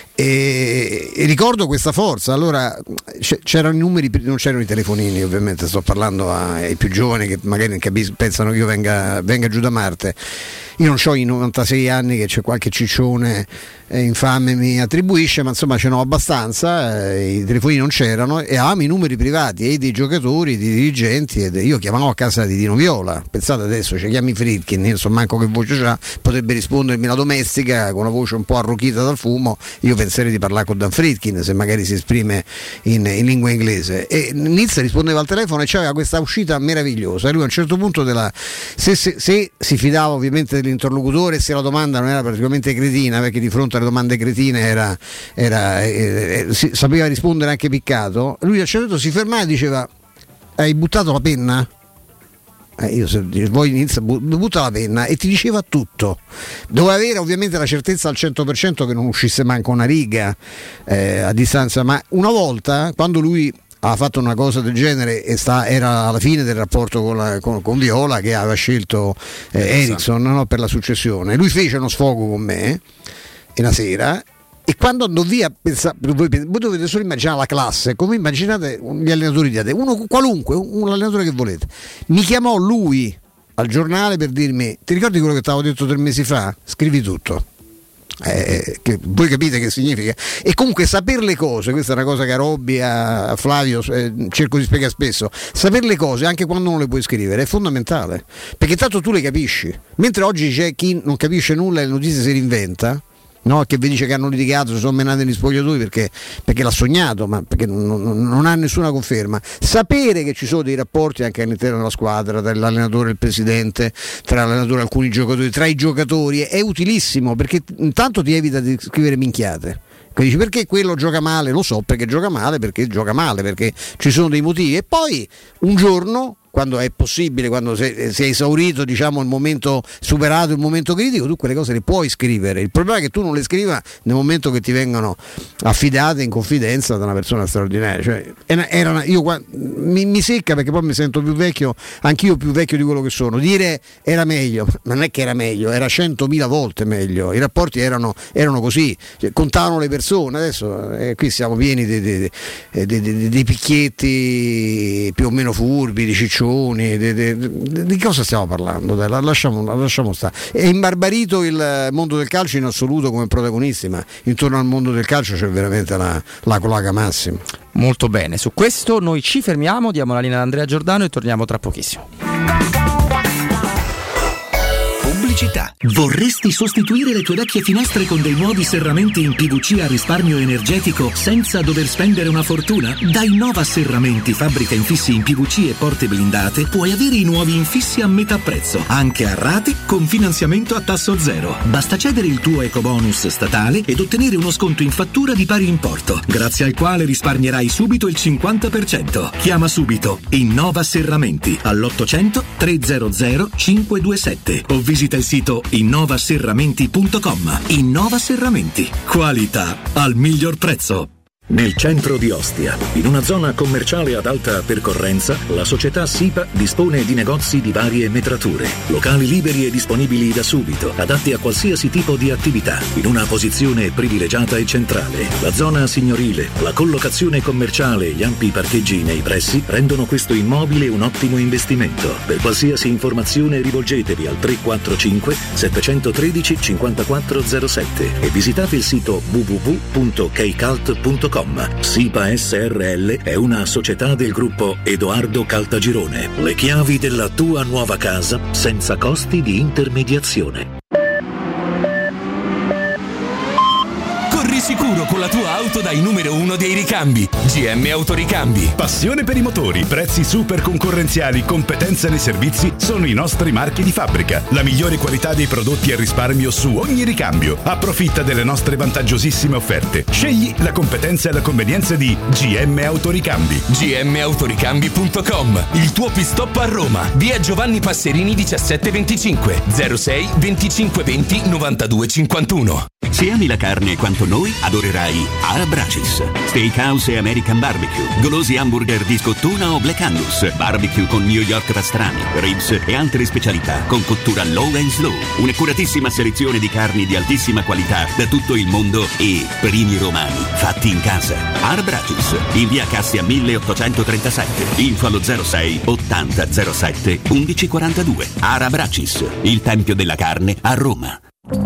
E, e ricordo questa forza. Allora c'erano i numeri, non c'erano i telefonini, ovviamente sto parlando ai più giovani che magari capis- pensano che io venga, venga giù da Marte. Io non ho i novantasei anni che c'è qualche ciccione eh, infame mi attribuisce, ma insomma ce n'ho abbastanza, eh, i telefoni non c'erano e avevamo i numeri privati e dei giocatori, dei dirigenti, ed io chiamavo a casa di Dino Viola. Pensate adesso, ci chiami Friedkin, io non so manco che voce c'ha, potrebbe rispondermi la domestica con una voce un po' arrochita dal fumo, io penserei di parlare con Dan Friedkin se magari si esprime in, in lingua inglese. E Nils rispondeva al telefono e c'aveva questa uscita meravigliosa e lui a un certo punto della, se, se, se si fidava ovviamente dell'interlocutore, se la domanda non era praticamente cretina, perché di fronte alle domande cretine era, era eh, eh, si, sapeva rispondere anche piccato, lui a un certo punto si fermava e diceva: hai buttato la penna? Eh, io se vuoi inizia, butta la penna, e ti diceva tutto. Doveva avere ovviamente la certezza al cento per cento che non uscisse manco una riga eh, a distanza, ma una volta quando lui ha fatto una cosa del genere e sta, era alla fine del rapporto con, la, con, con Viola, che aveva scelto eh, Eriksson, no, per la successione, lui fece uno sfogo con me una sera. E quando andò via, pensa, voi, voi dovete solo immaginare la classe, come immaginate gli allenatori di adesso, uno qualunque, un, un allenatore che volete. Mi chiamò lui al giornale per dirmi: ti ricordi quello che ti avevo detto tre mesi fa? Scrivi tutto. Eh, che voi capite che significa. E comunque saper le cose, questa è una cosa che a Robby, a Flavio eh, cerco di spiegare spesso, saper le cose anche quando non le puoi scrivere è fondamentale, perché tanto tu le capisci, mentre oggi c'è chi non capisce nulla e le notizie si reinventa, no? Che vi dice che hanno litigato, si sono menati negli spogliatoi perché, perché l'ha sognato, ma perché non, non, non ha nessuna conferma. Sapere che ci sono dei rapporti anche all'interno della squadra, tra l'allenatore e il presidente, tra l'allenatore e alcuni giocatori, tra i giocatori, è utilissimo, perché intanto ti evita di scrivere minchiate. Dici: perché quello gioca male? Lo so perché gioca male, perché gioca male, perché ci sono dei motivi. E poi un giorno, quando è possibile, quando si è esaurito, diciamo, il momento superato, il momento critico, tu quelle cose le puoi scrivere. Il problema è che tu non le scriva nel momento che ti vengono affidate in confidenza da una persona straordinaria. Cioè, era una, io mi, mi secca, perché poi mi sento più vecchio, anch'io più vecchio di quello che sono. Dire era meglio, non è che era meglio, era centomila volte meglio. I rapporti erano, erano così, cioè, contavano le persone. Adesso eh, qui siamo pieni di, di, di, di, di, di picchietti più o meno furbi, di ciccioni. Di, di, di cosa stiamo parlando? Dai, lasciamo, lasciamo stare. È imbarbarito il mondo del calcio in assoluto come protagonisti, ma intorno al mondo del calcio c'è veramente la, la colaca massima. Molto bene, su questo noi ci fermiamo, diamo la linea ad Andrea Giordano e torniamo tra pochissimo. Pubblico praticità. Vorresti sostituire le tue vecchie finestre con dei nuovi serramenti in P V C a risparmio energetico senza dover spendere una fortuna? Da Innova Serramenti, fabbrica infissi in P V C e porte blindate, puoi avere i nuovi infissi a metà prezzo, anche a rate con finanziamento a tasso zero. Basta cedere il tuo ecobonus statale ed ottenere uno sconto in fattura di pari importo, grazie al quale risparmierai subito il cinquanta per cento. Chiama subito Innova Serramenti all'ottocento trecento cinquecentoventisette o visita il sito innova serramenti punto com. Innova Serramenti, qualità al miglior prezzo. Nel centro di Ostia, in una zona commerciale ad alta percorrenza, la società SIPA dispone di negozi di varie metrature, locali liberi e disponibili da subito, adatti a qualsiasi tipo di attività, in una posizione privilegiata e centrale. La zona signorile, la collocazione commerciale e gli ampi parcheggi nei pressi rendono questo immobile un ottimo investimento. Per qualsiasi informazione rivolgetevi al tre quattro cinque sette uno tre cinque zero sette e visitate il sito w w w punto keicalt punto com. SIPA S R L è una società del gruppo Edoardo Caltagirone. Le chiavi della tua nuova casa senza costi di intermediazione. Corri sicuro con la tua auto dai numero uno dei ricambi. G M Autoricambi. Passione per i motori, prezzi super concorrenziali, competenza nei servizi sono i nostri marchi di fabbrica. La migliore qualità dei prodotti e risparmio su ogni ricambio. Approfitta delle nostre vantaggiosissime offerte. Scegli la competenza e la convenienza di G M Autoricambi. G M Autoricambi punto com. Il tuo pit-stop a Roma. Via Giovanni Passerini diciassette venticinque zero sei venticinque venti novantadue cinquantuno. Se ami la carne quanto noi, adorerai Arabracis. Steakhouse e American Barbecue, golosi hamburger di scottuna o Black Angus, barbecue con New York pastrami, ribs e altre specialità con cottura low and slow. Un'accuratissima selezione di carni di altissima qualità da tutto il mondo e primi romani fatti in casa. Arabracis, in via Cassia milleottocentotrentasette, info allo zero sei ottanta zero sette undici quarantadue. Arabracis, il tempio della carne a Roma.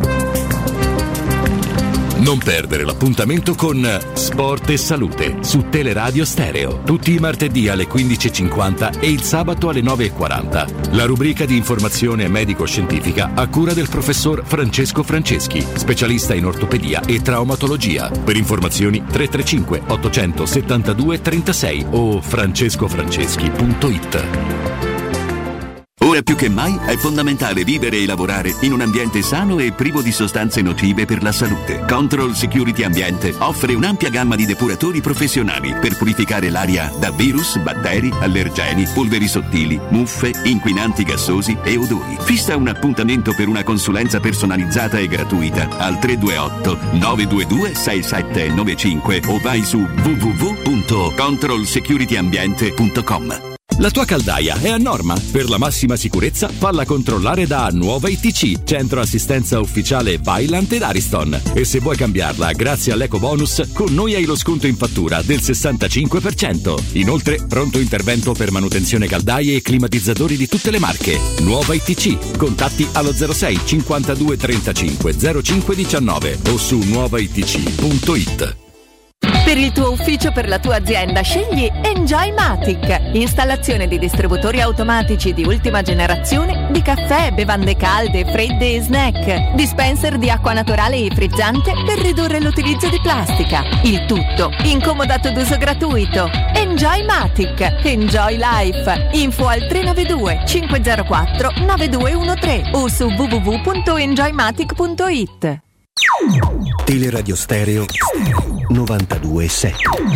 Non perdere l'appuntamento con Sport e Salute su Teleradio Stereo, tutti i martedì alle quindici e cinquanta e il sabato alle nove e quaranta. La rubrica di informazione medico-scientifica a cura del professor Francesco Franceschi, specialista in ortopedia e traumatologia. Per informazioni tre tre cinque ottocentosettantadue trentasei o francescofranceschi punto it. Ora più che mai è fondamentale vivere e lavorare in un ambiente sano e privo di sostanze nocive per la salute. Control Security Ambiente offre un'ampia gamma di depuratori professionali per purificare l'aria da virus, batteri, allergeni, polveri sottili, muffe, inquinanti gassosi e odori. Fissa un appuntamento per una consulenza personalizzata e gratuita al tre due otto nove due due sei sette nove cinque o vai su w w w punto control security ambiente punto com. La tua caldaia è a norma? Per la massima sicurezza falla controllare da Nuova I T C, centro assistenza ufficiale Vaillant ed Ariston. E se vuoi cambiarla grazie all'eco bonus, con noi hai lo sconto in fattura del sessantacinque per cento. Inoltre, pronto intervento per manutenzione caldaie e climatizzatori di tutte le marche. Nuova I T C. Contatti allo zero sei cinquantadue trentacinque zero cinque diciannove o su nuova i t c punto it. Per il tuo ufficio, per la tua azienda, scegli Enjoymatic. Installazione di distributori automatici di ultima generazione di caffè, bevande calde, fredde e snack. Dispenser di acqua naturale e frizzante per ridurre l'utilizzo di plastica. Il tutto in comodato d'uso gratuito. Enjoymatic. Enjoy Life. Info al tre nove due cinque zero quattro nove due uno tre o su w w w punto enjoymatic punto it. Teleradio Stereo novantadue sette.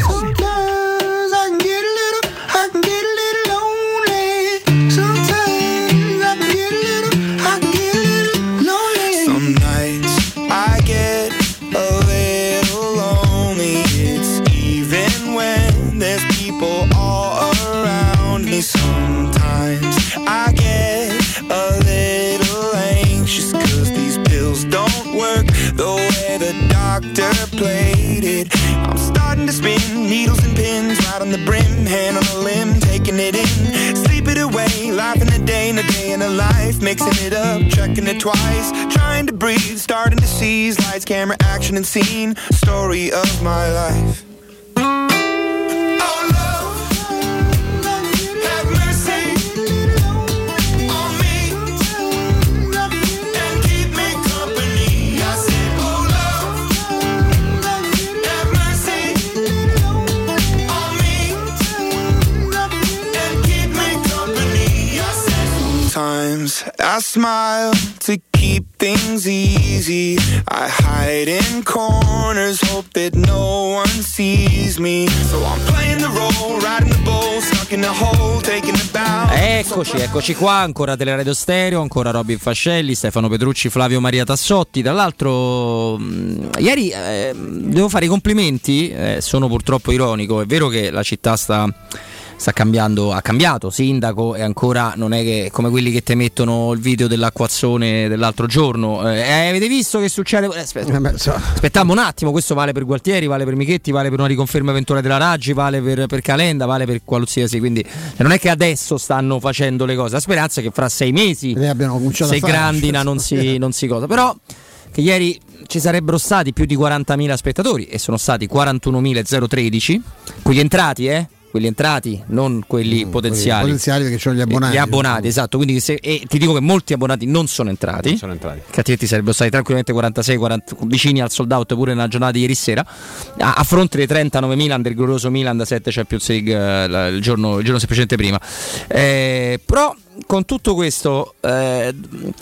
Played it. I'm starting to spin needles and pins right on the brim, hand on a limb, taking it in, sleep it away, life in a day and a day in a life, mixing it up, checking it twice, trying to breathe, starting to seize lights, camera, action and scene, story of my life. And close. I smile to keep things easy. I hide in corners, hope that no one sees me. So I'm playing the role, riding the bull, stuck in the hole, taking the bow. Eccoci, eccoci qua, ancora Teleradio Stereo, ancora Robin Fascelli, Stefano Petrucci, Flavio Maria Tassotti. Tra l'altro mh, ieri eh, devo fare i complimenti, eh, sono purtroppo ironico, è vero che la città sta sta cambiando, ha cambiato sindaco e ancora non è che come quelli che ti mettono il video dell'acquazzone dell'altro giorno. Eh, avete visto che succede? Aspetta, aspettiamo un attimo, questo vale per Gualtieri, vale per Michetti, vale per una riconferma eventuale della Raggi, vale per, per Calenda, vale per qualsiasi, quindi non è che adesso stanno facendo le cose, la speranza è che fra sei mesi se Grandina non si, non si cosa, però che ieri ci sarebbero stati più di quarantamila spettatori e sono stati quarantunomilatredici, quelli entrati eh quelli entrati, non quelli mm, potenziali. Quelli potenziali perché sono gli abbonati. Gli abbonati, esatto. Quindi se, e ti dico che molti abbonati non sono entrati. Non sono entrati. Che altrimenti sarebbero stati tranquillamente quarantasei quaranta, vicini al sold out pure nella giornata di ieri sera. A, a fronte dei trentanovemila del glorioso Milan da sette Champions League eh, il, giorno, il giorno semplicemente prima. Eh, però con tutto questo eh,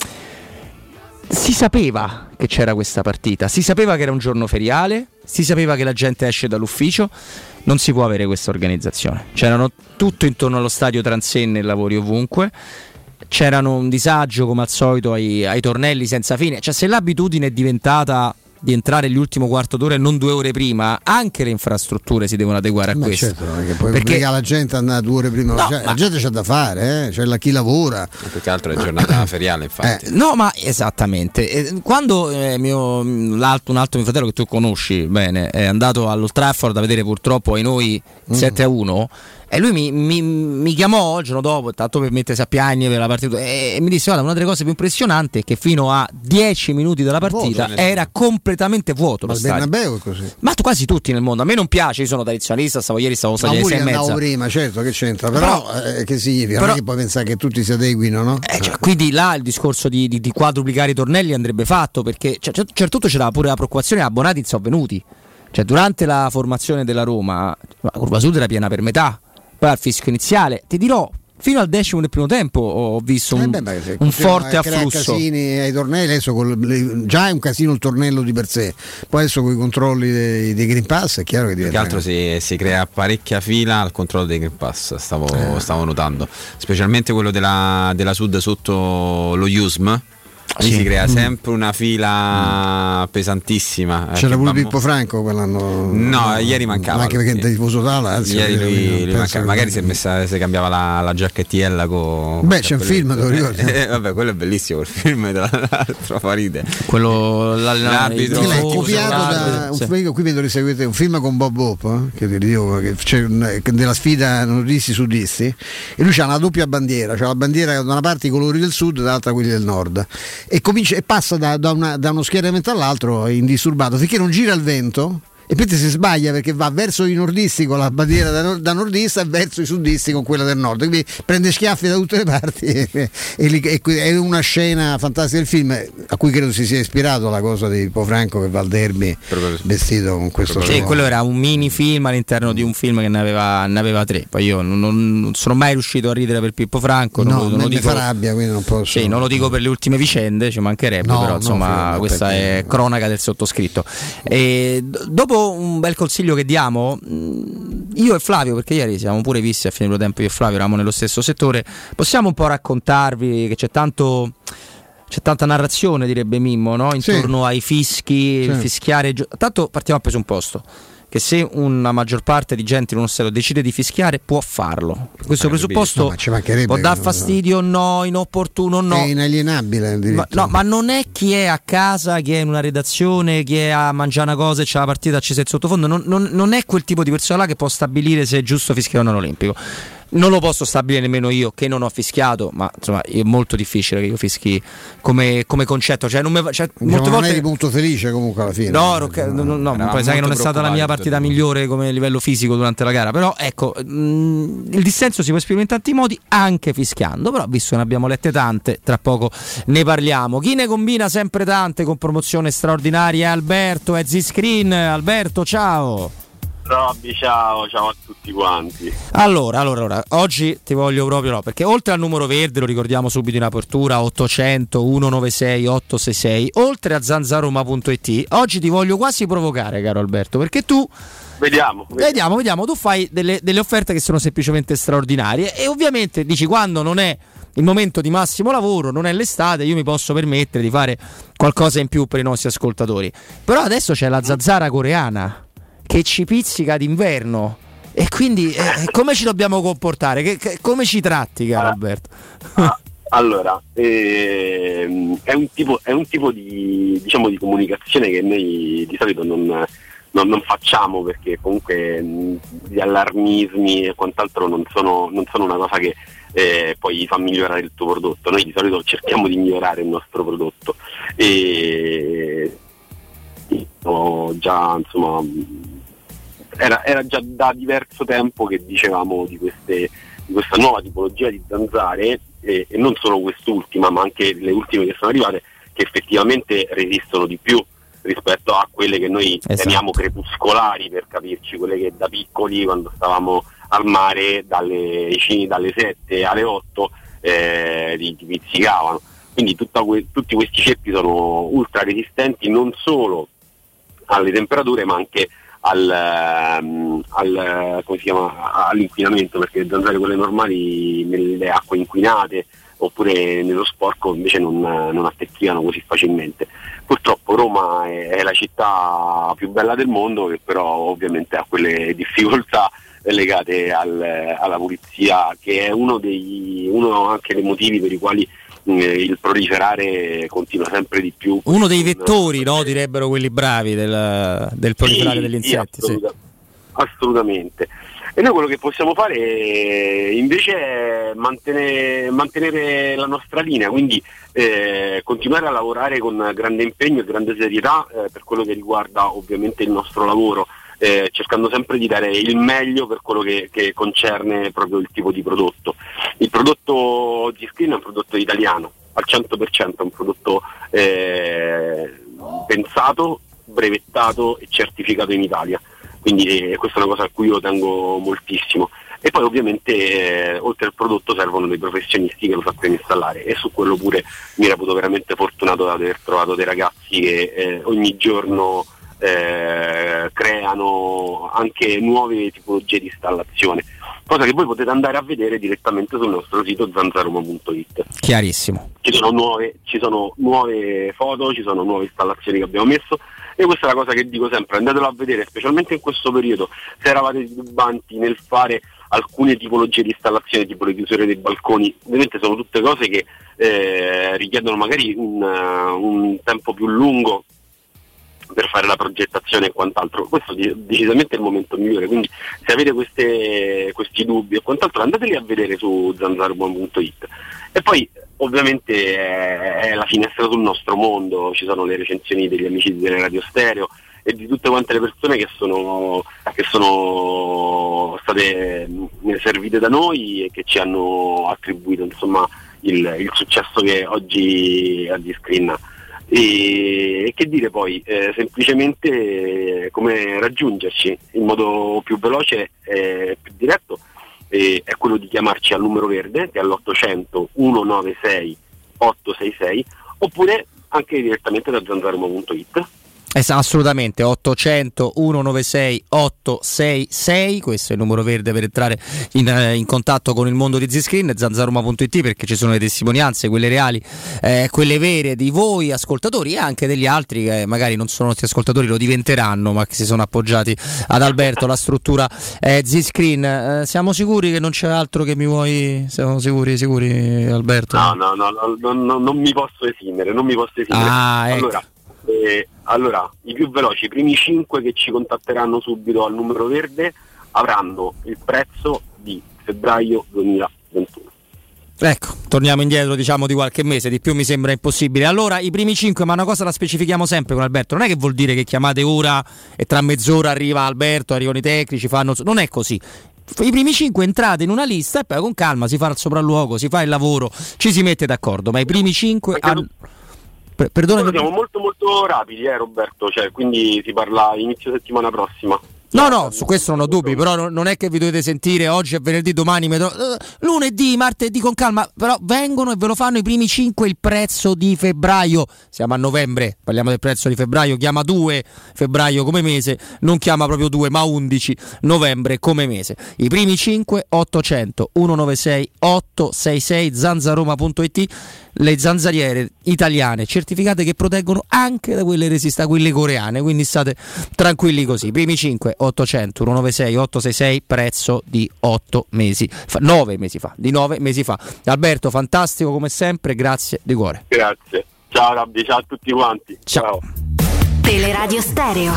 si sapeva che c'era questa partita, si sapeva che era un giorno feriale, si sapeva che la gente esce dall'ufficio. Non si può avere questa organizzazione. C'erano tutto intorno allo stadio transenne e lavori ovunque. C'erano un disagio come al solito ai, ai tornelli senza fine. Cioè, se l'abitudine è diventata di entrare l'ultimo quarto d'ora e non due ore prima, anche le infrastrutture si devono adeguare a ma questo. Certo, perché poi perché la gente andava due ore prima, no, cioè, ma... la gente c'ha da fare, eh? C'è la chi lavora. Più che altro è giornata feriale, infatti. Eh, no, ma esattamente. Quando eh, mio, l'altro, un altro mio fratello che tu conosci bene è andato all'Old Trafford a vedere purtroppo ai noi mm. sette a uno. E lui mi, mi, mi chiamò il giorno dopo, tanto per mettersi a piangere per la partita, e, e mi disse: guarda, una delle cose più impressionanti è che fino a dieci minuti dalla partita vuoto, era completamente vuoto. Ma lo il Bernabeu è così. Ma quasi tutti nel mondo. A me non piace, io sono tradizionalista, stavo ieri, stavo stati alle sei e mezza. Prima, certo, che c'entra, però, però eh, che significa? Però, non è che poi pensare che tutti si adeguino, no? Eh, cioè, quindi là il discorso di, di, di quadruplicare i tornelli andrebbe fatto, perché cioè, certo c'era pure la preoccupazione che abbonati non sono venuti. Cioè, durante la formazione della Roma, la curva sud era piena per metà. Poi al fischio iniziale, ti dirò, fino al decimo del primo tempo ho visto un, eh beh, un forte afflusso. Casini ai tornelli, adesso col, già è un casino il tornello di per sé, poi adesso con i controlli dei, dei Green Pass è chiaro che diventa. Che altro si, si crea parecchia fila al controllo dei Green Pass, stavo, eh. stavo notando, specialmente quello della, della Sud sotto lo U S M. Lì sì. si crea sempre una fila mm. pesantissima. C'era pure Pippo Franco quell'anno. No, no, ieri mancava. Anche perché è tifoso tala. Anzi, ieri lui, lui mancava. Magari si, è messa, si cambiava la, la giacchettella con. Beh, c'è un film, te lo ricordi? Eh, vabbè, quello è bellissimo. Il film dell'altro fa ride. Quello l'arbitro. Che l'hai copiato da un film, qui vedo seguite un film con Bob Hope, eh, che ti dico che c'è un, della sfida nordisti sudisti, e lui c'ha una doppia bandiera, c'ha la bandiera da una parte i colori del sud, dall'altra quelli del nord. E, comincia, e passa da, da, una, da uno schieramento all'altro indisturbato finché non gira il vento e poi si sbaglia perché va verso i nordisti con la bandiera da, da nordista e verso i sudisti con quella del nord, quindi prende schiaffi da tutte le parti e, e, e, e è una scena fantastica del film a cui credo si sia ispirato la cosa di Pippo Franco che va al derby proprio, vestito con questo sì, suo... quello era un mini film all'interno di un film che ne aveva, ne aveva tre. Poi io non, non sono mai riuscito a ridere per Pippo Franco, non, no, lo, non lo dico, fa rabbia, quindi non posso. Sì, non lo dico per le ultime vicende, ci mancherebbe, no, però insomma no, questa perché... è cronaca del sottoscritto. E dopo un bel consiglio che diamo, io e Flavio, perché ieri siamo pure visti a fine del tempo, io e Flavio eravamo nello stesso settore, possiamo un po' raccontarvi che c'è tanto c'è tanta narrazione, direbbe Mimmo, no? Intorno sì. ai fischi, sì. il fischiare. Tanto partiamo dal presupposto che se una maggior parte di gente in uno stato decide di fischiare può farlo. Questo presupposto no, può dar fastidio o no, inopportuno o no. È inalienabile. Ma, no, ma non è chi è a casa, chi è in una redazione, chi è a mangiare una cosa e c'è la partita accesa in sottofondo, non, non, non è quel tipo di persona là che può stabilire se è giusto fischiare o no all'Olimpico. Non lo posso stabilire nemmeno io che non ho fischiato, ma insomma è molto difficile che io fischi come, come concetto. Cioè, non me, cioè, diciamo, molte non volte eri molto felice comunque alla fine. No, no, no, no, no poi sai che non è stata la mia partita migliore come livello fisico durante la gara. Però ecco, mh, il dissenso si può esprimere in tanti modi, anche fischiando. Però visto che ne abbiamo lette tante, tra poco ne parliamo. Chi ne combina sempre tante con promozione straordinaria è Alberto, è Z-Screen. Alberto, ciao. Robby, ciao, ciao a tutti quanti. Allora, allora, allora, oggi ti voglio proprio no, perché oltre al numero verde, lo ricordiamo subito in apertura, ottocento centonovantasei ottocentosessantasei, oltre a zanzaroma punto it, oggi ti voglio quasi provocare, caro Alberto, perché tu Vediamo, vediamo, vediamo, vediamo tu fai delle, delle offerte che sono semplicemente straordinarie e ovviamente dici quando non è il momento di massimo lavoro, non è l'estate, io mi posso permettere di fare qualcosa in più per i nostri ascoltatori. Però adesso c'è la zanzara coreana che ci pizzica d'inverno e quindi eh, come ci dobbiamo comportare? Che, che, come ci tratti, caro Alberto? Ah, allora, ehm, è un tipo, è un tipo di, diciamo, di comunicazione che noi di solito non, non, non facciamo, perché comunque mh, gli allarmismi e quant'altro non sono, non sono una cosa che eh, poi fa migliorare il tuo prodotto. Noi di solito cerchiamo di migliorare il nostro prodotto e ho già insomma Era, era già da diverso tempo che dicevamo di, queste, di questa nuova tipologia di zanzare e, e non solo quest'ultima ma anche le ultime che sono arrivate, che effettivamente resistono di più rispetto a quelle che noi esatto. teniamo crepuscolari, per capirci, quelle che da piccoli quando stavamo al mare dalle, dalle sette alle otto eh, ti, ti pizzicavano. Quindi tutta que- tutti questi ceppi sono ultra resistenti non solo alle temperature ma anche Al, um, al, come si chiama, all'inquinamento, perché le zanzare quelle normali nelle acque inquinate oppure nello sporco invece non, non attecchivano così facilmente. Purtroppo Roma è, è la città più bella del mondo, che però ovviamente ha quelle difficoltà legate al, alla pulizia, che è uno dei uno anche dei motivi per i quali il proliferare continua sempre di più. Uno dei vettori, no, direbbero quelli bravi del, del proliferare sì, degli insetti. Sì, assoluta, sì. Assolutamente. E noi quello che possiamo fare invece è mantenere, mantenere la nostra linea, quindi eh, continuare a lavorare con grande impegno e grande serietà eh, per quello che riguarda ovviamente il nostro lavoro, eh, cercando sempre di dare il meglio per quello che, che concerne proprio il tipo di prodotto. Il prodotto Z-Screen è un prodotto italiano, al cento per cento è un prodotto eh, pensato, brevettato e certificato in Italia. Quindi eh, questa è una cosa a cui io tengo moltissimo. E poi ovviamente eh, oltre al prodotto servono dei professionisti che lo sappiano installare, e su quello pure mi reputo veramente fortunato ad aver trovato dei ragazzi che eh, ogni giorno eh, creano anche nuove tipologie di installazione, cosa che voi potete andare a vedere direttamente sul nostro sito zanzaroma punto it. Chiarissimo. Ci sono nuove, ci sono nuove foto, ci sono nuove installazioni che abbiamo messo. E questa è la cosa che dico sempre, andatelo a vedere, specialmente in questo periodo, se eravate titubanti nel fare alcune tipologie di installazione, tipo le chiusure dei balconi. Ovviamente sono tutte cose che eh, richiedono magari un, uh, un tempo più lungo per fare la progettazione e quant'altro. Questo è decisamente il momento migliore, quindi se avete queste, questi dubbi e quant'altro andateli a vedere su zanzaroma punto it. E poi ovviamente è, è la finestra sul nostro mondo, ci sono le recensioni degli amici delle Radio Stereo e di tutte quante le persone che sono, che sono state servite da noi e che ci hanno attribuito insomma il, il successo che oggi ha Z-Screen. E, e che dire poi, eh, semplicemente eh, come raggiungerci in modo più veloce e più diretto eh, è quello di chiamarci al numero verde, che è all'ottocento centonovantasei ottocentosessantasei, oppure anche direttamente da zanzaroma punto it. Esatto, assolutamente, ottocento centonovantasei ottocentosessantasei, questo è il numero verde per entrare in, in contatto con il mondo di Z-Screen, zanzaroma punto it, perché ci sono le testimonianze, quelle reali, eh, quelle vere di voi ascoltatori e anche degli altri che magari non sono nostri ascoltatori, lo diventeranno, ma che si sono appoggiati ad Alberto, la struttura eh, Z-Screen. Eh, siamo sicuri che non c'è altro che mi vuoi? Siamo sicuri, sicuri Alberto? No, no, no, no, no, no non mi posso esimere, non mi posso esimere. Ah, ecco. Allora, Eh, allora, i più veloci, i primi cinque che ci contatteranno subito al numero verde avranno il prezzo di febbraio duemilaventuno. Ecco, torniamo indietro diciamo di qualche mese, di più mi sembra impossibile. Allora, i primi cinque, ma una cosa la specifichiamo sempre con Alberto, non è che vuol dire che chiamate ora e tra mezz'ora arriva Alberto, arrivano i tecnici, fanno... non è così. I primi cinque entrate in una lista e poi con calma si fa il sopralluogo, si fa il lavoro, ci si mette d'accordo, ma i primi cinque... Hanno... Perdona, siamo molto molto rapidi, eh Roberto, cioè, quindi si parla inizio settimana prossima. No, no, su questo non ho dubbi, però non, non è che vi dovete sentire oggi è venerdì, domani metro, uh, lunedì, martedì con calma, però vengono e ve lo fanno i primi cinque il prezzo di febbraio. Siamo a novembre, parliamo del prezzo di febbraio, chiama due febbraio come mese, non chiama proprio due ma undici novembre come mese. I primi cinque ottocento centonovantasei ottocentosessantasei zanzaroma punto it, le zanzariere italiane certificate che proteggono anche da quelle resistenti, quelle coreane, quindi state tranquilli così. Primi cinque ottocento centonovantasei ottocentosessantasei, prezzo di otto mesi fa, nove mesi fa, di nove mesi fa. Alberto, fantastico come sempre, grazie di cuore. Grazie. Ciao Rabbi, ciao a tutti quanti. Ciao. Teleradio Stereo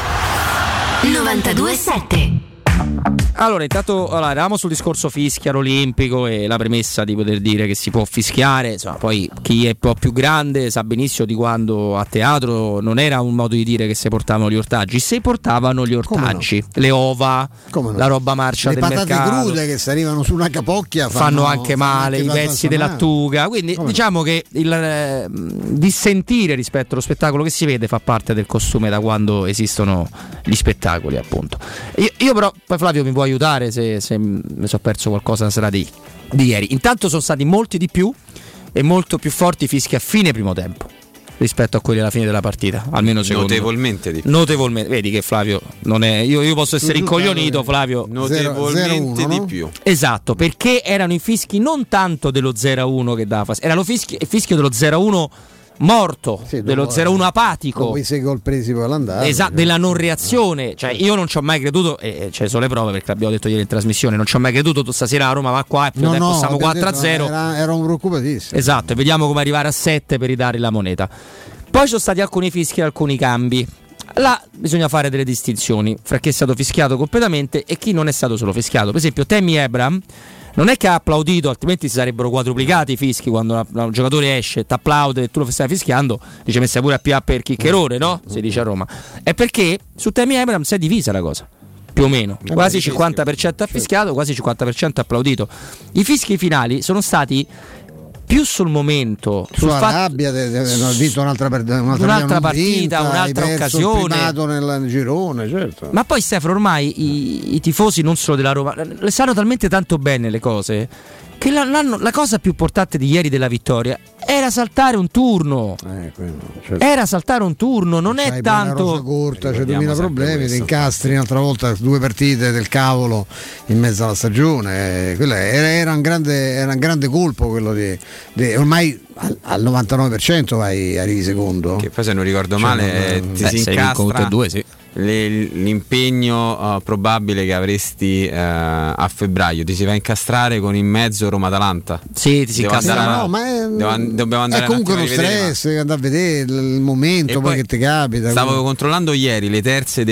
novantadue sette. Allora, intanto allora, eravamo sul discorso fischia olimpico e la premessa di poter dire che si può fischiare, insomma, poi chi è un po' più grande sa benissimo di quando a teatro non era un modo di dire che si portavano gli ortaggi, si portavano gli ortaggi, no? Le ova, no? La roba marcia le del mercato. Le patate crude che si arrivano su una capocchia fanno, fanno anche male, fanno anche i pezzi della lattuga, quindi come diciamo no? Che il eh, dissentire rispetto allo spettacolo che si vede fa parte del costume da quando esistono gli spettacoli, appunto. Io, io però, poi Flavio mi può aiutare se, se mi sono perso qualcosa nella serata di, di ieri. Intanto sono stati molti di più e molto più forti fischi a fine primo tempo rispetto a quelli alla fine della partita, almeno secondo notevolmente di più. Notevolmente, vedi che Flavio non è io, io posso essere incoglionito, Flavio, notevolmente di più. Esatto, perché erano i fischi non tanto dello zero a uno che dava fastidio, erano fischi, il fischio dello zero a uno morto, sì, dello zero uno apatico, dopo i sei gol presi poi all'andare, esatto, della non reazione. Cioè io non ci ho mai creduto, e ce ne sono le prove perché l'abbiamo detto ieri in trasmissione, non ci ho mai creduto stasera a Roma va qua e no, no, siamo quattro a zero, era, era un preoccupatissimo, esatto, e vediamo come arrivare a sette per ridare la moneta. Poi ci sono stati alcuni fischi e alcuni cambi. Là bisogna fare delle distinzioni fra chi è stato fischiato completamente e chi non è stato solo fischiato. Per esempio Tammy Abraham non è che ha applaudito, altrimenti si sarebbero quadruplicati i fischi. Quando un giocatore esce, ti applaude e tu lo stai fischiando, dice messa pure a P A per chiccherone, no? Si dice a Roma. È perché su Tammy Abraham si è divisa la cosa, più o meno. Quasi cinquanta per cento ha fischiato, quasi cinquanta per cento ha applaudito. I fischi finali sono stati più sul momento, sul sulla fatto, rabbia, ha vinto un'altra, un'altra, un'altra partita, vinta, un'altra occasione nel girone, certo. Ma poi Stefano, ormai i, i tifosi non solo della Roma le sanno talmente tanto bene le cose che la, la cosa più importante di ieri della vittoria era saltare un turno, eh, quello, certo. Era saltare un turno, non c'hai è tanto una rosa corta, c'è duemila problemi, ti incastri un'altra volta due partite del cavolo in mezzo alla stagione, eh, quello era, era, un grande, era un grande colpo quello di, di ormai al, al novantanove per cento vai, arrivi secondo, che poi se non ricordo cioè, male non, ti beh, si incastra due, sì. Le, l'impegno uh, probabile che avresti uh, a febbraio ti si va a incastrare con in mezzo Roma-Atalanta. Sì, ti si incastra. No, ma è, devo, dobbiamo andare è comunque lo stress, ma... andare a vedere il momento poi, poi che ti capita. Stavo quindi. controllando ieri le terze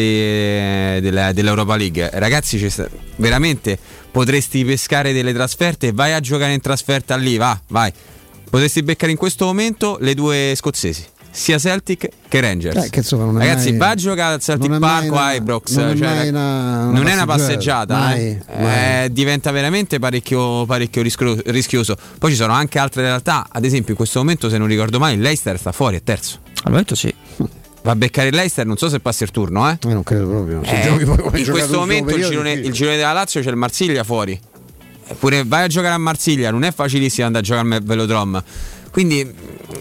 de, de, dell'Europa League. Ragazzi, c'è, veramente potresti pescare delle trasferte, vai a giocare in trasferta lì, va, vai. Potresti beccare in questo momento le due scozzesi, sia Celtic che Rangers. Eh, che insomma, non ragazzi, mai, va a giocare al Celtic Park o a Ibrox, non, cioè, è, una, una non è una passeggiata, mai, eh. mai. Eh, diventa veramente parecchio, parecchio rischioso. Poi ci sono anche altre realtà, ad esempio in questo momento, se non ricordo male, il Leicester sta fuori, è terzo. Al momento sì. Va a beccare il Leicester, non so se passa il turno, eh. Eh, non credo proprio. Eh, giochi poi come in questo momento il girone, il girone della Lazio c'è il Marsiglia fuori. Eppure vai a giocare a Marsiglia, non è facilissimo andare a giocare al Velodrome. Quindi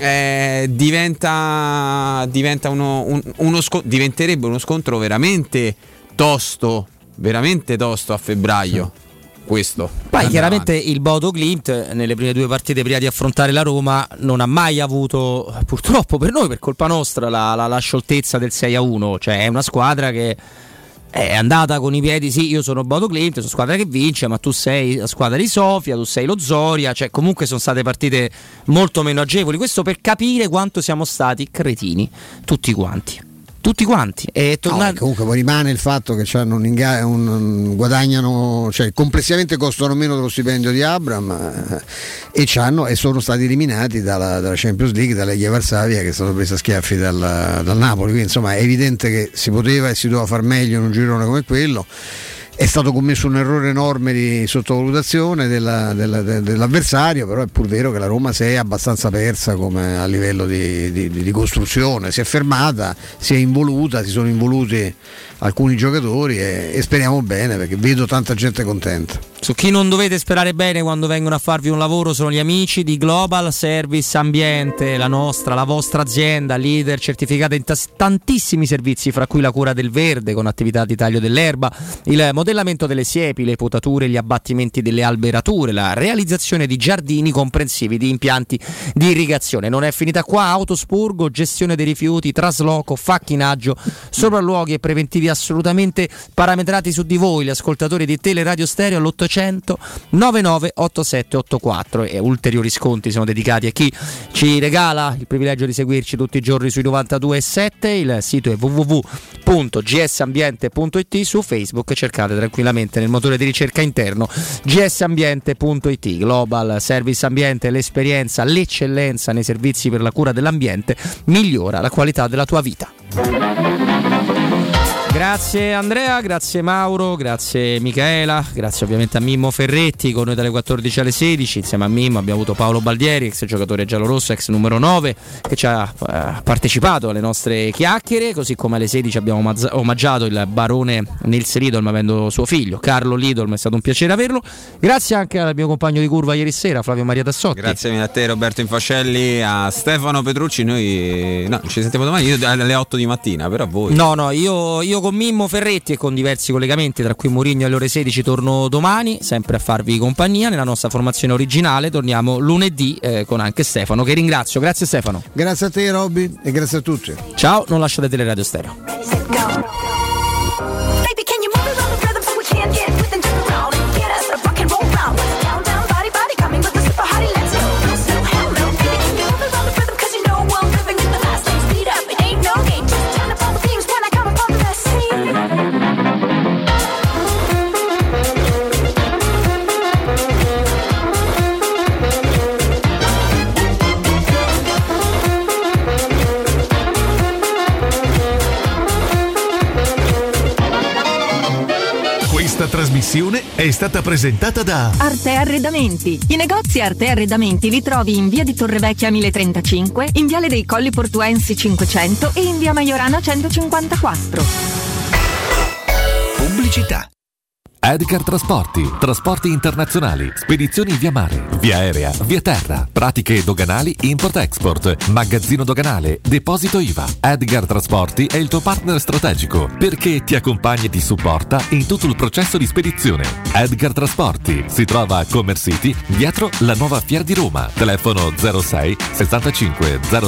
eh, diventa, diventa uno, un, uno sco- diventerebbe uno scontro veramente tosto, veramente tosto a febbraio. Questo. Poi chiaramente avanti. Il Bodo Glimt nelle prime due partite prima di affrontare la Roma non ha mai avuto, purtroppo per noi, per colpa nostra, la, la, la scioltezza del sei a uno. Cioè è una squadra che è andata con i piedi, sì, io sono Bodo Glimt, sono squadra che vince, ma tu sei la squadra di Sofia, tu sei lo Zoria, cioè comunque sono state partite molto meno agevoli. Questo per capire quanto siamo stati cretini tutti quanti. Tutti quanti e tornare... no, comunque poi rimane il fatto che c'hanno un, inga- un, un guadagnano, cioè complessivamente costano meno dello stipendio di Abraham eh, e, c'hanno, e sono stati eliminati dalla, dalla Champions League, dalla Legia Varsavia, che è stata presa a schiaffi dal, dal Napoli. Quindi insomma è evidente che si poteva e si doveva far meglio in un girone come quello. È stato commesso un errore enorme di sottovalutazione della, della, de, dell'avversario, però è pur vero che la Roma si è abbastanza persa come a livello di, di, di costruzione, si è fermata, si è involuta, si sono involuti alcuni giocatori e, e speriamo bene, perché vedo tanta gente contenta. Su chi non dovete sperare bene quando vengono a farvi un lavoro sono gli amici di Global Service Ambiente, la nostra, la vostra azienda, leader certificata in tas- tantissimi servizi, fra cui la cura del verde con attività di taglio dell'erba, il modellamento delle siepi, le potature, gli abbattimenti delle alberature, la realizzazione di giardini comprensivi di impianti di irrigazione. Non è finita qua, autospurgo, gestione dei rifiuti, trasloco, facchinaggio, sopralluoghi e preventivi assolutamente parametrati su di voi, gli ascoltatori di Teleradio Stereo, all'ottocento novantanove ottantasette ottantaquattro, e ulteriori sconti sono dedicati a chi ci regala il privilegio di seguirci tutti i giorni sui novantadue virgola sette. Il sito è w w w punto g s ambiente punto i t, su Facebook cercate tranquillamente nel motore di ricerca interno g s ambiente punto i t. Global Service Ambiente, l'esperienza, l'eccellenza nei servizi per la cura dell'ambiente migliora la qualità della tua vita. Grazie Andrea, grazie Mauro, grazie Michaela, grazie ovviamente a Mimmo Ferretti, con noi dalle quattordici alle sedici. Insieme a Mimmo abbiamo avuto Paolo Baldieri, ex giocatore giallorosso, ex numero nove, che ci ha eh, partecipato alle nostre chiacchiere, così come alle sedici abbiamo omaggi- omaggiato il barone Nils Lidolm avendo suo figlio Carlo Lidolm, è stato un piacere averlo. Grazie anche al mio compagno di curva ieri sera, Flavio Maria Tassotti. Grazie mille a te Roberto Infascelli, a Stefano Petrucci. Noi no, ci sentiamo domani, io alle otto di mattina, però voi. No, no, io, io con Mimmo Ferretti e con diversi collegamenti, tra cui Mourinho alle ore sedici, torno domani sempre a farvi compagnia nella nostra formazione originale. Torniamo lunedì eh, con anche Stefano, che ringrazio. Grazie Stefano. Grazie a te Robby e grazie a tutti. Ciao, non lasciate Teleradio Stereo. Questa trasmissione è stata presentata da Arte Arredamenti. I negozi Arte Arredamenti li trovi in via di Torrevecchia mille trentacinque, in viale dei Colli Portuensi cinquecento e in via Maiorana centocinquantaquattro. Pubblicità. Edgar Trasporti, trasporti internazionali, spedizioni via mare, via aerea, via terra, pratiche doganali import-export, magazzino doganale, deposito I V A. Edgar Trasporti è il tuo partner strategico perché ti accompagna e ti supporta in tutto il processo di spedizione. Edgar Trasporti si trova a Commerce City, dietro la nuova Fiera di Roma. Telefono zero sei sessantacinque zero